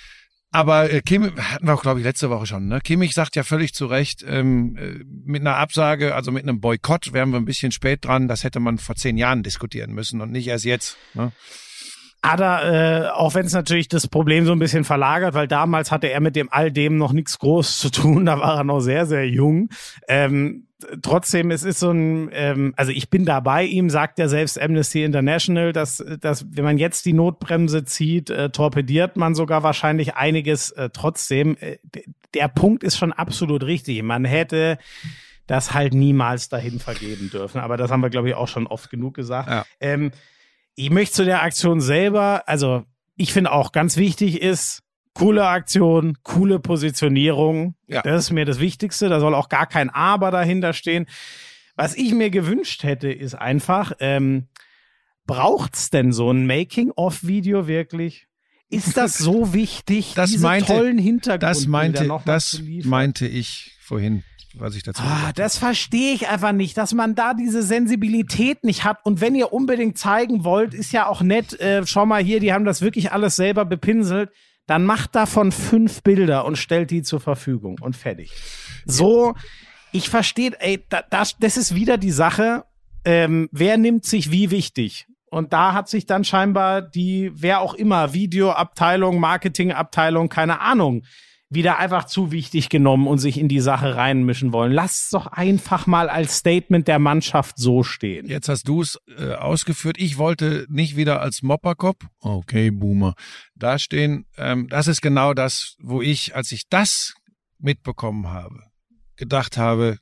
Aber äh, Kim, hatten wir auch, glaube ich, letzte Woche schon, ne? Kimmich sagt ja völlig zu Recht, ähm, äh, mit einer Absage, also mit einem Boykott wären wir ein bisschen spät dran. Das hätte man vor zehn Jahren diskutieren müssen und nicht erst jetzt. Ne?
Ada, äh, auch wenn es natürlich das Problem so ein bisschen verlagert, weil damals hatte er mit dem all dem noch nichts groß zu tun, da war er noch sehr, sehr jung. Ähm, trotzdem, es ist so ein, ähm, also ich bin da bei ihm, sagt ja selbst Amnesty International, dass, dass wenn man jetzt die Notbremse zieht, äh, torpediert man sogar wahrscheinlich einiges äh, trotzdem. Äh, der Punkt ist schon absolut richtig. Man hätte das halt niemals dahin vergeben dürfen, aber das haben wir, glaube ich, auch schon oft genug gesagt.
Ja.
Ähm, Ich möchte zu der Aktion selber, also ich finde auch ganz wichtig ist, coole Aktion, coole Positionierung.
Ja.
Das ist mir das Wichtigste. Da soll auch gar kein Aber dahinter stehen. Was ich mir gewünscht hätte, ist einfach, ähm, braucht's denn so ein Making-of-Video wirklich? Ist das so wichtig,
Das
diese
meinte-
tollen Hintergrundbilder
Das meinte,
noch mal
das
zu liefern?
meinte ich vorhin, was ich dazu
Ah,
gesagt habe.
das verstehe ich einfach nicht, dass man da diese Sensibilität nicht hat. Und wenn ihr unbedingt zeigen wollt, ist ja auch nett, äh, schau mal hier, die haben das wirklich alles selber bepinselt, dann macht davon fünf Bilder und stellt die zur Verfügung und fertig. So, ich verstehe, ey, da, das, das ist wieder die Sache, ähm, wer nimmt sich wie wichtig? Und da hat sich dann scheinbar die, wer auch immer, Videoabteilung, Marketingabteilung, keine Ahnung, wieder einfach zu wichtig genommen und sich in die Sache reinmischen wollen. Lasst doch einfach mal als Statement der Mannschaft so stehen.
Jetzt hast du es äh, ausgeführt. Ich wollte nicht wieder als Mopperkopf, okay, Boomer, dastehen. Ähm, das ist genau das, wo ich, als ich das mitbekommen habe, gedacht habe,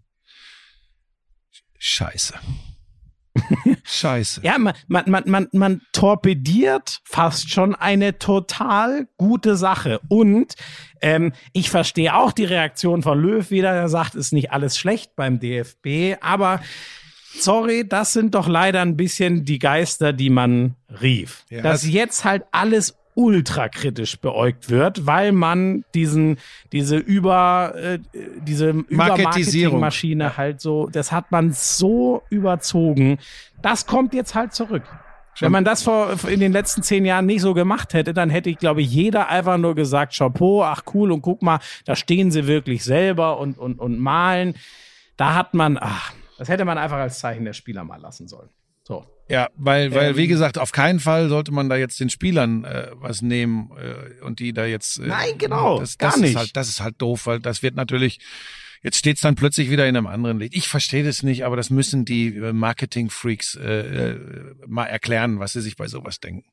Scheiße. Scheiße.
Ja, man, man, man, man, man torpediert fast schon eine total gute Sache. Und ähm, ich verstehe auch die Reaktion von Löw wieder. Er sagt, ist nicht alles schlecht beim D F B. Aber sorry, das sind doch leider ein bisschen die Geister, die man rief.
Ja,
Dass
das-
jetzt halt alles ultrakritisch beäugt wird, weil man diesen diese über äh, diese
Marketisierung.
Übermarketingmaschine halt so, das hat man so überzogen. Das kommt jetzt halt zurück. Wenn man das vor in den letzten zehn Jahren nicht so gemacht hätte, dann hätte ich, glaube ich, jeder einfach nur gesagt, Chapeau, ach cool, und guck mal, da stehen sie wirklich selber und und und malen. Da hat man, ach, das hätte man einfach als Zeichen der Spieler mal lassen sollen. So.
Ja, weil, weil
Ähm,
wie gesagt, auf keinen Fall sollte man da jetzt den Spielern äh, was nehmen äh, und die da jetzt. Äh,
Nein, genau,
das,
gar
das
nicht.
Ist halt, das ist halt doof, weil das wird natürlich. Jetzt steht's dann plötzlich wieder in einem anderen Licht. Ich verstehe das nicht, aber das müssen die äh, Marketing-Freaks äh, äh, mal erklären, was sie sich bei sowas denken.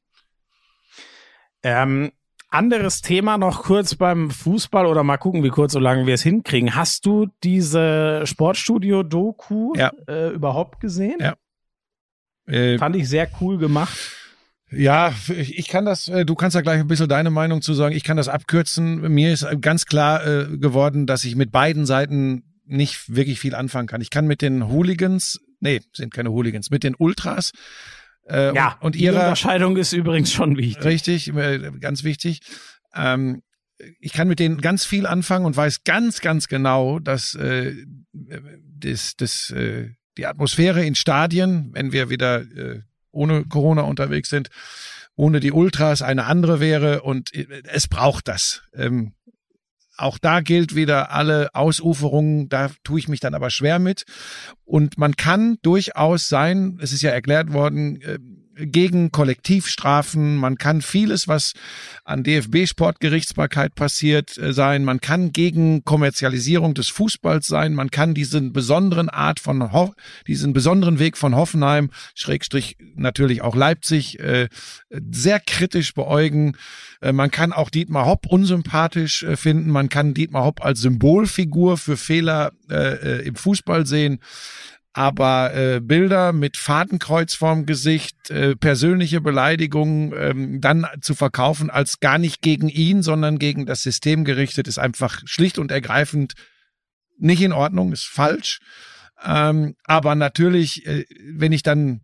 Ähm, anderes Thema noch kurz beim Fußball oder mal gucken, wie kurz so lange wir es hinkriegen. Hast du diese Sportstudio-Doku
Ja.
äh, überhaupt gesehen?
Ja. Äh,
Fand ich sehr cool gemacht.
Ja, ich ich kann das, äh, du kannst ja gleich ein bisschen deine Meinung zu sagen, ich kann das abkürzen. Mir ist ganz klar äh, geworden, dass ich mit beiden Seiten nicht wirklich viel anfangen kann. Ich kann mit den Hooligans, nee, sind keine Hooligans, mit den Ultras äh,
Ja,
und, und
die
ihrer,
Unterscheidung ist übrigens schon wichtig.
richtig, äh, ganz wichtig, ähm, ich kann mit denen ganz viel anfangen und weiß ganz, ganz genau, dass äh, das, das, äh, die Atmosphäre in Stadien, wenn wir wieder äh, ohne Corona unterwegs sind, ohne die Ultras eine andere wäre und es braucht das. Ähm, auch da gilt wieder alle Ausuferungen, da tue ich mich dann aber schwer mit. Und man kann durchaus sein, es ist ja erklärt worden, äh, gegen Kollektivstrafen, man kann vieles, was an D F B-Sportgerichtsbarkeit passiert äh, sein, man kann gegen Kommerzialisierung des Fußballs sein, man kann diesen besonderen Art von Ho- diesen besonderen Weg von Hoffenheim, Schrägstrich natürlich auch Leipzig, äh, sehr kritisch beäugen. Äh, man kann auch Dietmar Hopp unsympathisch äh, finden, man kann Dietmar Hopp als Symbolfigur für Fehler äh, äh, im Fußball sehen. Aber äh, Bilder mit Fadenkreuz vorm Gesicht, äh, persönliche Beleidigungen ähm, dann zu verkaufen als gar nicht gegen ihn, sondern gegen das System gerichtet, ist einfach schlicht und ergreifend nicht in Ordnung, ist falsch. Ähm, aber natürlich, äh, wenn ich dann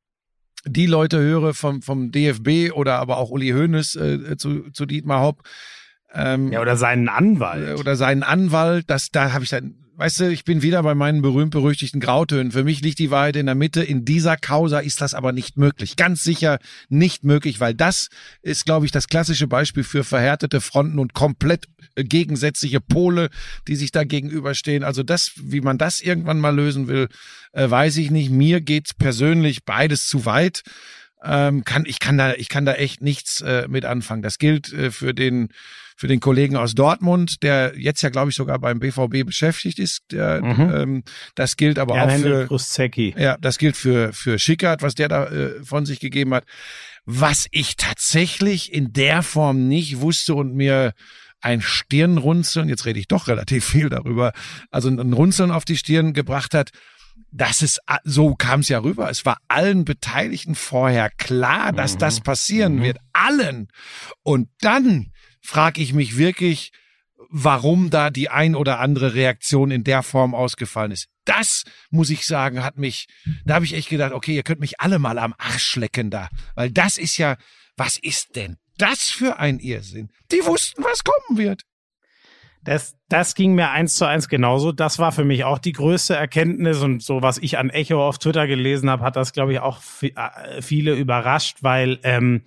die Leute höre vom, vom D F B oder aber auch Uli Hoeneß äh, zu, zu Dietmar Hopp, ähm,
Ja, oder seinen Anwalt.
oder seinen Anwalt, das, da habe ich dann, weißt du, ich bin wieder bei meinen berühmt-berüchtigten Grautönen. Für mich liegt die Wahrheit in der Mitte. In dieser Causa ist das aber nicht möglich. Ganz sicher nicht möglich, weil das ist, glaube ich, das klassische Beispiel für verhärtete Fronten und komplett gegensätzliche Pole, die sich da gegenüberstehen. Also das, wie man das irgendwann mal lösen will, äh, weiß ich nicht. Mir geht persönlich beides zu weit. Ähm, kann, ich kann da, ich kann da echt nichts äh, mit anfangen. Das gilt äh, für den, für den Kollegen aus Dortmund, der jetzt ja, glaube ich, sogar beim B V B beschäftigt ist. Der,
Mhm.
ähm, das gilt aber
Ja,
auch
Hendrik
für,
Gruscecki.
ja, das gilt für, für Schickert, was der da äh, von sich gegeben hat. Was ich tatsächlich in der Form nicht wusste und mir ein Stirnrunzeln, jetzt rede ich doch relativ viel darüber, also ein Runzeln auf die Stirn gebracht hat. Das ist, so kam es ja rüber. Es war allen Beteiligten vorher klar, dass
Mhm.
das passieren
Mhm.
wird. Allen. Und dann frage ich mich wirklich, warum da die ein oder andere Reaktion in der Form ausgefallen ist. Das, muss ich sagen, hat mich, da habe ich echt gedacht, okay, ihr könnt mich alle mal am Arsch lecken da. Weil das ist ja, was ist denn das für ein Irrsinn? Die wussten, was kommen wird.
Das, das ging mir eins zu eins genauso. Das war für mich auch die größte Erkenntnis und so, was ich an Echo auf Twitter gelesen habe, hat das, glaube ich, auch f- äh, viele überrascht, weil ähm,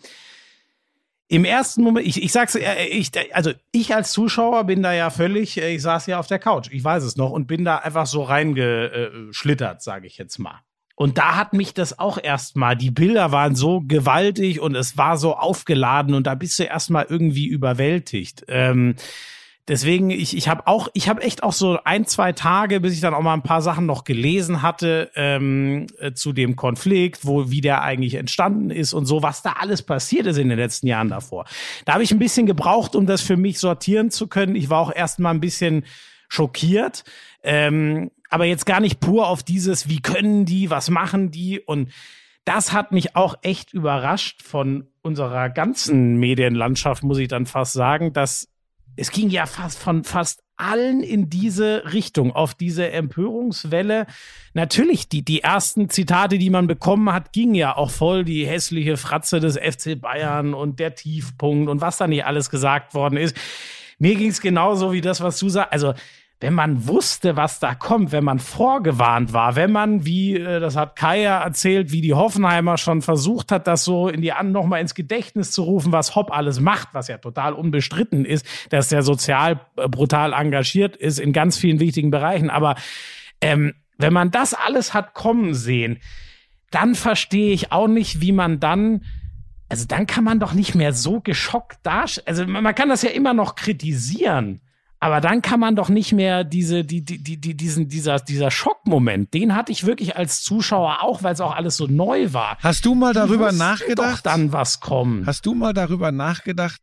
im ersten Moment, ich, ich sag's, äh, ich, also ich als Zuschauer bin da ja völlig, äh, ich saß ja auf der Couch, ich weiß es noch, und bin da einfach so reingeschlittert, sage ich jetzt mal. Und da hat mich das auch erstmal, die Bilder waren so gewaltig und es war so aufgeladen und da bist du erstmal irgendwie überwältigt. Ähm, Deswegen, ich, ich habe auch, ich habe echt auch so ein, zwei Tage, bis ich dann auch mal ein paar Sachen noch gelesen hatte ähm, äh, zu dem Konflikt, wo wie der eigentlich entstanden ist und so, was da alles passiert ist in den letzten Jahren davor. Da habe ich ein bisschen gebraucht, um das für mich sortieren zu können. Ich war auch erst mal ein bisschen schockiert, ähm, aber jetzt gar nicht pur auf dieses, wie können die, was machen die, und das hat mich auch echt überrascht von unserer ganzen Medienlandschaft, muss ich dann fast sagen, dass es ging ja fast von fast allen in diese Richtung, auf diese Empörungswelle. Natürlich, die, die ersten Zitate, die man bekommen hat, gingen ja auch voll die hässliche Fratze des F C Bayern und der Tiefpunkt und was da nicht alles gesagt worden ist. Mir ging es genauso wie das, was du sagst. Also, wenn man wusste, was da kommt, wenn man vorgewarnt war, wenn man, wie, äh, das hat Kai ja erzählt, wie die Hoffenheimer schon versucht hat, das so in die an nochmal ins Gedächtnis zu rufen, was Hopp alles macht, was ja total unbestritten ist, dass der sozial äh, brutal engagiert ist in ganz vielen wichtigen Bereichen. Aber ähm, wenn man das alles hat kommen sehen, dann verstehe ich auch nicht, wie man dann, also dann kann man doch nicht mehr so geschockt darstellen. Also man, man kann das ja immer noch kritisieren. Aber dann kann man doch nicht mehr diese, die, die, die, die, diesen, dieser, dieser Schockmoment, den hatte ich wirklich als Zuschauer auch, weil es auch alles so neu war.
Hast du mal darüber
Ich wusste
nachgedacht?
Doch dann was kommt.
Hast du mal darüber nachgedacht,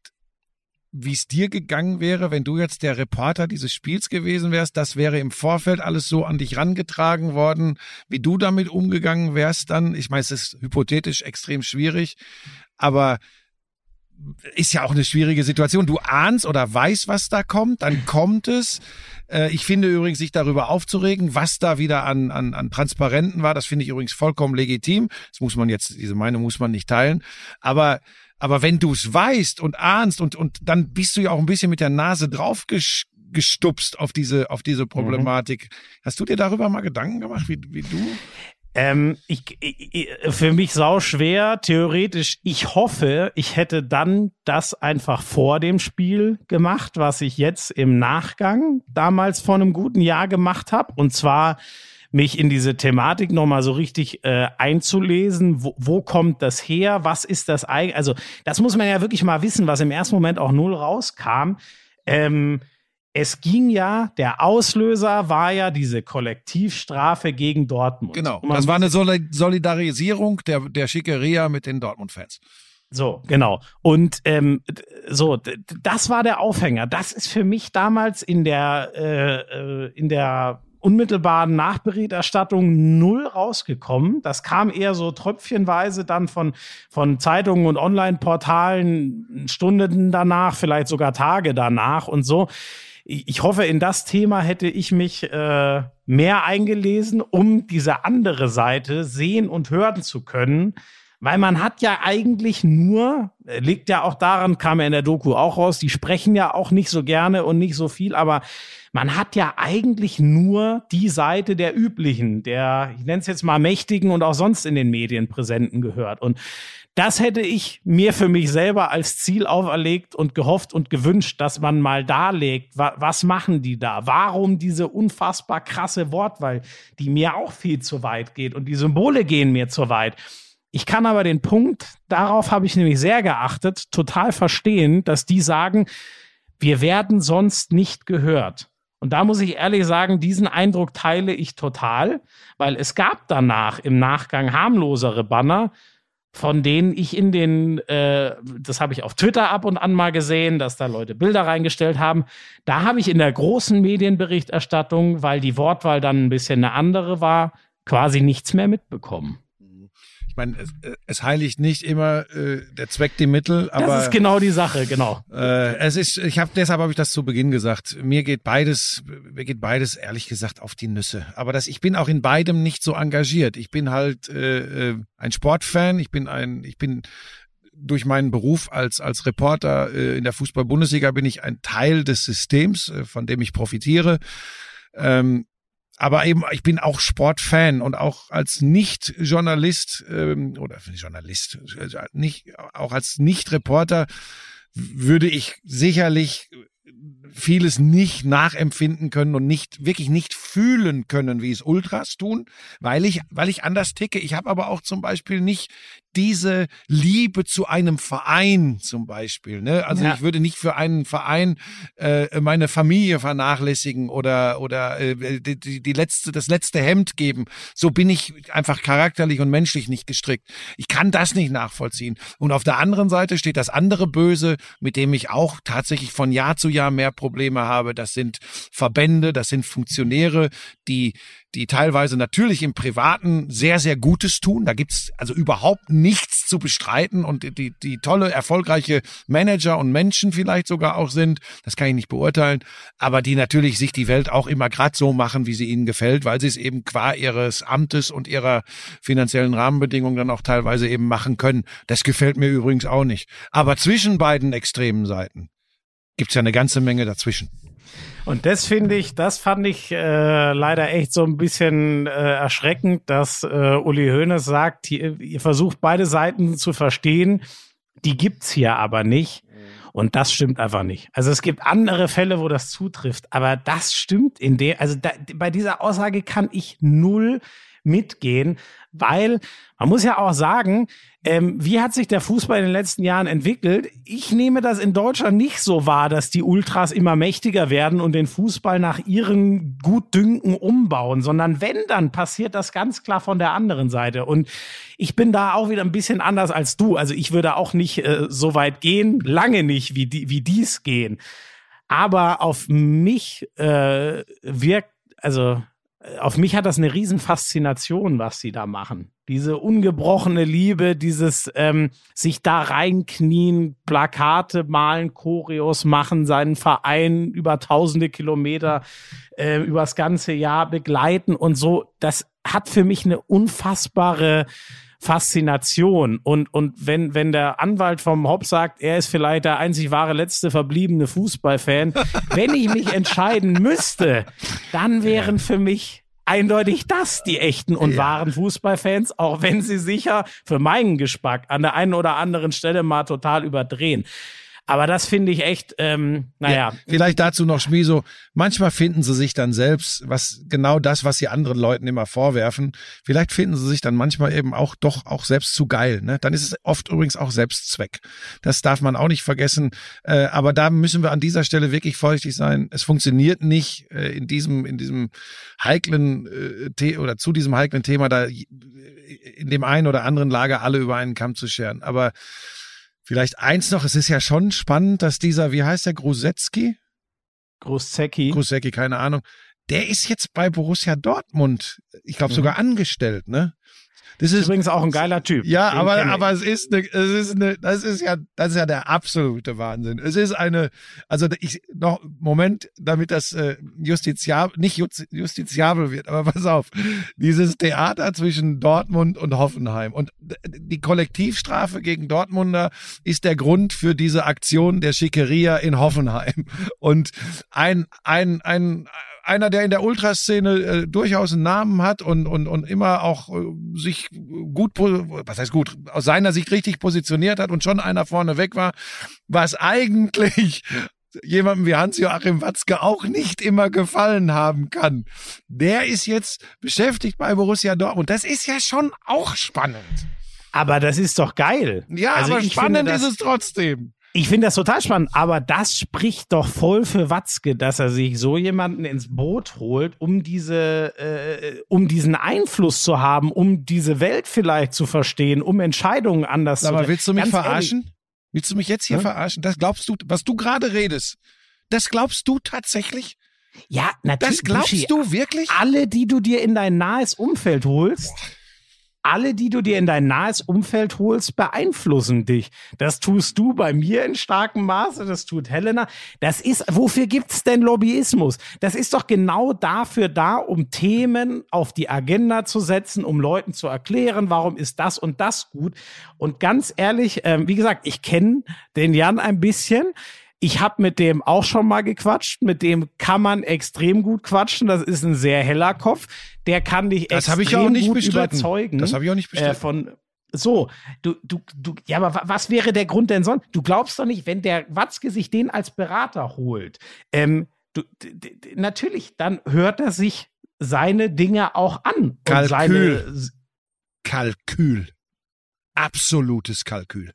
wie es dir gegangen wäre, wenn du jetzt der Reporter dieses Spiels gewesen wärst? Das wäre im Vorfeld alles so an dich rangetragen worden, wie du damit umgegangen wärst dann. Ich meine, es ist hypothetisch extrem schwierig, aber ist ja auch eine schwierige Situation. Du ahnst oder weißt, was da kommt, dann kommt es. Äh, ich finde übrigens, sich darüber aufzuregen, was da wieder an, an, an Transparenten war, das finde ich übrigens vollkommen legitim. Das muss man jetzt, diese Meinung muss man nicht teilen. Aber, aber wenn du es weißt und ahnst und, und dann bist du ja auch ein bisschen mit der Nase drauf gesch- gestupst auf diese, auf diese Problematik. Mhm. Hast du dir darüber mal Gedanken gemacht, wie, wie du?
Ähm, ich, ich, für mich sau schwer, theoretisch. Ich hoffe, ich hätte dann das einfach vor dem Spiel gemacht, was ich jetzt im Nachgang damals vor einem guten Jahr gemacht habe. Und zwar mich in diese Thematik nochmal so richtig äh, einzulesen. Wo, wo kommt das her? Was ist das eigentlich? Also das muss man ja wirklich mal wissen, was im ersten Moment auch null rauskam. Ähm, es ging ja, der Auslöser war ja diese Kollektivstrafe gegen Dortmund.
Genau, das war eine Soli- Solidarisierung der, der Schickeria mit den Dortmund-Fans.
So, genau. Und ähm, so, d- das war der Aufhänger. Das ist für mich damals in der äh, äh, in der unmittelbaren Nachberichterstattung null rausgekommen. Das kam eher so tröpfchenweise dann von von Zeitungen und Online-Portalen, Stunden danach, vielleicht sogar Tage danach und so. Ich hoffe, in das Thema hätte ich mich äh, mehr eingelesen, um diese andere Seite sehen und hören zu können. Weil man hat ja eigentlich nur, liegt ja auch daran, kam ja in der Doku auch raus, die sprechen ja auch nicht so gerne und nicht so viel, aber man hat ja eigentlich nur die Seite der Üblichen, der, ich nenne es jetzt mal Mächtigen und auch sonst in den Medien Präsenten gehört. Und das hätte ich mir für mich selber als Ziel auferlegt und gehofft und gewünscht, dass man mal darlegt, wa- was machen die da? Warum diese unfassbar krasse Wortwahl, die mir auch viel zu weit geht und die Symbole gehen mir zu weit. Ich kann aber den Punkt, darauf habe ich nämlich sehr geachtet, total verstehen, dass die sagen, wir werden sonst nicht gehört. Und da muss ich ehrlich sagen, diesen Eindruck teile ich total, weil es gab danach im Nachgang harmlosere Banner, von denen ich in den, äh, das habe ich auf Twitter ab und an mal gesehen, dass da Leute Bilder reingestellt haben. Da habe ich in der großen Medienberichterstattung, weil die Wortwahl dann ein bisschen eine andere war, quasi nichts mehr mitbekommen.
Ich meine, es, es heiligt nicht immer äh, der Zweck die Mittel, aber
das ist genau die Sache, genau.
Äh, es ist, ich habe deshalb habe ich das zu Beginn gesagt. Mir geht beides, mir geht beides ehrlich gesagt auf die Nüsse. Aber das, ich bin auch in beidem nicht so engagiert. Ich bin halt äh, ein Sportfan. Ich bin ein, ich bin durch meinen Beruf als als Reporter äh, in der Fußball-Bundesliga bin ich ein Teil des Systems, äh, von dem ich profitiere. Ähm, Aber eben, ich bin auch Sportfan und auch als Nicht-Journalist ähm, oder Journalist, nicht, auch als Nicht-Reporter würde ich sicherlich vieles nicht nachempfinden können und nicht wirklich nicht fühlen können, wie es Ultras tun, weil ich weil ich anders ticke. Ich habe aber auch zum Beispiel nicht diese Liebe zu einem Verein zum Beispiel. Ne? Also
ja.
ich würde nicht für einen Verein äh, meine Familie vernachlässigen oder oder äh, die, die letzte das letzte Hemd geben. So bin ich einfach charakterlich und menschlich nicht gestrickt. Ich kann das nicht nachvollziehen. Und auf der anderen Seite steht das andere Böse, mit dem ich auch tatsächlich von Jahr zu Jahr mehr Probleme habe. Das sind Verbände, das sind Funktionäre, die die teilweise natürlich im Privaten sehr, sehr Gutes tun. Da gibt's also überhaupt nichts zu bestreiten und die, die tolle, erfolgreiche Manager und Menschen vielleicht sogar auch sind. Das kann ich nicht beurteilen. Aber die natürlich sich die Welt auch immer gerade so machen, wie sie ihnen gefällt, weil sie es eben qua ihres Amtes und ihrer finanziellen Rahmenbedingungen dann auch teilweise eben machen können. Das gefällt mir übrigens auch nicht. Aber zwischen beiden extremen Seiten gibt's ja eine ganze Menge dazwischen.
Und das finde ich, das fand ich äh, leider echt so ein bisschen äh, erschreckend, dass äh, Uli Hoeneß sagt, ihr, ihr versucht beide Seiten zu verstehen, die gibt's hier aber nicht. Und das stimmt einfach nicht. Also es gibt andere Fälle, wo das zutrifft, aber das stimmt in der, also da, bei dieser Aussage kann ich null mitgehen, weil man muss ja auch sagen, ähm, wie hat sich der Fußball in den letzten Jahren entwickelt? Ich nehme das in Deutschland nicht so wahr, dass die Ultras immer mächtiger werden und den Fußball nach ihren Gutdünken umbauen, sondern wenn, dann passiert das ganz klar von der anderen Seite. Und ich bin da auch wieder ein bisschen anders als du. Also ich würde auch nicht äh, so weit gehen, lange nicht, wie die, wie dies gehen. Aber auf mich äh, wirkt, also auf mich hat das eine riesen Faszination, was sie da machen. Diese ungebrochene Liebe, dieses ähm, sich da reinknien, Plakate malen, Choreos machen, seinen Verein über tausende Kilometer äh, übers ganze Jahr begleiten und so. Das hat für mich eine unfassbare Faszination. Und, und wenn, wenn der Anwalt vom Hopp sagt, er ist vielleicht der einzig wahre letzte verbliebene Fußballfan, wenn ich mich entscheiden müsste, dann wären für mich eindeutig das die echten und ja. wahren Fußballfans, auch wenn sie sicher für meinen Geschmack an der einen oder anderen Stelle mal total überdrehen. Aber das finde ich echt, ähm, naja.
Ja, vielleicht dazu noch, Schmieso, manchmal finden sie sich dann selbst, was genau das, was sie anderen Leuten immer vorwerfen, vielleicht finden sie sich dann manchmal eben auch doch auch selbst zu geil. Ne? Dann ist es oft übrigens auch Selbstzweck. Das darf man auch nicht vergessen. Äh, aber da müssen wir an dieser Stelle wirklich vorsichtig sein. Es funktioniert nicht äh, in diesem in diesem heiklen äh, The- oder zu diesem heiklen Thema da in dem einen oder anderen Lager alle über einen Kamm zu scheren. Aber vielleicht eins noch, es ist ja schon spannend, dass dieser, wie heißt der, Grusetski?
Grosecki.
Grosecki, keine Ahnung. Der ist jetzt bei Borussia Dortmund, ich glaube sogar mhm. angestellt, ne? Das ist
übrigens auch ein geiler Typ.
Ja, Den aber aber es ist eine, es ist eine, das ist ja, das ist ja der absolute Wahnsinn. Es ist eine, also ich noch Moment, damit das äh, justiziabel, nicht justiziabel wird, aber pass auf, dieses Theater zwischen Dortmund und Hoffenheim und die Kollektivstrafe gegen Dortmunder ist der Grund für diese Aktion der Schickeria in Hoffenheim und ein ein ein einer, der in der Ultraszene äh, durchaus einen Namen hat und und und immer auch äh, sich gut, was heißt gut, aus seiner Sicht richtig positioniert hat und schon einer vorne weg war, was eigentlich jemandem wie Hans-Joachim Watzke auch nicht immer gefallen haben kann. Der ist jetzt beschäftigt bei Borussia Dortmund. Das ist ja schon auch spannend.
Aber das ist doch geil.
Ja, also aber spannend ist es trotzdem.
Ich finde das total spannend, aber das spricht doch voll für Watzke, dass er sich so jemanden ins Boot holt, um diese, äh, um diesen Einfluss zu haben, um diese Welt vielleicht zu verstehen, um Entscheidungen anders
aber
zu treffen.
Aber willst du mich
Ganz
verarschen?
Ehrlich.
Willst du mich jetzt hier hm? verarschen? Das glaubst du, was du gerade redest, das glaubst du tatsächlich?
Ja, natürlich.
Das glaubst Buschi, du wirklich?
Alle, die du dir in dein nahes Umfeld holst, alle, die du dir in dein nahes Umfeld holst, beeinflussen dich. Das tust du bei mir in starkem Maße, das tut Helena. Das ist, wofür gibt's denn Lobbyismus? Das ist doch genau dafür da, um Themen auf die Agenda zu setzen, um Leuten zu erklären, warum ist das und das gut. Und ganz ehrlich, ähm, wie gesagt, ich kenne den Jan ein bisschen. Ich habe mit dem auch schon mal gequatscht. Mit dem kann man extrem gut quatschen. Das ist ein sehr heller Kopf. Der kann dich
das
extrem
ich auch nicht
gut
bestritten.
überzeugen.
Das habe ich auch nicht bestritten.
Äh, von so, du, du, du, ja, aber was wäre der Grund denn sonst? Du glaubst doch nicht, wenn der Watzke sich den als Berater holt. Ähm, du, d- d- natürlich, dann hört er sich seine Dinge auch an.
Kalkül.
Und seine,
Kalkül. Absolutes Kalkül.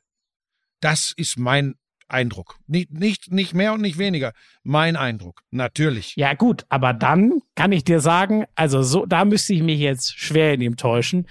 Das ist mein Eindruck. Nicht, nicht, nicht mehr und nicht weniger. Mein Eindruck. Natürlich.
Ja, gut, aber dann kann ich dir sagen, also so, da müsste ich mich jetzt schwer in ihm täuschen.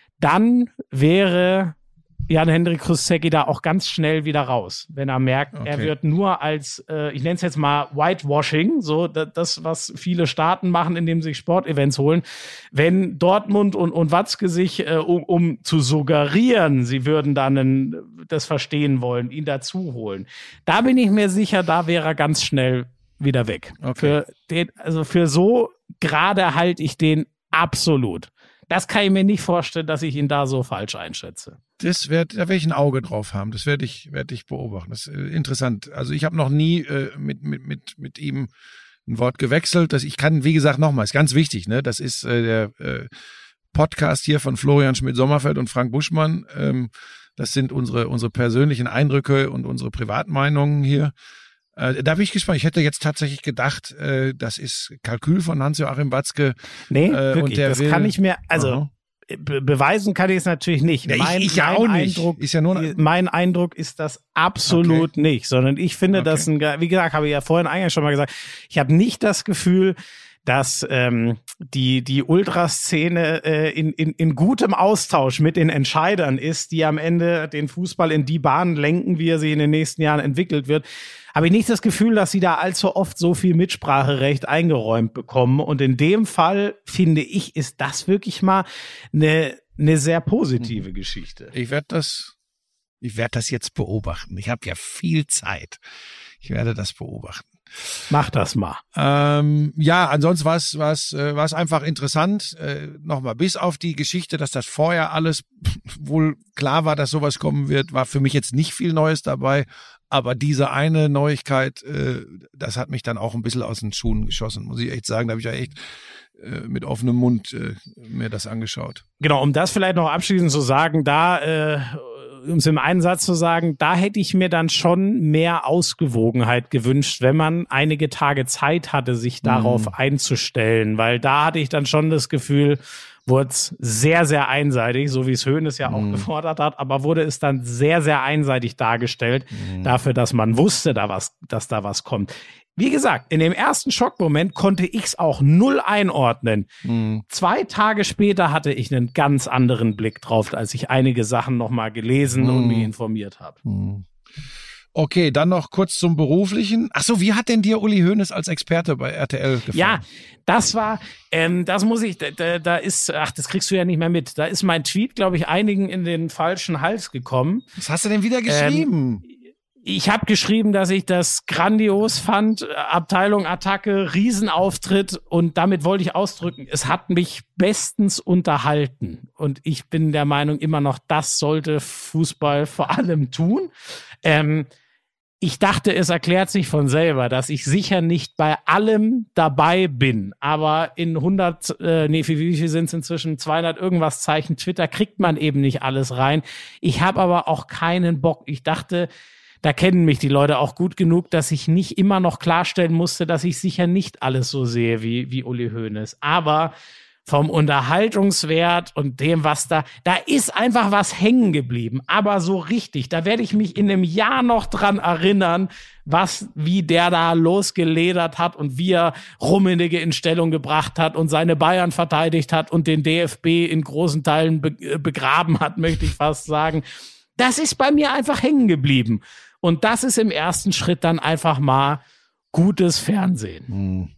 Dann wäre Jan-Henrik Grosecki da auch ganz schnell wieder raus, wenn er merkt, okay. Er wird nur als, äh, ich nenne es jetzt mal Whitewashing, so das, was viele Staaten machen, indem sie sich Sportevents holen. Wenn Dortmund und, und Watzke sich, äh, um, um zu suggerieren, sie würden dann einen, das verstehen wollen, ihn dazu holen, da bin ich mir sicher, da wäre er ganz schnell wieder weg.
Okay.
Für den, also für so gerade halte ich den absolut. Das kann ich mir nicht vorstellen, dass ich ihn da so falsch einschätze.
Das werd, da werde ich ein Auge drauf haben. Das werde ich, werde ich beobachten. Das ist äh, interessant. Also ich habe noch nie äh, mit, mit, mit, mit ihm ein Wort gewechselt. Das, ich kann, wie gesagt, nochmal, ist ganz wichtig, ne? Das ist äh, der äh, Podcast hier von Florian Schmidt-Sommerfeld und Frank Buschmann. Ähm, das sind unsere, unsere persönlichen Eindrücke und unsere Privatmeinungen hier. Äh, da bin ich gespannt. Ich hätte jetzt tatsächlich gedacht, äh, das ist Kalkül von Hans-Joachim Watzke.
Nee,
äh,
wirklich,
und der
das
will,
kann ich mir, also
aha.
be- beweisen kann ich es natürlich nicht.
Ja,
mein,
ich, ich ja
mein
auch nicht.
Eindruck,
Ist ja nur ein,
mein Eindruck ist das absolut
Okay.
nicht, sondern ich finde,
Okay.
dass ein, wie gesagt, habe ich ja vorhin eingangs schon mal gesagt, ich habe nicht das Gefühl, dass ähm, die die Ultraszene äh, in, in, in gutem Austausch mit den Entscheidern ist, die am Ende den Fußball in die Bahn lenken, wie er sich in den nächsten Jahren entwickelt wird. Habe ich nicht das Gefühl, dass sie da allzu oft so viel Mitspracherecht eingeräumt bekommen. Und in dem Fall, finde ich, ist das wirklich mal eine, eine sehr positive Geschichte.
Ich werde das, ich werde das jetzt beobachten. Ich habe ja viel Zeit. Ich werde das beobachten.
Mach das mal.
Ähm, ja, ansonsten war es war's, äh, war's einfach interessant. Äh, Nochmal, bis auf die Geschichte, dass das vorher alles wohl klar war, dass sowas kommen wird, war für mich jetzt nicht viel Neues dabei. Aber diese eine Neuigkeit, äh, das hat mich dann auch ein bisschen aus den Schuhen geschossen, muss ich echt sagen. Da habe ich ja echt äh, mit offenem Mund äh, mir das angeschaut.
Genau, um das vielleicht noch abschließend zu sagen, da äh, um es im einen Satz zu sagen, da hätte ich mir dann schon mehr Ausgewogenheit gewünscht, wenn man einige Tage Zeit hatte, sich darauf mhm. einzustellen, weil da hatte ich dann schon das Gefühl, wurde es sehr, sehr einseitig, so wie es Hoeneß ja auch mhm. gefordert hat, aber wurde es dann sehr, sehr einseitig dargestellt, mhm. dafür, dass man wusste, da was, dass da was kommt. Wie gesagt, in dem ersten Schockmoment konnte ich es auch null einordnen. Mhm. Zwei Tage später hatte ich einen ganz anderen Blick drauf, als ich einige Sachen nochmal gelesen mhm. und mich informiert habe.
Mhm. Okay, dann noch kurz zum Beruflichen. Ach so, wie hat denn dir Uli Hoeneß als Experte bei R T L gefallen?
Ja, das war, ähm, das muss ich, da, da ist, ach, das kriegst du ja nicht mehr mit. Da ist mein Tweet, glaube ich, einigen in den falschen Hals gekommen.
Was hast du denn wieder geschrieben?
Ähm, Ich habe geschrieben, dass ich das grandios fand, Abteilung Attacke, Riesenauftritt, und damit wollte ich ausdrücken, es hat mich bestens unterhalten, und ich bin der Meinung immer noch, das sollte Fußball vor allem tun. Ähm, ich dachte, es erklärt sich von selber, dass ich sicher nicht bei allem dabei bin, aber in hundert, äh, nee, wie viel sind es inzwischen, zweihundert irgendwas Zeichen Twitter kriegt man eben nicht alles rein. Ich habe aber auch keinen Bock. Ich dachte, da kennen mich die Leute auch gut genug, dass ich nicht immer noch klarstellen musste, dass ich sicher nicht alles so sehe wie, wie Uli Hoeneß. Aber vom Unterhaltungswert und dem, was da, da ist einfach was hängen geblieben. Aber so richtig, da werde ich mich in einem Jahr noch dran erinnern, was, wie der da losgeledert hat und wie er Rummenigge in Stellung gebracht hat und seine Bayern verteidigt hat und den D F B in großen Teilen be- begraben hat, möchte ich fast sagen. Das ist bei mir einfach hängen geblieben. Und das ist im ersten Schritt dann einfach mal gutes Fernsehen.
Hm.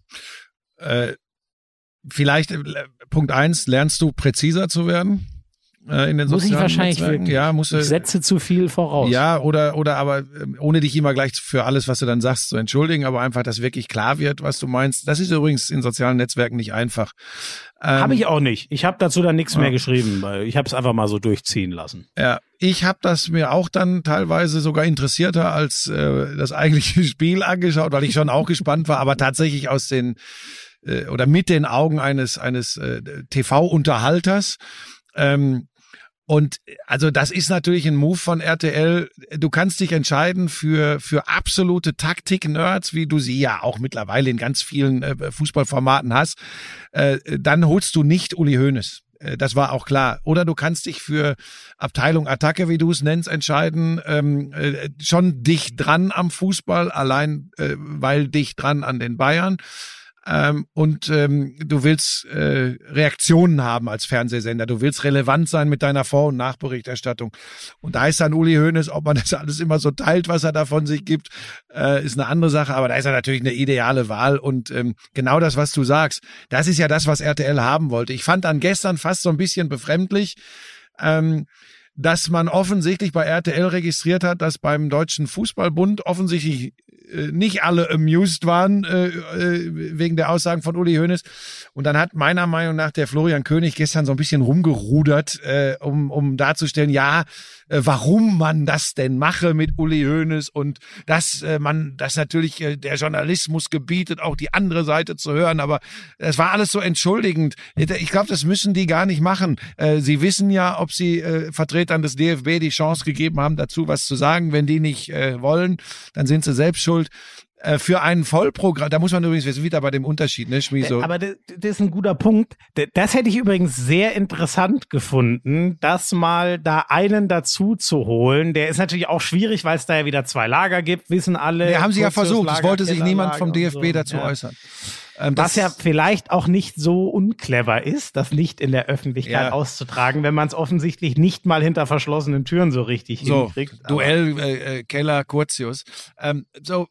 Äh, vielleicht, äh, Punkt eins, lernst du präziser zu werden? Äh, in den
muss
sozialen
ich wahrscheinlich
Netzwerken?
wirklich.
Ja, musst du,
ich setze zu viel voraus.
Ja, oder, oder aber ohne dich immer gleich für alles, was du dann sagst, zu entschuldigen, aber einfach, dass wirklich klar wird, was du meinst. Das ist übrigens in sozialen Netzwerken nicht einfach. Ähm,
habe ich auch nicht. Ich habe dazu dann nichts
ja.
mehr geschrieben, weil ich habe es einfach mal so durchziehen lassen.
Ja, ich habe das mir auch dann teilweise sogar interessierter als äh, das eigentliche Spiel angeschaut, weil ich schon auch gespannt war, aber tatsächlich aus den äh, oder mit den Augen eines eines äh, T V-Unterhalters. Ähm, Und also das ist natürlich ein Move von R T L. Du kannst dich entscheiden für für absolute Taktik-Nerds, wie du sie ja auch mittlerweile in ganz vielen äh, Fußballformaten hast. Äh, dann holst du nicht Uli Hoeneß. Äh, das war auch klar. Oder du kannst dich für Abteilung Attacke, wie du es nennst, entscheiden. Ähm, äh, schon dicht dran am Fußball, allein äh, weil dicht dran an den Bayern. Ähm, und ähm, du willst äh, Reaktionen haben als Fernsehsender, du willst relevant sein mit deiner Vor- und Nachberichterstattung. Und da ist dann Uli Hoeneß, ob man das alles immer so teilt, was er da von sich gibt, äh, ist eine andere Sache, aber da ist er natürlich eine ideale Wahl. Und ähm, genau das, was du sagst, das ist ja das, was R T L haben wollte. Ich fand dann gestern fast so ein bisschen befremdlich, ähm, dass man offensichtlich bei R T L registriert hat, dass beim Deutschen Fußballbund offensichtlich äh, nicht alle amused waren äh, äh, wegen der Aussagen von Uli Hoeneß. Und dann hat meiner Meinung nach der Florian König gestern so ein bisschen rumgerudert, äh, um, um darzustellen, ja, äh, warum man das denn mache mit Uli Hoeneß und dass äh, man, dass natürlich äh, der Journalismus gebietet, auch die andere Seite zu hören. Aber es war alles so entschuldigend. Ich glaube, das müssen die gar nicht machen. Äh, sie wissen ja, ob sie äh, Vertretern des D F B die Chance gegeben haben, dazu was zu sagen. Wenn die nicht äh, wollen, dann sind sie selbst schuld. Äh, für ein Vollprogramm, da muss man übrigens, wir sind wieder bei dem Unterschied, ne, Schmieso?
Aber das, das ist ein guter Punkt. Das hätte ich übrigens sehr interessant gefunden, das mal da einen dazu zu holen. Der ist natürlich auch schwierig, weil es da ja wieder zwei Lager gibt, wissen alle.
Ja, haben sie ja versucht. Es wollte sich niemand vom D F B
so.
dazu
ja.
äußern.
Ähm, Was ja vielleicht auch nicht so unclever ist, das nicht in der Öffentlichkeit ja. auszutragen, wenn man es offensichtlich nicht mal hinter verschlossenen Türen so richtig
so,
hinkriegt.
Duell äh, Keller Curtius. Ähm, so,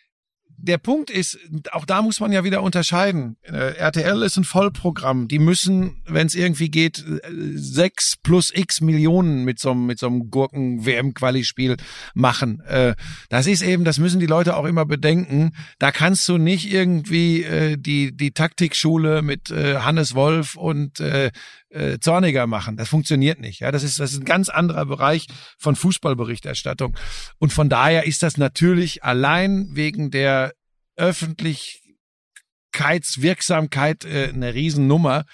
der Punkt ist, auch da muss man ja wieder unterscheiden. Äh, R T L ist ein Vollprogramm. Die müssen, wenn es irgendwie geht, sechs plus x Millionen mit so einem mit so einem Gurken-W M-Quali-Spiel machen. Äh, das ist eben, das müssen die Leute auch immer bedenken. Da kannst du nicht irgendwie äh, die die Taktikschule mit äh, Hannes Wolf und äh, äh, Zorniger machen. Das funktioniert nicht. Ja, das ist das ist ein ganz anderer Bereich von Fußballberichterstattung. Und von daher ist das natürlich allein wegen der Öffentlichkeitswirksamkeit äh, eine Riesennummer,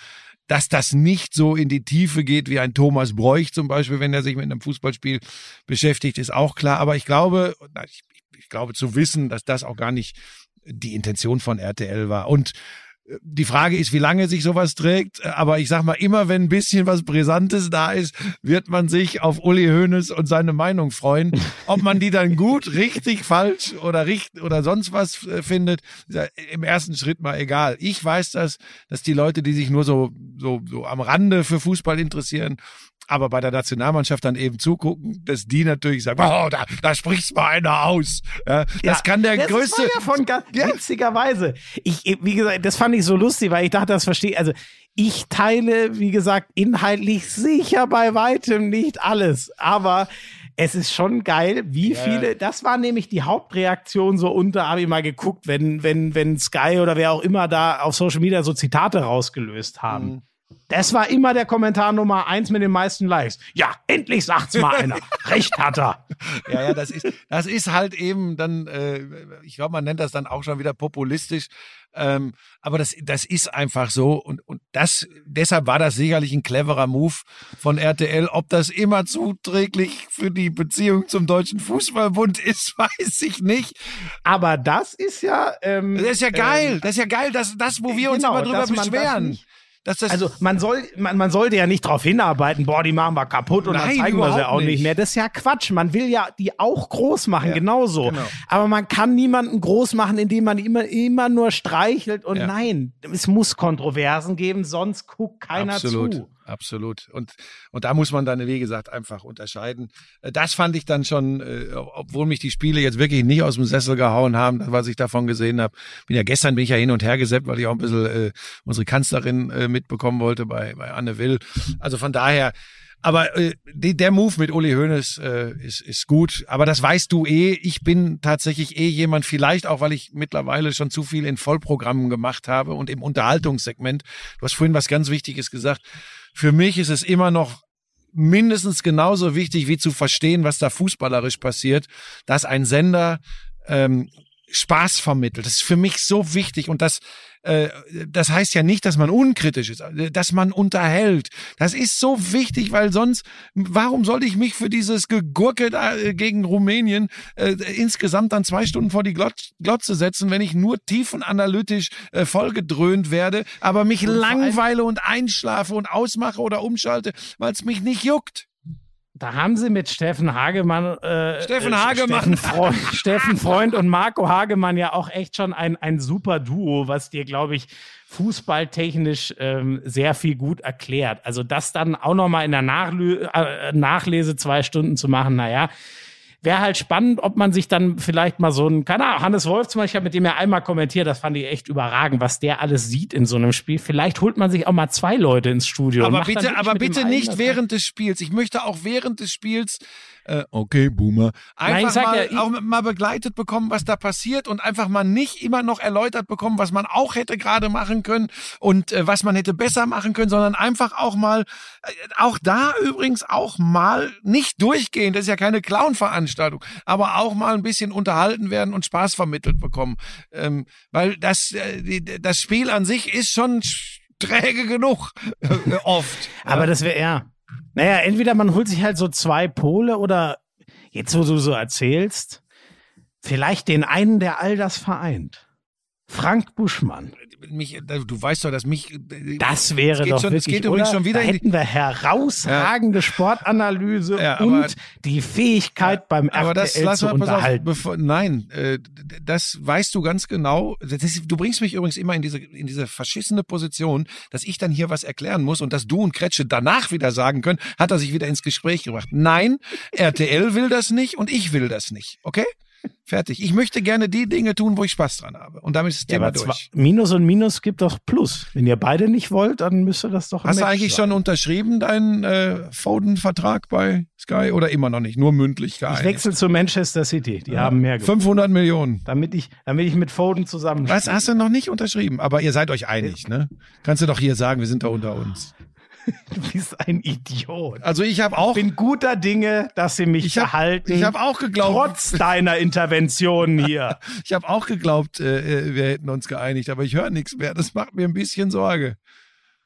dass das nicht so in die Tiefe geht wie ein Thomas Bräuch zum Beispiel, wenn er sich mit einem Fußballspiel beschäftigt, ist auch klar. Aber ich glaube, ich, ich glaube zu wissen, dass das auch gar nicht die Intention von R T L war. Und die Frage ist, wie lange sich sowas trägt. Aber ich sag mal, immer wenn ein bisschen was Brisantes da ist, wird man sich auf Uli Hoeneß und seine Meinung freuen. Ob man die dann gut, richtig, falsch oder richtig oder sonst was findet, ist ja im ersten Schritt mal egal. Ich weiß das, dass die Leute, die sich nur so, so, so am Rande für Fußball interessieren, aber bei der Nationalmannschaft dann eben zugucken, dass die natürlich sagen, oh, da, da spricht's mal einer aus. Ja, das ja, kann der
das
größte...
Das war ja von ganz, ja. witzigerweise. Ich, wie gesagt, das fand ich so lustig, weil ich dachte, das verstehe, also ich teile, wie gesagt, inhaltlich sicher bei weitem nicht alles, aber es ist schon geil, wie ja. viele, das war nämlich die Hauptreaktion so unter, habe ich mal geguckt, wenn, wenn, wenn Sky oder wer auch immer da auf Social Media so Zitate rausgelöst haben. Mhm. Das war immer der Kommentar Nummer eins mit den meisten Likes. Ja, endlich sagt's mal einer. Recht hat er.
Ja, ja, das ist, das ist halt eben dann, äh, ich glaube, man nennt das dann auch schon wieder populistisch. Ähm, aber das, das ist einfach so. Und, und das, deshalb war das sicherlich ein cleverer Move von R T L. Ob das immer zuträglich für die Beziehung zum Deutschen Fußballbund ist, weiß ich nicht.
Aber das ist ja, ähm,
das ist ja geil.
Ähm,
das ist ja geil, dass das, wo wir uns
genau,
immer drüber beschweren.
Dass das also man soll, man, man sollte ja nicht darauf hinarbeiten, boah, die machen wir kaputt und Nein, dann zeigen wir sie auch nicht. nicht mehr. Das ist ja Quatsch. Man will ja die auch groß machen, ja, genauso. Genau. Aber man kann niemanden groß machen, indem man immer, immer nur streichelt. Und ja. nein, es muss Kontroversen geben, sonst guckt keiner
Absolut.
zu.
Absolut. Und, und da muss man dann, wie gesagt, einfach unterscheiden. Das fand ich dann schon, obwohl mich die Spiele jetzt wirklich nicht aus dem Sessel gehauen haben, was ich davon gesehen habe. Bin ja gestern bin ich ja hin und her gesäppt, weil ich auch ein bisschen äh, unsere Kanzlerin äh, mitbekommen wollte bei, bei Anne Will. Also von daher, aber äh, die, der Move mit Uli Hoeneß äh, ist, ist gut. Aber das weißt du eh. Ich bin tatsächlich eh jemand, vielleicht auch, weil ich mittlerweile schon zu viel in Vollprogrammen gemacht habe und im Unterhaltungssegment. Du hast vorhin was ganz Wichtiges gesagt. Für mich ist es immer noch mindestens genauso wichtig, wie zu verstehen, was da fußballerisch passiert, dass ein Sender ähm, Spaß vermittelt. Das ist für mich so wichtig und das äh, das heißt ja nicht, dass man unkritisch ist, dass man unterhält. Das ist so wichtig, weil sonst, warum sollte ich mich für dieses Gegurke da gegen Rumänien äh, insgesamt dann zwei Stunden vor die Glotz, Glotze setzen, wenn ich nur tiefenanalytisch äh, vollgedröhnt werde, aber mich und langweile und einschlafe und ausmache oder umschalte, weil es mich nicht juckt.
Da haben sie mit Steffen Hagemann, äh,
Steffen Hagemann,
Steffen Freund, Steffen Freund und Marco Hagemann ja auch echt schon ein, ein super Duo, was dir, glaube ich, fußballtechnisch ähm, sehr viel gut erklärt. Also das dann auch nochmal in der Nachlü- äh, Nachlese zwei Stunden zu machen, naja, wäre halt spannend, ob man sich dann vielleicht mal so ein, keine Ahnung, Hannes Wolf zum Beispiel, mit dem er einmal kommentiert, das fand ich echt überragend, was der alles sieht in so einem Spiel. Vielleicht holt man sich auch mal zwei Leute ins Studio.
Aber bitte, aber bitte nicht während des Spiels. Ich möchte auch während des Spiels, äh, okay, Boomer, einfach Nein, mal, ja, auch mal begleitet bekommen, was da passiert und einfach mal nicht immer noch erläutert bekommen, was man auch hätte gerade machen können und äh, was man hätte besser machen können, sondern einfach auch mal, äh, auch da übrigens auch mal nicht durchgehen, das ist ja keine Clown-Veranstaltung, aber auch mal ein bisschen unterhalten werden und Spaß vermittelt bekommen. Ähm, weil das, äh, das Spiel an sich ist schon träge genug, äh, oft.
Aber ja. das wäre ja. Naja, entweder man holt sich halt so zwei Pole oder, jetzt wo du so erzählst, vielleicht den einen, der all das vereint. Frank Buschmann.
Mich, du weißt doch, dass mich...
Das wäre doch
schon,
wirklich,
geht übrigens schon wieder
da hätten wir herausragende ja. Sportanalyse ja, aber, und die Fähigkeit ja, beim
aber
R T L
das,
zu
lass mal,
unterhalten.
Pass auf, bevor, nein, äh, das weißt du ganz genau. Das ist, du bringst mich übrigens immer in diese, in diese verschissene Position, dass ich dann hier was erklären muss und dass du und Kretsche danach wieder sagen können, hat er sich wieder ins Gespräch gebracht. Nein, R T L will das nicht und ich will das nicht, okay? Fertig. Ich möchte gerne die Dinge tun, wo ich Spaß dran habe. Und damit ist das Thema ja, durch.
Minus und Minus gibt doch Plus. Wenn ihr beide nicht wollt, dann müsste das doch ein
Hast
Match
du eigentlich
sein.
schon unterschrieben, deinen äh, Foden-Vertrag bei Sky oder immer noch nicht? Nur mündlich geeinigt?
Ich wechsle zu Manchester City. Die ja. haben mehr
gewonnen. fünfhundert Millionen.
Damit ich, damit ich mit Foden zusammen.
Was hast du noch nicht unterschrieben? Aber ihr seid euch einig, ne? Kannst du doch hier sagen, wir sind da unter uns.
Du bist ein Idiot.
Also ich habe auch...
Ich bin guter Dinge, dass sie mich
ich hab,
erhalten.
Ich habe auch geglaubt...
Trotz deiner Interventionen hier.
Ich habe auch geglaubt, äh, wir hätten uns geeinigt, aber ich höre nichts mehr. Das macht mir ein bisschen Sorge.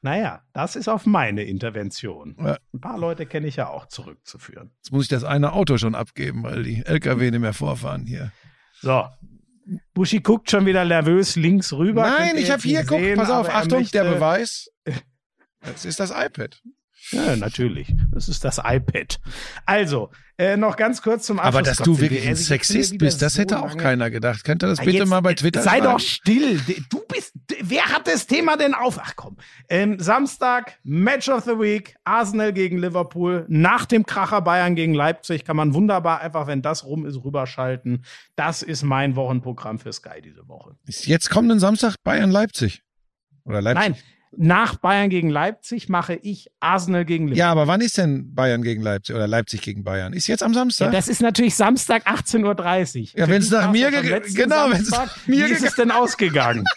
Naja, das ist auf meine Intervention.
Ja.
Ein paar Leute kenne ich ja auch zurückzuführen.
Jetzt muss ich das eine Auto schon abgeben, weil die L K W nicht mehr vorfahren hier.
So. Buschi guckt schon wieder nervös links rüber.
Nein,
Könnt ihr
ich habe
jetzt
hier,
nicht
guck,
sehen,
pass auf,
aber er
Achtung,
möchte-
der Beweis. Das ist das iPad.
Ja, natürlich. Das ist das iPad. Also, äh, noch ganz kurz zum Abschluss.
Aber dass
Gott,
du
sind wir
wirklich ein
ehrlich, jetzt sind wir
Sexist
wieder
bist, das
so
hätte auch
lange-
keiner gedacht. Könnt ihr das
Ja,
bitte
jetzt,
mal bei
jetzt
Twitter
Sei
schreiben?
doch still. Du bist, wer hat das Thema denn auf? Ach komm. Ähm, Samstag, Match of the Week, Arsenal gegen Liverpool. Nach dem Kracher Bayern gegen Leipzig kann man wunderbar einfach, wenn das rum ist, rüberschalten. Das ist mein Wochenprogramm für Sky diese Woche.
Ist jetzt kommenden Samstag Bayern-Leipzig. Oder Leipzig?
Nein, nach Bayern gegen Leipzig mache ich Arsenal gegen Liverpool.
Ja, aber wann ist denn Bayern gegen Leipzig oder Leipzig gegen Bayern? Ist jetzt am Samstag?
Ja, das ist natürlich Samstag achtzehn Uhr dreißig.
Ja,
Für
wenn's
dich
nach
war's
mir
doch am
ge-
letzten
genau, wenn's
Samstag.
nach mir
Wie ist es denn ausgegangen?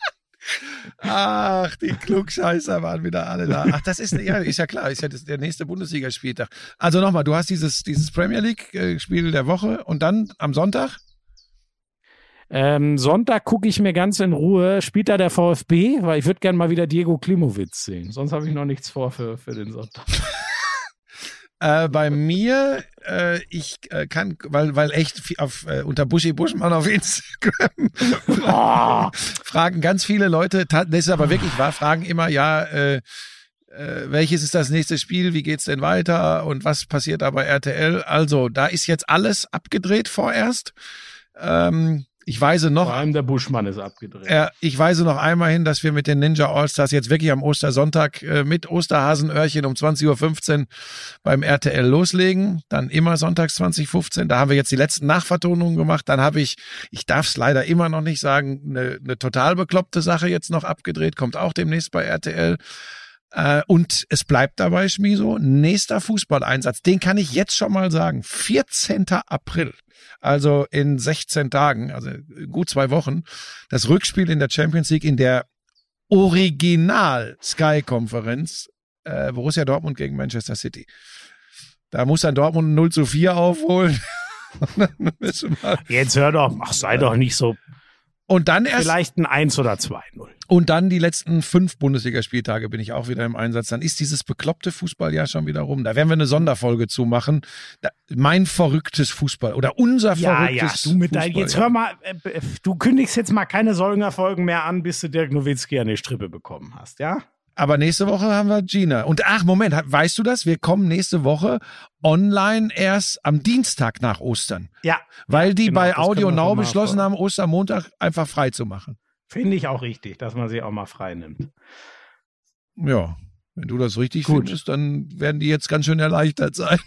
Ach, die Klugscheißer waren wieder alle da. Ach, das ist, ja, ist ja klar, ist ja das, der nächste Bundesligaspieltag. Also nochmal, du hast dieses, dieses Premier League-Spiel der Woche und dann am Sonntag?
Ähm, Sonntag gucke ich mir ganz in Ruhe, spielt da der VfB, weil ich würde gerne mal wieder Diego Klimowitz sehen. Sonst habe ich noch nichts vor für, für den Sonntag.
Äh, bei mir, äh, ich äh, kann, weil, weil echt viel auf, äh, unter Buschi Buschmann auf Instagram
Oh.
fragen ganz viele Leute, ta- das ist aber wirklich wahr, fragen immer, ja, äh, äh, welches ist das nächste Spiel, wie geht's denn weiter und was passiert da bei R T L? Also, da ist jetzt alles abgedreht vorerst. Ähm, ich weise noch
Vor allem der Buschmann ist abgedreht.
Äh, ich weise noch einmal hin, dass wir mit den Ninja All-Stars jetzt wirklich am Ostersonntag äh, mit Osterhasenöhrchen um zwanzig Uhr fünfzehn beim R T L loslegen. Dann immer sonntags zwanzig fünfzehn. Da haben wir jetzt die letzten Nachvertonungen gemacht. Dann habe ich, ich darf es leider immer noch nicht sagen, eine, eine total bekloppte Sache jetzt noch abgedreht. Kommt auch demnächst bei R T L. Äh, und es bleibt dabei, Schmiso, nächster Fußballeinsatz, den kann ich jetzt schon mal sagen. vierzehnten April. Also in sechzehn Tagen, also gut zwei Wochen, das Rückspiel in der Champions League in der Original-Sky-Konferenz, äh, Borussia Dortmund gegen Manchester City. Da muss dann Dortmund null zu vier aufholen.
Jetzt hör doch, ach, sei doch nicht so.
Und dann erst,
Vielleicht ein eins oder zwei null.
und dann die letzten fünf Bundesligaspieltage bin ich auch wieder im Einsatz. Dann ist dieses bekloppte Fußballjahr schon wieder rum. Da werden wir eine Sonderfolge zu machen. Da, mein verrücktes Fußball oder unser
Ja,
verrücktes
ja, du mit dein,
Fußball.
jetzt hör mal, äh, du kündigst jetzt mal keine Säulinger-Folgen mehr an, bis du Dirk Nowitzki eine Strippe bekommen hast, ja?
Aber nächste Woche haben wir Gina. Und ach, Moment, weißt du das? Wir kommen nächste Woche online erst am Dienstag nach Ostern.
Ja.
Weil die
genau,
bei
das können
Audio
wir
Now
schon mal
beschlossen
vor-
haben, Ostermontag einfach frei zu machen.
Finde ich auch richtig, dass man sie auch mal frei nimmt.
Ja, wenn du das richtig
Gut.
findest, dann werden die jetzt ganz schön erleichtert sein.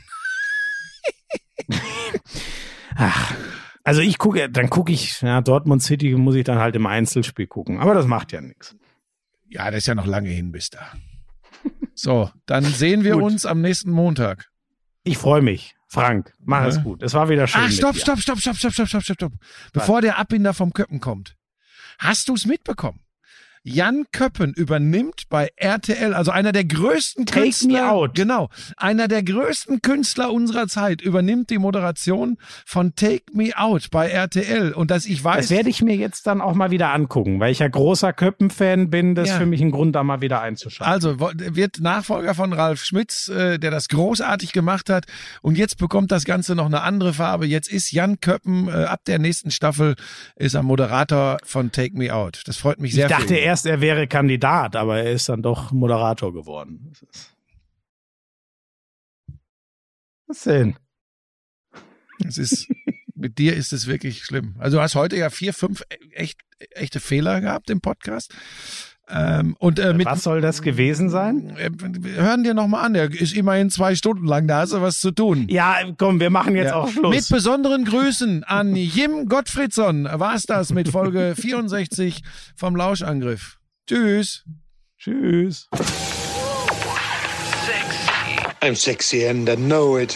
Ach, also ich gucke, dann gucke ich, ja, Dortmund City muss ich dann halt im Einzelspiel gucken. Aber das macht ja nichts.
Ja, das ist ja noch lange hin bis da. So, dann sehen wir
Gut.
uns am nächsten Montag.
Ich freue mich. Frank, mach
Ja.
es gut. Es war wieder schön.
Ach,
mit
stopp,
dir.
stopp, stopp, stopp, stopp, stopp, stopp, stopp, stopp. Bevor der Abbinder vom Köppen kommt. Hast du es mitbekommen? Jan Köppen übernimmt bei R T L, also einer der größten
Take
Künstler,
Me Out.
genau, einer der größten Künstler unserer Zeit übernimmt die Moderation von Take Me Out bei R T L. Und dass ich weiß,
Das werde ich mir jetzt dann auch mal wieder angucken, weil ich ja großer Köppen-Fan bin. Das ist
Ja.
für mich ein Grund, da mal wieder einzuschalten.
also wo- wird Nachfolger von Ralf Schmitz, äh, der das großartig gemacht hat. Und jetzt bekommt das Ganze noch eine andere Farbe. Jetzt ist Jan Köppen äh, ab der nächsten Staffel ist er Moderator von Take Me Out. Das freut mich sehr.
ich dachte
für ihn.
erst, er wäre Kandidat, aber er ist dann doch Moderator geworden. Das ist- Was denn?
Es ist, mit dir ist es wirklich schlimm. Also du hast heute ja vier, fünf echt, echte Fehler gehabt im Podcast. Ähm, und äh, mit,
Was soll das gewesen sein?
äh, hören dir nochmal an, der ist immerhin zwei Stunden lang, da hast du was zu tun.
Ja, komm, wir machen jetzt
Ja.
auch Schluss.
Mit besonderen Grüßen an Jim Gottfriedsson war's das mit Folge vierundsechzig vom Lauschangriff. Tschüss.
Tschüss.
I'm sexy and I know it.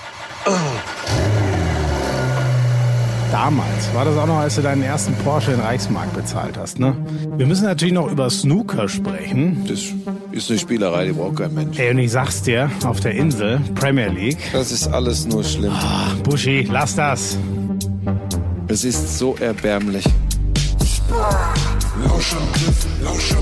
Damals war das auch noch, als du deinen ersten Porsche in Reichsmark bezahlt hast, ne? Wir müssen natürlich noch über Snooker sprechen.
Das ist eine Spielerei, die braucht kein Mensch.
Ey, und ich sag's dir, auf der Insel, Premier League.
Das ist alles nur schlimm.
Buschi, lass das.
Es ist so erbärmlich.
Lauschangriff, Lauschangriff.